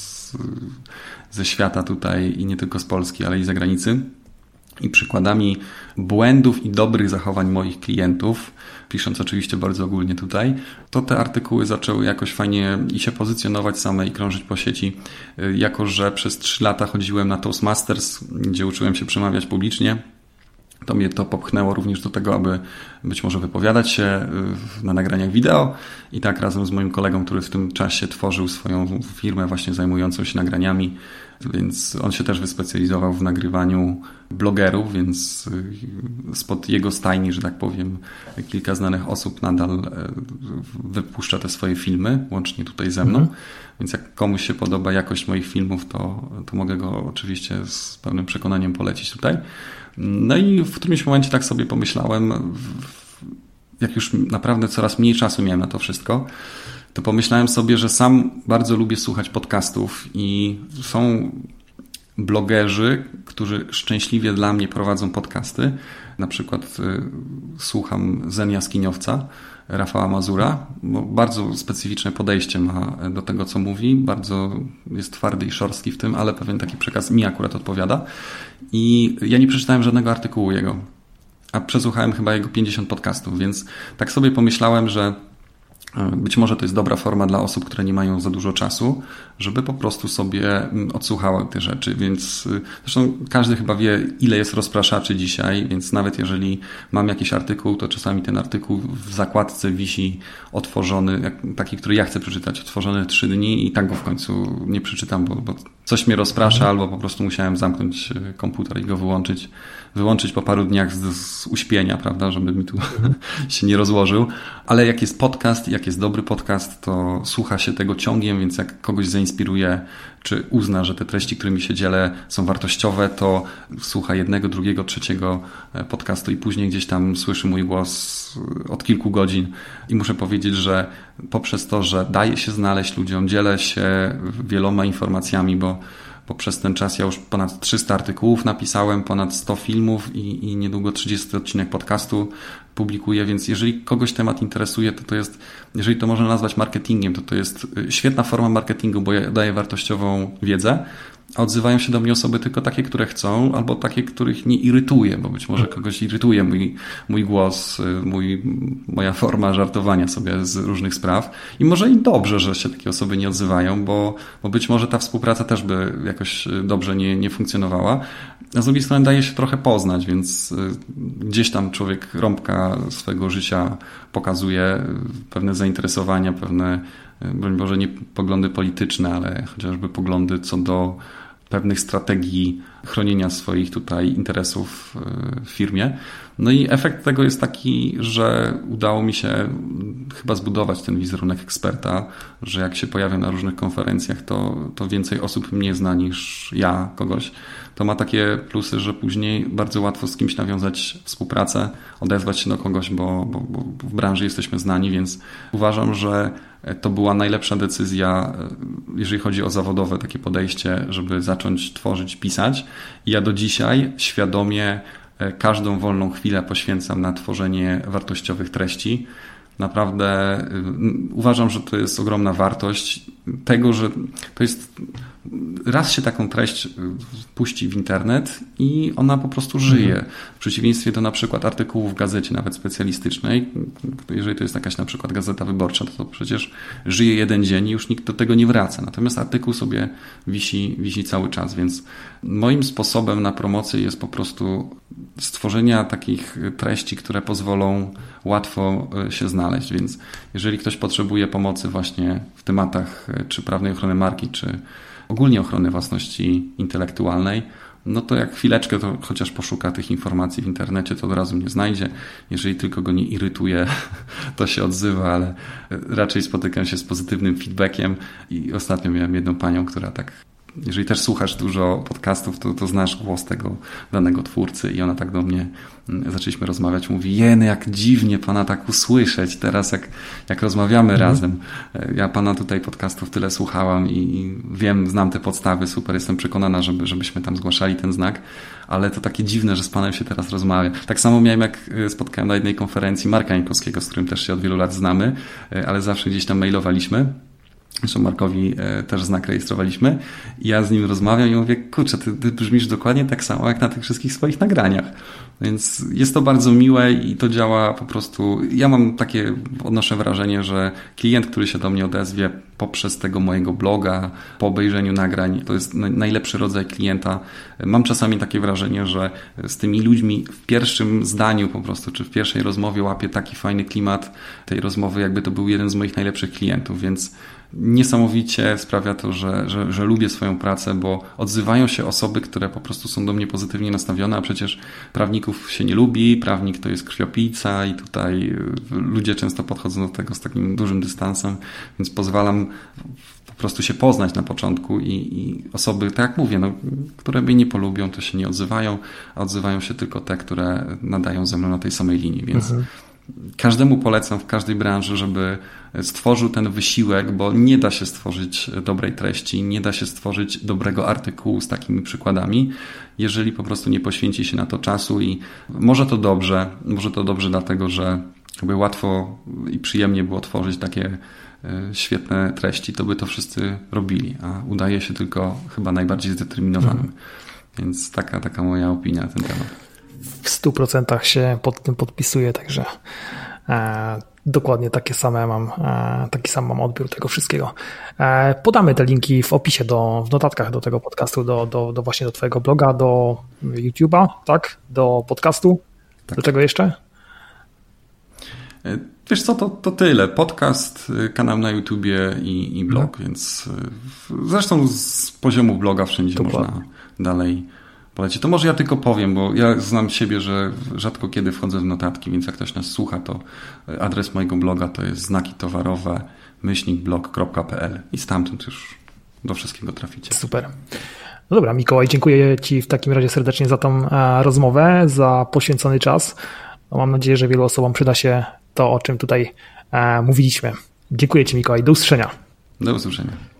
ze świata tutaj i nie tylko z Polski, ale i z zagranicy, i przykładami błędów i dobrych zachowań moich klientów, pisząc oczywiście bardzo ogólnie tutaj, to te artykuły zaczęły jakoś fajnie i się pozycjonować same i krążyć po sieci. Jako że przez 3 lata chodziłem na Toastmasters, gdzie uczyłem się przemawiać publicznie, to mnie to popchnęło również do tego, aby być może wypowiadać się na nagraniach wideo i tak razem z moim kolegą, który w tym czasie tworzył swoją firmę właśnie zajmującą się nagraniami, więc on się też wyspecjalizował w nagrywaniu blogerów, więc spod jego stajni, że tak powiem, kilka znanych osób nadal wypuszcza te swoje filmy, łącznie tutaj ze mną. Więc jak komuś się podoba jakość moich filmów, to mogę go oczywiście z pełnym przekonaniem polecić tutaj. No i w którymś momencie tak sobie pomyślałem, jak już naprawdę coraz mniej czasu miałem na to wszystko, to pomyślałem sobie, że sam bardzo lubię słuchać podcastów i są blogerzy, którzy szczęśliwie dla mnie prowadzą podcasty. Na przykład słucham Zen Jaskiniowca, Rafała Mazura, bo bardzo specyficzne podejście ma do tego, co mówi. Bardzo jest twardy i szorstki w tym, ale pewien taki przekaz mi akurat odpowiada. I ja nie przeczytałem żadnego artykułu jego, a przesłuchałem chyba jego 50 podcastów, więc tak sobie pomyślałem, że być może to jest dobra forma dla osób, które nie mają za dużo czasu, żeby po prostu sobie odsłuchały te rzeczy, więc zresztą każdy chyba wie, ile jest rozpraszaczy dzisiaj, więc nawet jeżeli mam jakiś artykuł, to czasami ten artykuł w zakładce wisi otworzony, taki, który ja chcę przeczytać, otworzony 3 dni i tak go w końcu nie przeczytam, bo coś mnie rozprasza, albo po prostu musiałem zamknąć komputer i go wyłączyć po paru dniach z uśpienia, prawda, żeby mi tu się nie rozłożył. Ale jak jest podcast, jak jest dobry podcast, to słucha się tego ciągiem, więc jak kogoś zainspiruje, czy uzna, że te treści, którymi się dzielę, są wartościowe, to słucha 1, 2, 3 podcastu i później gdzieś tam słyszy mój głos od kilku godzin. I muszę powiedzieć, że poprzez to, że daje się znaleźć ludziom, dzielę się wieloma informacjami, bo przez ten czas ja już ponad 300 artykułów napisałem, ponad 100 filmów i niedługo 30 odcinek podcastu publikuję, więc jeżeli kogoś temat interesuje, to jest, jeżeli to można nazwać marketingiem, to jest świetna forma marketingu, bo ja daję wartościową wiedzę, a odzywają się do mnie osoby tylko takie, które chcą, albo takie, których nie irytuje, bo być może kogoś irytuje mój głos, moja forma żartowania sobie z różnych spraw. I może i dobrze, że się takie osoby nie odzywają, bo być może ta współpraca też by jakoś dobrze nie funkcjonowała. A z drugiej strony daje się trochę poznać, więc gdzieś tam człowiek rąbka swojego życia pokazuje pewne zainteresowania, pewne, broń Boże, nie poglądy polityczne, ale chociażby poglądy co do pewnych strategii chronienia swoich tutaj interesów w firmie. No i efekt tego jest taki, że udało mi się chyba zbudować ten wizerunek eksperta, że jak się pojawiam na różnych konferencjach, to więcej osób mnie zna niż ja kogoś. To ma takie plusy, że później bardzo łatwo z kimś nawiązać współpracę, odezwać się do kogoś, bo w branży jesteśmy znani, więc uważam, że to była najlepsza decyzja, jeżeli chodzi o zawodowe takie podejście, żeby zacząć tworzyć, pisać. I ja do dzisiaj świadomie każdą wolną chwilę poświęcam na tworzenie wartościowych treści. Naprawdę uważam, że to jest ogromna wartość tego, że to jest raz się taką treść puści w internet i ona po prostu żyje. W przeciwieństwie do na przykład artykułów w gazecie nawet specjalistycznej, jeżeli to jest jakaś na przykład Gazeta Wyborcza, to przecież żyje jeden dzień i już nikt do tego nie wraca. Natomiast artykuł sobie wisi cały czas, więc moim sposobem na promocję jest po prostu stworzenia takich treści, które pozwolą łatwo się znaleźć, więc jeżeli ktoś potrzebuje pomocy właśnie w tematach czy prawnej ochrony marki, czy ogólnie ochrony własności intelektualnej, no to jak chwileczkę to chociaż poszuka tych informacji w internecie, to od razu mnie znajdzie. Jeżeli tylko go nie irytuje, to się odzywa, ale raczej spotykam się z pozytywnym feedbackiem i ostatnio miałem jedną panią, która tak, jeżeli też słuchasz dużo podcastów, to znasz głos tego danego twórcy i ona tak do mnie, zaczęliśmy rozmawiać, mówi: jeny, jak dziwnie pana tak usłyszeć teraz, jak rozmawiamy razem. Ja pana tutaj podcastów tyle słuchałam i wiem, znam te podstawy, super, jestem przekonana, żebyśmy tam zgłaszali ten znak, ale to takie dziwne, że z panem się teraz rozmawia. Tak samo miałem, jak spotkałem na jednej konferencji Marka Jankowskiego, z którym też się od wielu lat znamy, ale zawsze gdzieś tam mailowaliśmy. Zresztą Markowi też znak rejestrowaliśmy. I ja z nim rozmawiam i mówię: kurczę, ty brzmisz dokładnie tak samo jak na tych wszystkich swoich nagraniach. Więc jest to bardzo miłe i to działa po prostu. Ja mam takie, odnoszę wrażenie, że klient, który się do mnie odezwie poprzez tego mojego bloga, po obejrzeniu nagrań, to jest najlepszy rodzaj klienta. Mam czasami takie wrażenie, że z tymi ludźmi w pierwszym zdaniu po prostu, czy w pierwszej rozmowie łapię taki fajny klimat tej rozmowy, jakby to był jeden z moich najlepszych klientów, więc niesamowicie sprawia to, że lubię swoją pracę, bo odzywają się osoby, które po prostu są do mnie pozytywnie nastawione, a przecież prawników się nie lubi, prawnik to jest krwiopijca i tutaj ludzie często podchodzą do tego z takim dużym dystansem, więc pozwalam po prostu się poznać na początku i osoby, tak jak mówię, które mnie nie polubią, to się nie odzywają, a odzywają się tylko te, które nadają ze mną na tej samej linii, więc każdemu polecam w każdej branży, żeby stworzył ten wysiłek, bo nie da się stworzyć dobrej treści, nie da się stworzyć dobrego artykułu z takimi przykładami, jeżeli po prostu nie poświęci się na to czasu i może to dobrze dlatego, że jakby łatwo i przyjemnie było tworzyć takie świetne treści, to by to wszyscy robili, a udaje się tylko chyba najbardziej zdeterminowanym. Więc taka moja opinia na ten temat. W 100% się pod tym podpisuję, także dokładnie taki sam mam odbiór tego wszystkiego. Podamy te linki w opisie, w notatkach do tego podcastu, właśnie do twojego bloga, do YouTube'a, tak? Do podcastu. Tak. Do czego jeszcze? Wiesz co, to tyle. Podcast, kanał na YouTubie i blog, więc zresztą z poziomu bloga wszędzie można dalej polecić. To może ja tylko powiem, bo ja znam siebie, że rzadko kiedy wchodzę w notatki, więc jak ktoś nas słucha, to adres mojego bloga to jest znakitowarowe@blog.pl i stamtąd już do wszystkiego traficie. Super. No dobra, Mikołaj, dziękuję Ci w takim razie serdecznie za tą rozmowę, za poświęcony czas. Mam nadzieję, że wielu osobom przyda się to, o czym tutaj mówiliśmy. Dziękuję Ci, Mikołaj. Do usłyszenia. Do usłyszenia.